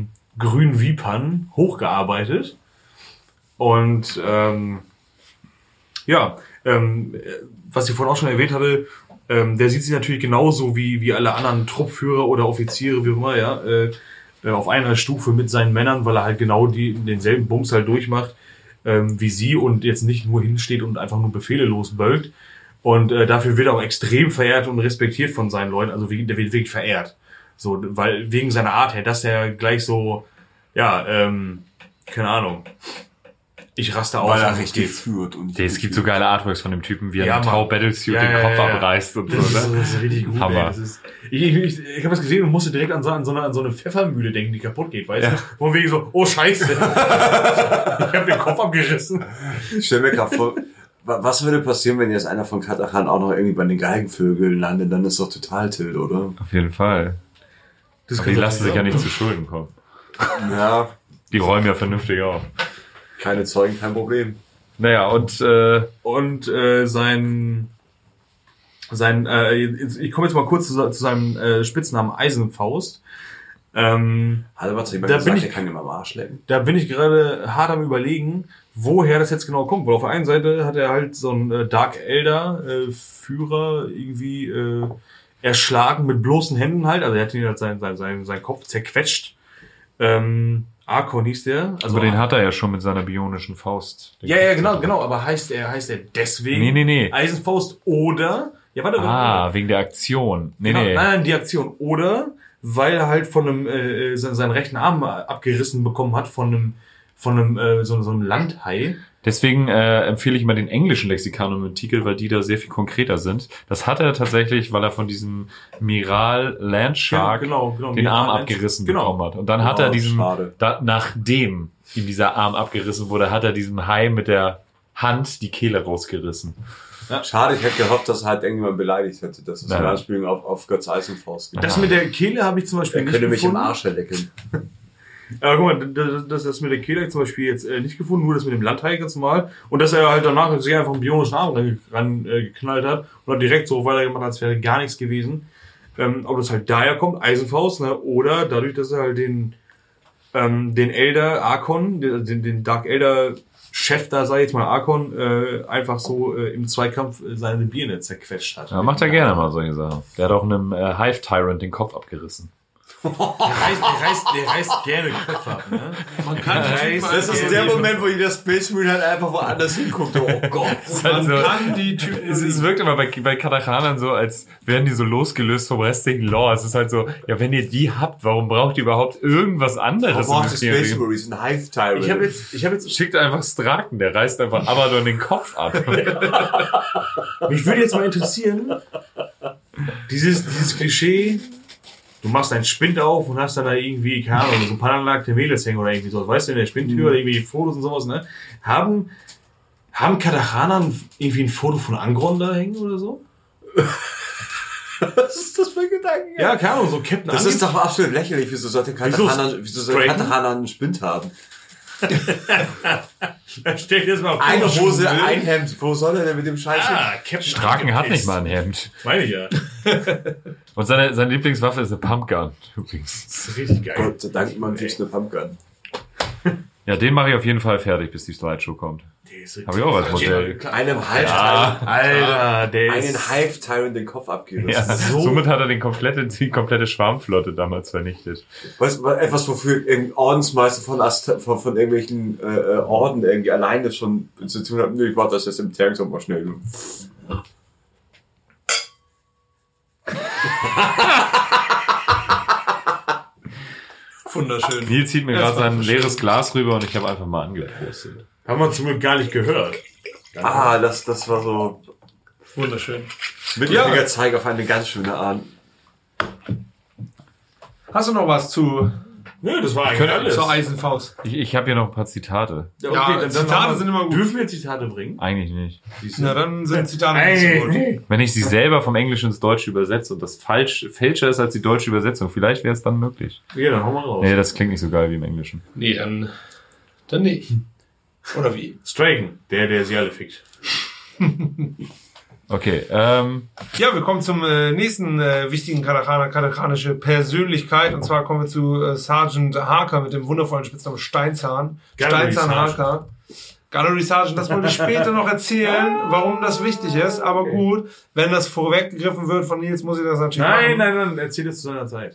Grünen Vipern hochgearbeitet. Und Ja, was ich vorhin auch schon erwähnt hatte, der sieht sich natürlich genauso wie alle anderen Truppführer oder Offiziere, wie auch immer, ja, auf einer Stufe mit seinen Männern, weil er halt genau denselben Bums halt durchmacht wie sie und jetzt nicht nur hinsteht und einfach nur Befehle losbölkt. Und dafür wird er auch extrem verehrt und respektiert von seinen Leuten, also der wird wirklich verehrt. So, weil wegen seiner Art her, dass er gleich so, ja, keine Ahnung. Ich raste aus. Weil er richtig führt. Es gibt so geile Artworks von dem Typen, wie er Ja, mit Tau Mann. Battlesuit Ja, den ja, Kopf ja, ja. abreißt und so, Das ne? ist richtig gut. Hammer. Ey. Das ist, ich habe das gesehen und musste direkt an so eine Pfeffermühle denken, die kaputt geht, weißt Ja. du? Von wegen so, oh Scheiße. Ich habe den Kopf abgerissen. Ich stell mir gerade vor, was würde passieren, wenn jetzt einer von Katachan auch noch irgendwie bei den Geigenvögeln landet? Dann ist doch total Tilt, oder? Auf jeden Fall. Das Aber die lassen sich ja nicht zu Schulden kommen. Ja, Die räumen ja vernünftig auf. keine Zeugen, kein Problem. Naja, und ich komme jetzt mal kurz zu seinem Spitznamen Eisenfaust. Hallo, was ich mal Da gesagt, bin der kann immer am Arsch lecken. Da bin ich gerade hart am Überlegen, woher das jetzt genau kommt. Weil auf der einen Seite hat er halt so einen Dark Elder Führer irgendwie erschlagen mit bloßen Händen halt. Also er hat ihn halt seinen Kopf zerquetscht. Arkon hieß der. Also aber den hat er ja schon mit seiner bionischen Faust. Ja, genau. Aber heißt er deswegen Nee. Eisenfaust oder... Ja, warte. Wegen der Aktion. Genau, nein, die Aktion. Oder weil er halt von einem seinen rechten Arm abgerissen bekommen hat von einem so einem Landhai. Deswegen empfehle ich immer den englischen Lexikanum im Artikel, weil die da sehr viel konkreter sind. Das hat er tatsächlich, weil er von diesem Miral Landshark Genau, den Miral Arm Land- abgerissen genau. bekommen hat. Und dann hat er schade. nachdem ihm dieser Arm abgerissen wurde, hat er diesem Hai mit der Hand die Kehle rausgerissen. Schade, ich hätte gehofft, dass er halt irgendjemand beleidigt hätte. Das ist Nein. eine Anspielung auf Götz Eisenfaust. Das mit der Kehle habe ich zum Beispiel Er nicht könnte mich im gefunden. Arsch lecken. Aber guck mal, das mit der Kehle zum Beispiel jetzt nicht gefunden, nur das mit dem Landhai ganz normal. Und dass er halt danach sich einfach einen bionischen Arm geknallt hat und dann direkt so weitergemacht, als wäre gar nichts gewesen. Ob das halt daher kommt, Eisenfaust, ne? Oder dadurch, dass er halt den Elder Arkon, den Dark Elder Chef da, sag ich jetzt mal, Arkon, einfach so im Zweikampf seine Birne zerquetscht hat. Ja, macht er gerne mal solche Sachen. Der hat auch einem Hive Tyrant den Kopf abgerissen. Der reißt gerne Köpfe ab, ne? Man kann die Typen Das ist der Moment, wo jeder Space Marine halt einfach woanders hinguckt. Oh Gott. Man kann die Typen... Es wirkt immer bei Katachanern so, als wären die so losgelöst vom restlichen Lore. Es ist halt so, ja, wenn ihr die habt, warum braucht ihr überhaupt irgendwas anderes? Warum braucht im die Space Imperium? Marines ein Hive Tyrant? Ich hab jetzt, Schickt einfach Straken, der reißt einfach Abaddon den Kopf ab. mich würde jetzt mal interessieren, dieses Klischee, du machst einen Spind auf und hast dann da irgendwie, keine Ahnung, so ein paar nackte Mädels hängen oder irgendwie so, weißt du, in der Spindtür oder irgendwie Fotos und sowas, ne? Haben Katachanern irgendwie ein Foto von Angron da hängen oder so? Was ist das für ein Gedanke? Ja, keine Ahnung, so Captain Das ist doch absolut lächerlich. Wieso sollte Katachanern Straken? einen Spind haben? Stell dir das mal auf Eine Foto Hose, schon, ne? ein Hemd. Wo soll er denn mit dem Scheiß hin? Captain Straken hat Angron nicht mal ein Hemd. Meine ich ja. Und seine Lieblingswaffe ist eine Pumpgun, übrigens. Das ist richtig geil. Gott sei Dank, man gibt's eine Pumpgun. Ja, den mache ich auf jeden Fall fertig, bis die Slideshow kommt. Habe ich auch als Modell. Einem Hive Tyrant, Alter, der einen ist... Hive Tyrant den Kopf abgerissen. Ja, So- somit hat er die komplette Schwarmflotte damals vernichtet. Weißt du, etwas, wofür irgendein Ordensmeister von irgendwelchen Orden irgendwie alleine schon zu tun hat. Nö, ich warte das jetzt im Tank mal schnell. Wunderschön. Nils zieht mir Das gerade war sein verschön. leeres Glas rüber und ich habe einfach mal angepostet. Haben wir zum Glück gar nicht gehört. Das war so Wunderschön. Mittelfingerzeig auf eine ganz schöne Art. Hast du noch was zu Nö, das war eigentlich alles. zur Eisenfaust? Ich habe hier noch ein paar Zitate. Ja, Ja, Zitate sind immer gut. Dürfen wir Zitate bringen? Eigentlich nicht. Na, dann sind Zitate nicht so gut. Wenn ich sie selber vom Englischen ins Deutsche übersetze und das fälscher ist als die deutsche Übersetzung, vielleicht wäre es dann möglich. Ja, dann hau mal raus. Nee, das klingt nicht so geil wie im Englischen. Nee, dann nicht. Oder wie? Straken, der sie alle fickt. Okay, Ja, wir kommen zum nächsten wichtigen katachanische Persönlichkeit. Und zwar kommen wir zu Sergeant Harker mit dem wundervollen Spitznamen Steinzahn. Gerne, Steinzahn Sergeant. Harker. Gunnery Sergeant, das wollte ich später noch erzählen, warum das wichtig ist. Aber gut, wenn das vorweggegriffen wird von Nils, muss ich das natürlich machen. Nein, erzähl es zu seiner Zeit.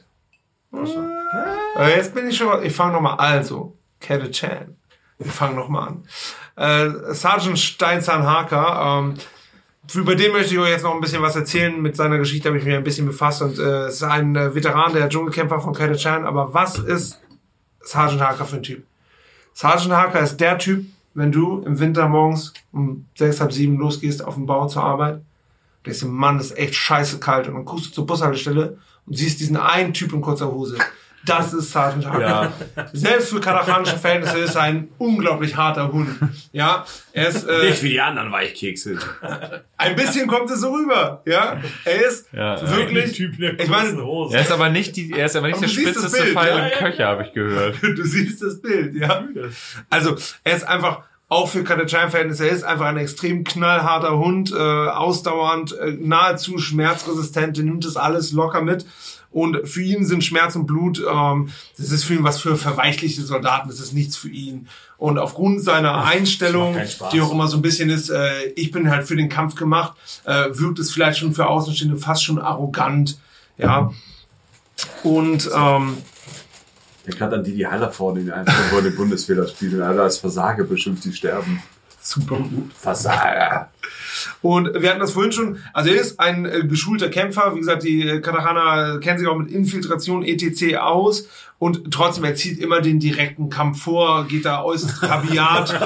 Jetzt bin ich schon, ich fange nochmal, also, Catachan. Wir fangen nochmal an. Sergeant Steinzahn Harker, über den möchte ich euch jetzt noch ein bisschen was erzählen. Mit seiner Geschichte habe ich mich ein bisschen befasst und es ist ein Veteran, der Dschungelkämpfer von Catachan. Aber was ist Sergeant Harker für ein Typ? Sergeant Harker ist der Typ, wenn du im Winter morgens um 6, halb 7 losgehst auf dem Bau zur Arbeit, denkst du, Mann, das ist echt scheiße kalt. Und dann guckst du zur Bushaltestelle und siehst diesen einen Typ in kurzer Hose. Das ist Sergeant Harker. Ja. Selbst für katachanische Verhältnisse ist er ein unglaublich harter Hund. Ja, er ist Nicht wie die anderen Weichkekse. ein bisschen kommt es so rüber. Ja, er ist wirklich. Typ in der Ich meine, Hose. Er ist aber nicht der Aber du siehst das spitzeste Bild, Pfeil ja, im ja, Köcher, habe ich gehört. Du siehst das Bild, ja. Also, er ist einfach, auch für Catachan-Verhältnisse, er ist einfach ein extrem knallharter Hund, ausdauernd, nahezu schmerzresistent, der nimmt das alles locker mit. Und für ihn sind Schmerz und Blut, das ist für ihn was für verweichlichte Soldaten, das ist nichts für ihn. Und aufgrund seiner Einstellung, die auch immer so ein bisschen ist, ich bin halt für den Kampf gemacht, wirkt es vielleicht schon für Außenstehende fast schon arrogant, ja. Und, Ich denke gerade an die Haller vorne, die einfach vor den Bundeswehr spielen. Alle als Versager beschimpft, die sterben. super gut. Versager. Und wir hatten das vorhin schon, also er ist ein geschulter Kämpfer, wie gesagt, die Katachaner kennen sich auch mit Infiltration etc. aus und trotzdem, er zieht immer den direkten Kampf vor, geht da äußerst rabiat,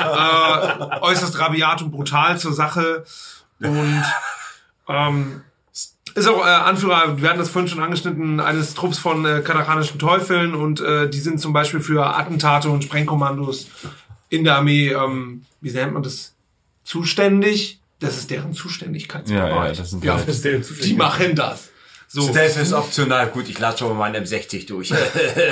und brutal zur Sache und ist auch Anführer, wir hatten das vorhin schon angeschnitten, eines Trupps von katachanischen Teufeln und die sind zum Beispiel für Attentate und Sprengkommandos in der Armee, wie nennt man das, zuständig. Das ist deren Zuständigkeitsbereich. Das sind Das ist der Zuschauer. Die machen das. So. Stealth ist optional. Gut, ich lasse schon mal meinen M60 durch. Das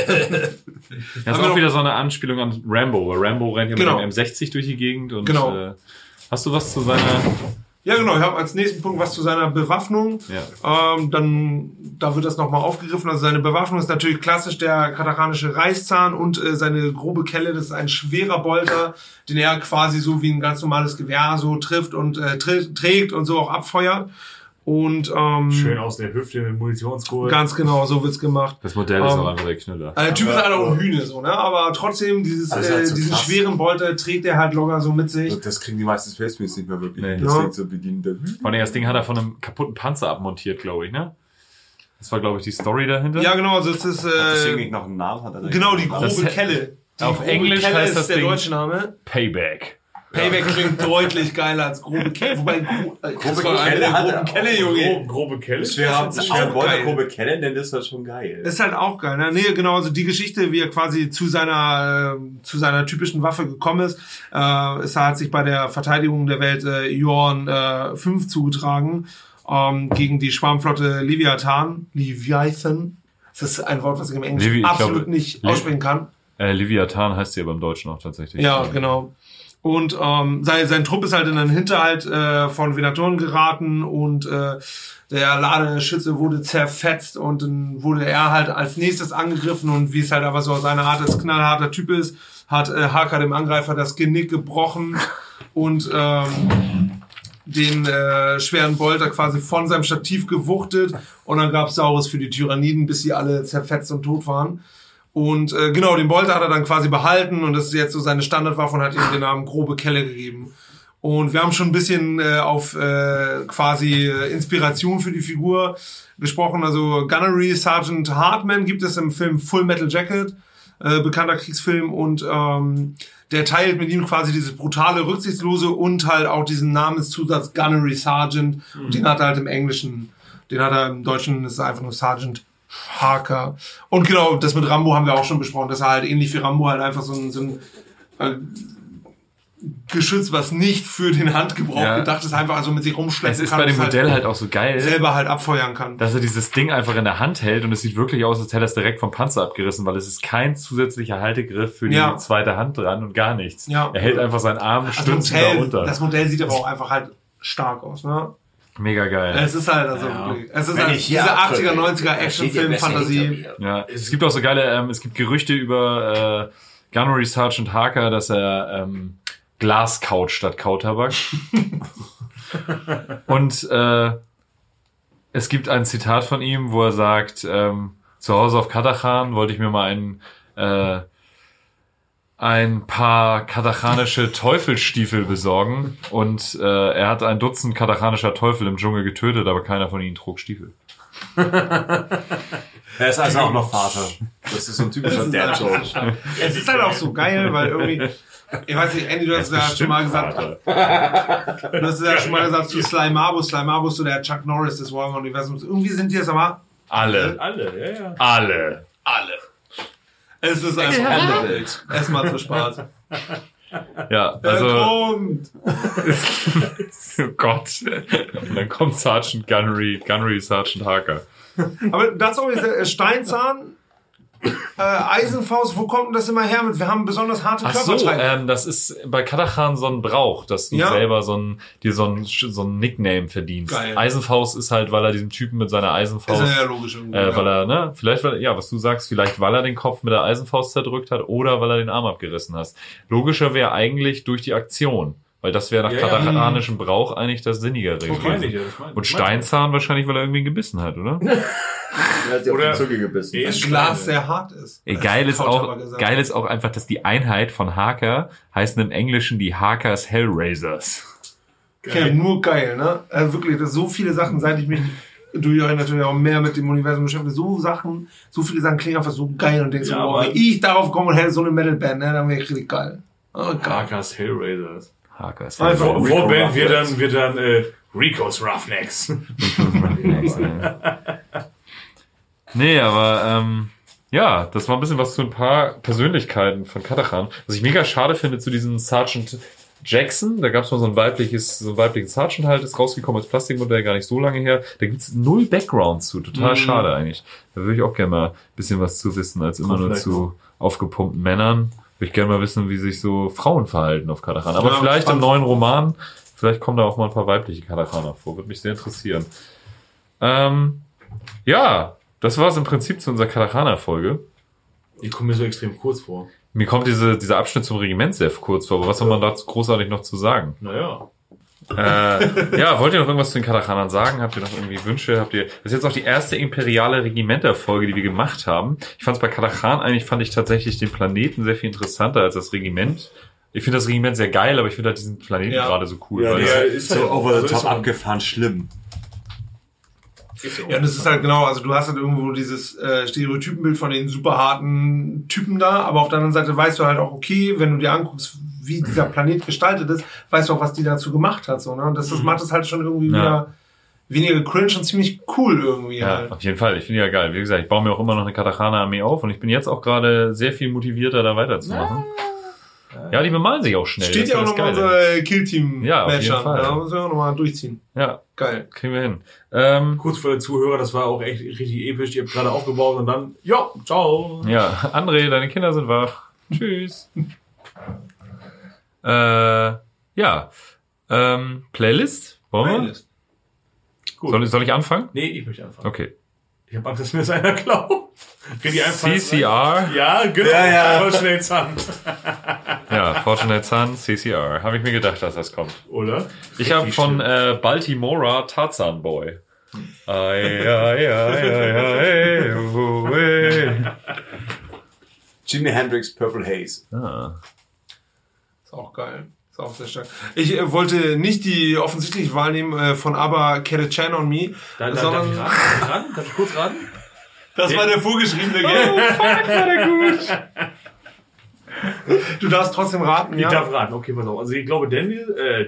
ist auch wieder so eine Anspielung an Rambo, weil Rambo rennt ja mit dem M60 durch die Gegend und hast du was zu seiner... Ja, genau. Ich habe als nächsten Punkt was zu seiner Bewaffnung. Ja. Da wird das nochmal aufgegriffen. Also seine Bewaffnung ist natürlich klassisch der katachanische Reißzahn und seine grobe Kelle, das ist ein schwerer Bolter, den er quasi so wie ein ganz normales Gewehr so trifft und trägt und so auch abfeuert. Und schön aus der Hüfte mit Munitionsgurt. Ganz genau, so wird's gemacht. Das Modell ist auch einfach der Knüller. Der Typ ist halt auch ein Hühne, so, ne? Aber trotzdem, diesen schweren Bolter trägt er halt locker so mit sich. Das kriegen die meisten Space Marines nicht mehr wirklich. Nee. Deswegen zu Beginn. Vor allem, das Ding hat er von einem kaputten Panzer abmontiert, glaube ich, ne? Das war, glaube ich, die Story dahinter. Ja, genau, also es ist deswegen nicht noch einen Namen hat. genau, die grobe Das- Kelle. Die auf grobe Englisch Kelle heißt ist das der Ding- deutsche Name. Payback. Payback klingt deutlich geiler als grobe Kelle. Wobei, grobe Kelle hat er groben Kelle, Junge. Grobe Kelle. Schwer auch Bolter, geil. grobe Kelle, denn das ist halt schon geil. Ist halt auch geil, ne? Nee, genau, also die Geschichte, wie er quasi zu seiner typischen Waffe gekommen ist, es hat sich bei der Verteidigung der Welt Jorn 5 zugetragen, gegen die Schwarmflotte Leviathan. Das ist ein Wort, was ich im Englischen absolut nicht aussprechen kann. Leviathan heißt sie aber im Deutschen auch tatsächlich. Ja, genau. Und sein Trupp ist halt in einen Hinterhalt von Venatoren geraten und der Ladeschütze wurde zerfetzt und dann wurde er halt als nächstes angegriffen und wie es halt aber so seine Art als knallharter Typ ist, hat Harker dem Angreifer das Genick gebrochen und den schweren Bolter quasi von seinem Stativ gewuchtet und dann gab's Saures für die Tyranniden, bis sie alle zerfetzt und tot waren. Und genau, den Bolter hat er dann quasi behalten und das ist jetzt so seine Standardwaffe und hat ihm den Namen grobe Kelle gegeben. Und wir haben schon ein bisschen auf quasi Inspiration für die Figur gesprochen. Also Gunnery Sergeant Hartman gibt es im Film Full Metal Jacket, bekannter Kriegsfilm. Und der teilt mit ihm quasi dieses brutale, rücksichtslose und halt auch diesen Namenszusatz Gunnery Sergeant. Und den hat er halt im Englischen, den hat er im Deutschen, das ist einfach nur Sergeant Harker. Und genau, das mit Rambo haben wir auch schon besprochen, dass er halt ähnlich wie Rambo halt einfach so ein Geschütz, was nicht für den Handgebrauch gedacht ist, einfach also mit sich rumschleppen Es ist kann. bei dem und Modell halt auch so geil, selber halt abfeuern kann. dass er dieses Ding einfach in der Hand hält und es sieht wirklich aus, als hätte er es direkt vom Panzer abgerissen, weil es ist kein zusätzlicher Haltegriff für die zweite Hand dran und gar nichts. Ja. Er hält einfach seinen Arm stützend darunter. Das Modell sieht aber auch einfach halt stark aus, ne? Mega geil. Es ist halt also wirklich, es ist Wenn halt ich diese hier 80er, abdrücke, 90er Actionfilm-Fantasie. Ja, es gibt auch so geile, es gibt Gerüchte über Gunnery Sergeant Harker, dass er Glascouch statt Kautabak. Und es gibt ein Zitat von ihm, wo er sagt, zu Hause auf Katachan wollte ich mir mal ein paar katachanische Teufelstiefel besorgen und er hat ein Dutzend katachanischer Teufel im Dschungel getötet, aber keiner von ihnen trug Stiefel. Er ist also auch noch Vater. Das ist so ein typischer Dad-Joke. Es ist halt auch so geil, weil irgendwie, ich weiß nicht, Andy, du hast ja schon mal gesagt, zu Sly Marbus so der Chuck Norris des Warhammer-Universums. Irgendwie sind die jetzt aber Alle. Alle. es ist einfach Welt. Erstmal zu Spaß. Ja, Er also, kommt. oh Gott. Und dann kommt Sergeant Gunnery Sergeant Harker. Aber dazu auch Steinzahn, Eisenfaust, wo kommt denn das immer her mit? Wir haben besonders harte Ach so, Körperteile. das ist bei Katachan so ein Brauch, dass du selber dir so ein Nickname verdienst. Geil. Eisenfaust ist halt, weil er diesen Typen mit seiner Eisenfaust, ist ja logisch irgendwie. weil er, ne, vielleicht, was du sagst, vielleicht weil er den Kopf mit der Eisenfaust zerdrückt hat oder weil er den Arm abgerissen hat. Logischer wäre eigentlich durch die Aktion. Weil das wäre nach katachanischem Brauch eigentlich das Sinnigere gewesen. Und Steinzahn wahrscheinlich, weil er irgendwie gebissen hat, oder? Er hat ja auf die Zunge gebissen. das Glas sehr hart ist. Geil ist auch einfach, dass die Einheit von Harker heißen im Englischen die Harkers Hellraisers. Ja, nur geil, ne? Wirklich, das so viele Sachen, seit ich mich durch euch natürlich auch mehr mit dem Universum beschäftige, so viele Sachen klingen einfach so geil und denkst so, oh, wenn ich darauf komme und hätte so eine Metalband, ne, dann wäre ich richtig geil. Oh, Harkers Hellraisers. Harkers Einfach Vorband wird dann Rico's Roughnecks. Nee, aber ja, das war ein bisschen was zu ein paar Persönlichkeiten von Katachan. Was ich mega schade finde zu diesem Sergeant Jackson, da gab es mal so einen weiblichen Sergeant halt, ist rausgekommen als Plastikmodell, gar nicht so lange her. Da gibt's 0 Background zu, total schade eigentlich. Da würde ich auch gerne mal ein bisschen was zu wissen, als immer nur zu aufgepumpten Männern. Würde ich gerne mal wissen, wie sich so Frauen verhalten auf Katachan. Aber vielleicht im neuen Roman, vielleicht kommen da auch mal ein paar weibliche Katachaner vor. Würde mich sehr interessieren. Ja, das war es im Prinzip zu unserer Katachaner-Folge. Die kommen mir so extrem kurz vor. Mir kommt dieser Abschnitt zum Regiment sehr kurz vor, aber was soll man dazu großartig noch zu sagen? Naja. Ja, wollt ihr noch irgendwas zu den Katachanern sagen? Habt ihr noch irgendwie Wünsche? Das ist jetzt auch die erste imperiale Regimenter-Folge, die wir gemacht haben. Ich fand es bei Katachan fand ich tatsächlich den Planeten sehr viel interessanter als das Regiment. Ich finde das Regiment sehr geil, aber ich finde halt diesen Planeten gerade so cool. Ja, weil der das ist so over the top abgefahren schlimm. Ja, und das ist halt genau, also du hast halt irgendwo dieses Stereotypenbild von den super harten Typen da, aber auf der anderen Seite weißt du halt auch, okay, wenn du dir anguckst, wie dieser Planet gestaltet ist, weißt du auch, was die dazu gemacht hat, so, ne? Und das macht es halt schon irgendwie wieder weniger cringe und ziemlich cool irgendwie. Ja, halt. auf jeden Fall. Ich finde ja geil. Wie gesagt, ich baue mir auch immer noch eine Katachaner-Armee auf und ich bin jetzt auch gerade sehr viel motivierter, da weiterzumachen. Ja, die bemalen sich auch schnell. Steht ja auch nochmal unser Killteam-Match an. Da müssen wir auch nochmal durchziehen. Ja. Geil. Kriegen wir hin. Kurz für die Zuhörer, das war auch echt richtig episch. Ihr habt gerade aufgebaut und dann, ciao. Ja, André, deine Kinder sind wach. Tschüss. Playlist? Wollen wir? Gut. Soll ich anfangen? Nee, ich möchte anfangen. Okay. Ich habe Angst, dass mir das einer klaut. CCR? Ja, genau. Ja. Fortunate Son. Ja, Fortunate Son, CCR. Habe ich mir gedacht, dass das kommt. Oder? Ich habe von Baltimora Tarzan Boy. Jimi Hendrix Purple Haze. Ist auch geil. Ist auch sehr stark. Ich wollte nicht die offensichtliche Wahl nehmen von ABBA Get a Chan on Me, sondern... Darf ich kurz raten? Das war der vorgeschriebene Game. Oh, fuck, war der gut. Du darfst trotzdem raten, Ich darf raten, okay, pass auf. Also ich glaube, Danny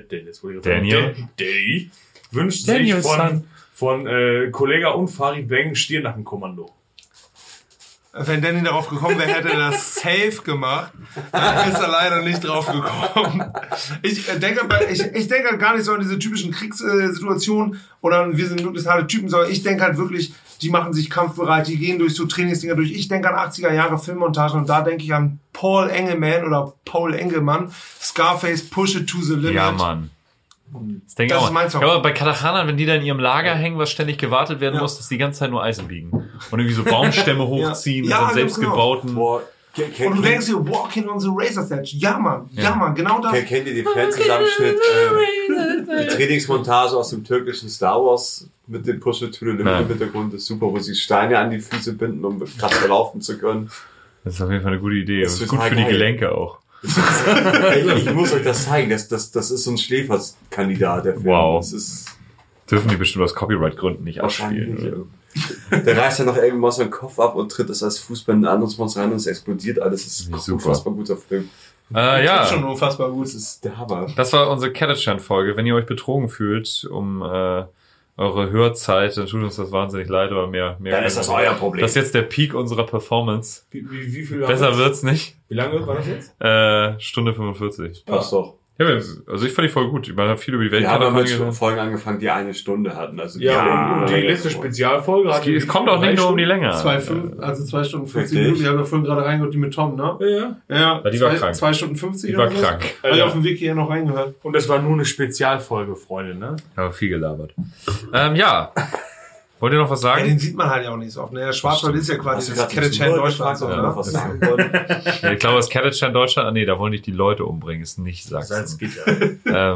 wünscht sich von Kollega und Farid Bang Stirnackenkommando. Wenn Danny darauf gekommen wäre, hätte er das safe gemacht. Da ist er leider nicht drauf gekommen. Ich denke halt gar nicht so an diese typischen Kriegssituationen oder wir sind wirklich harte Typen, sondern ich denke halt wirklich, die machen sich kampfbereit, die gehen durch so Trainingsdinger durch. Ich denke an 80er Jahre Filmmontagen und da denke ich an Paul Engelmann, Scarface, Push It to the Limit. Ja, Mann. Das denke ich auch. Ja, aber bei Katachanern, wenn die da in ihrem Lager hängen, was ständig gewartet werden muss, dass die ganze Zeit nur Eisen biegen. Und irgendwie so Baumstämme hochziehen mit so selbstgebauten... Boah, Und du denkst dir, walking on the razor's edge. Ja, Mann, genau das. Kennt ihr den Fanzusammenschnitt, die Trainingsmontage aus dem türkischen Star Wars mit dem Pusher to the Limit im Hintergrund? Das ist super, wo sie Steine an die Füße binden, um krasser laufen zu können. Das ist auf jeden Fall eine gute Idee. Das ist gut für die Gelenke auch. Ich muss euch das zeigen. Das ist so ein Schläferskandidat, der Film. Wow. Das ist dürfen die bestimmt aus Copyright-Gründen nicht abspielen. Der reißt ja noch irgendwas seinen Kopf ab und tritt das als Fußball in ein anderes Monster rein und es explodiert alles. Das ist ein unfassbar guter Film. Das ist schon unfassbar gut. Das ist der Hammer. Das war unsere Catachan-Folge. Wenn ihr euch betrogen fühlt eure Hörzeit, dann tut uns das wahnsinnig leid, aber mehr dann ist das euer Problem. Das ist jetzt der Peak unserer Performance. Wie viel Besser wird's nicht. Wie lange war das jetzt? Stunde 45. Passt doch. Ja, also ich fand die voll gut. Ich habe viel über die Welt. Wir haben mit Folgen angefangen, die 1 Stunde hatten. Also und die letzte Spezialfolge hat. Es kommt auch nicht nur um die Länge. 2 Stunden 50 Minuten. Wir haben ja vorhin gerade reingehört, die mit Tom, ne? Ja. Die war krank. 2 Stunden 50. Die war krank. Habe ich auf dem Wiki hier noch reingehört. Und das war nur eine Spezialfolge, Freunde, ne? Aber viel gelabert. Ja. Wollt ihr noch was sagen? Ja, den sieht man halt ja auch nicht so oft. Ne? Der Schwarzwald ist ja quasi das Catachan Deutschland. Ich glaube, das Catachan Deutschland, da wollen nicht die Leute umbringen, ist nicht Sachsen. Salzgitter.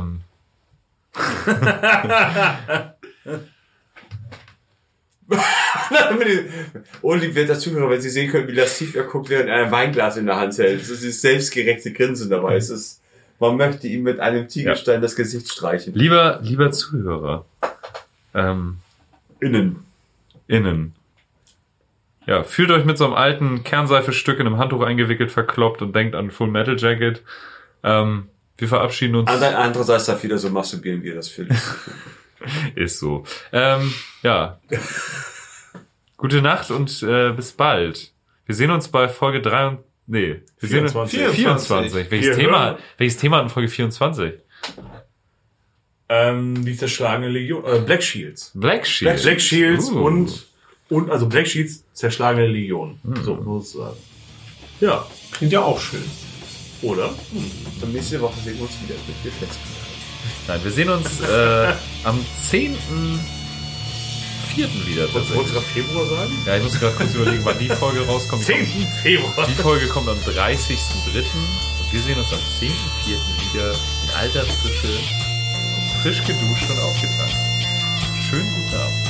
Und die wird der Zuhörer, wenn sie sehen können, wie lasziv er guckt, während er ein Weinglas in der Hand hält. Das ist dieses selbstgerechte Grinsen dabei. Es ist, man möchte ihm mit einem Tigerstein das Gesicht streichen. Lieber Zuhörer. Innen. Ja, fühlt euch mit so einem alten Kernseifestück in einem Handtuch eingewickelt, verkloppt und denkt an Full Metal Jacket. Wir verabschieden uns. Andererseits darf wieder so masturbieren, wie er das fühlt. Ist so. Ja. Gute Nacht und bis bald. Wir sehen uns bei Folge 24. Welches Thema hat in Folge 24? Die zerschlagene Legion. Black Shields. Black Shields. Black Shields und also Black Shields, zerschlagene Legion. So sozusagen. Ja. Klingt ja auch schön. Oder? Und nächste Woche sehen wir uns wieder mit dir fest. Nein, wir sehen uns am 10.4. wieder. Wolltest du gerade Februar sagen? Ja, ich muss gerade kurz überlegen, wann die Folge rauskommt. 10. Februar. Die Folge kommt am 30.3. und wir sehen uns am 10.4. wieder in alter Frische, frisch geduscht und aufgetankt. Schönen guten Abend.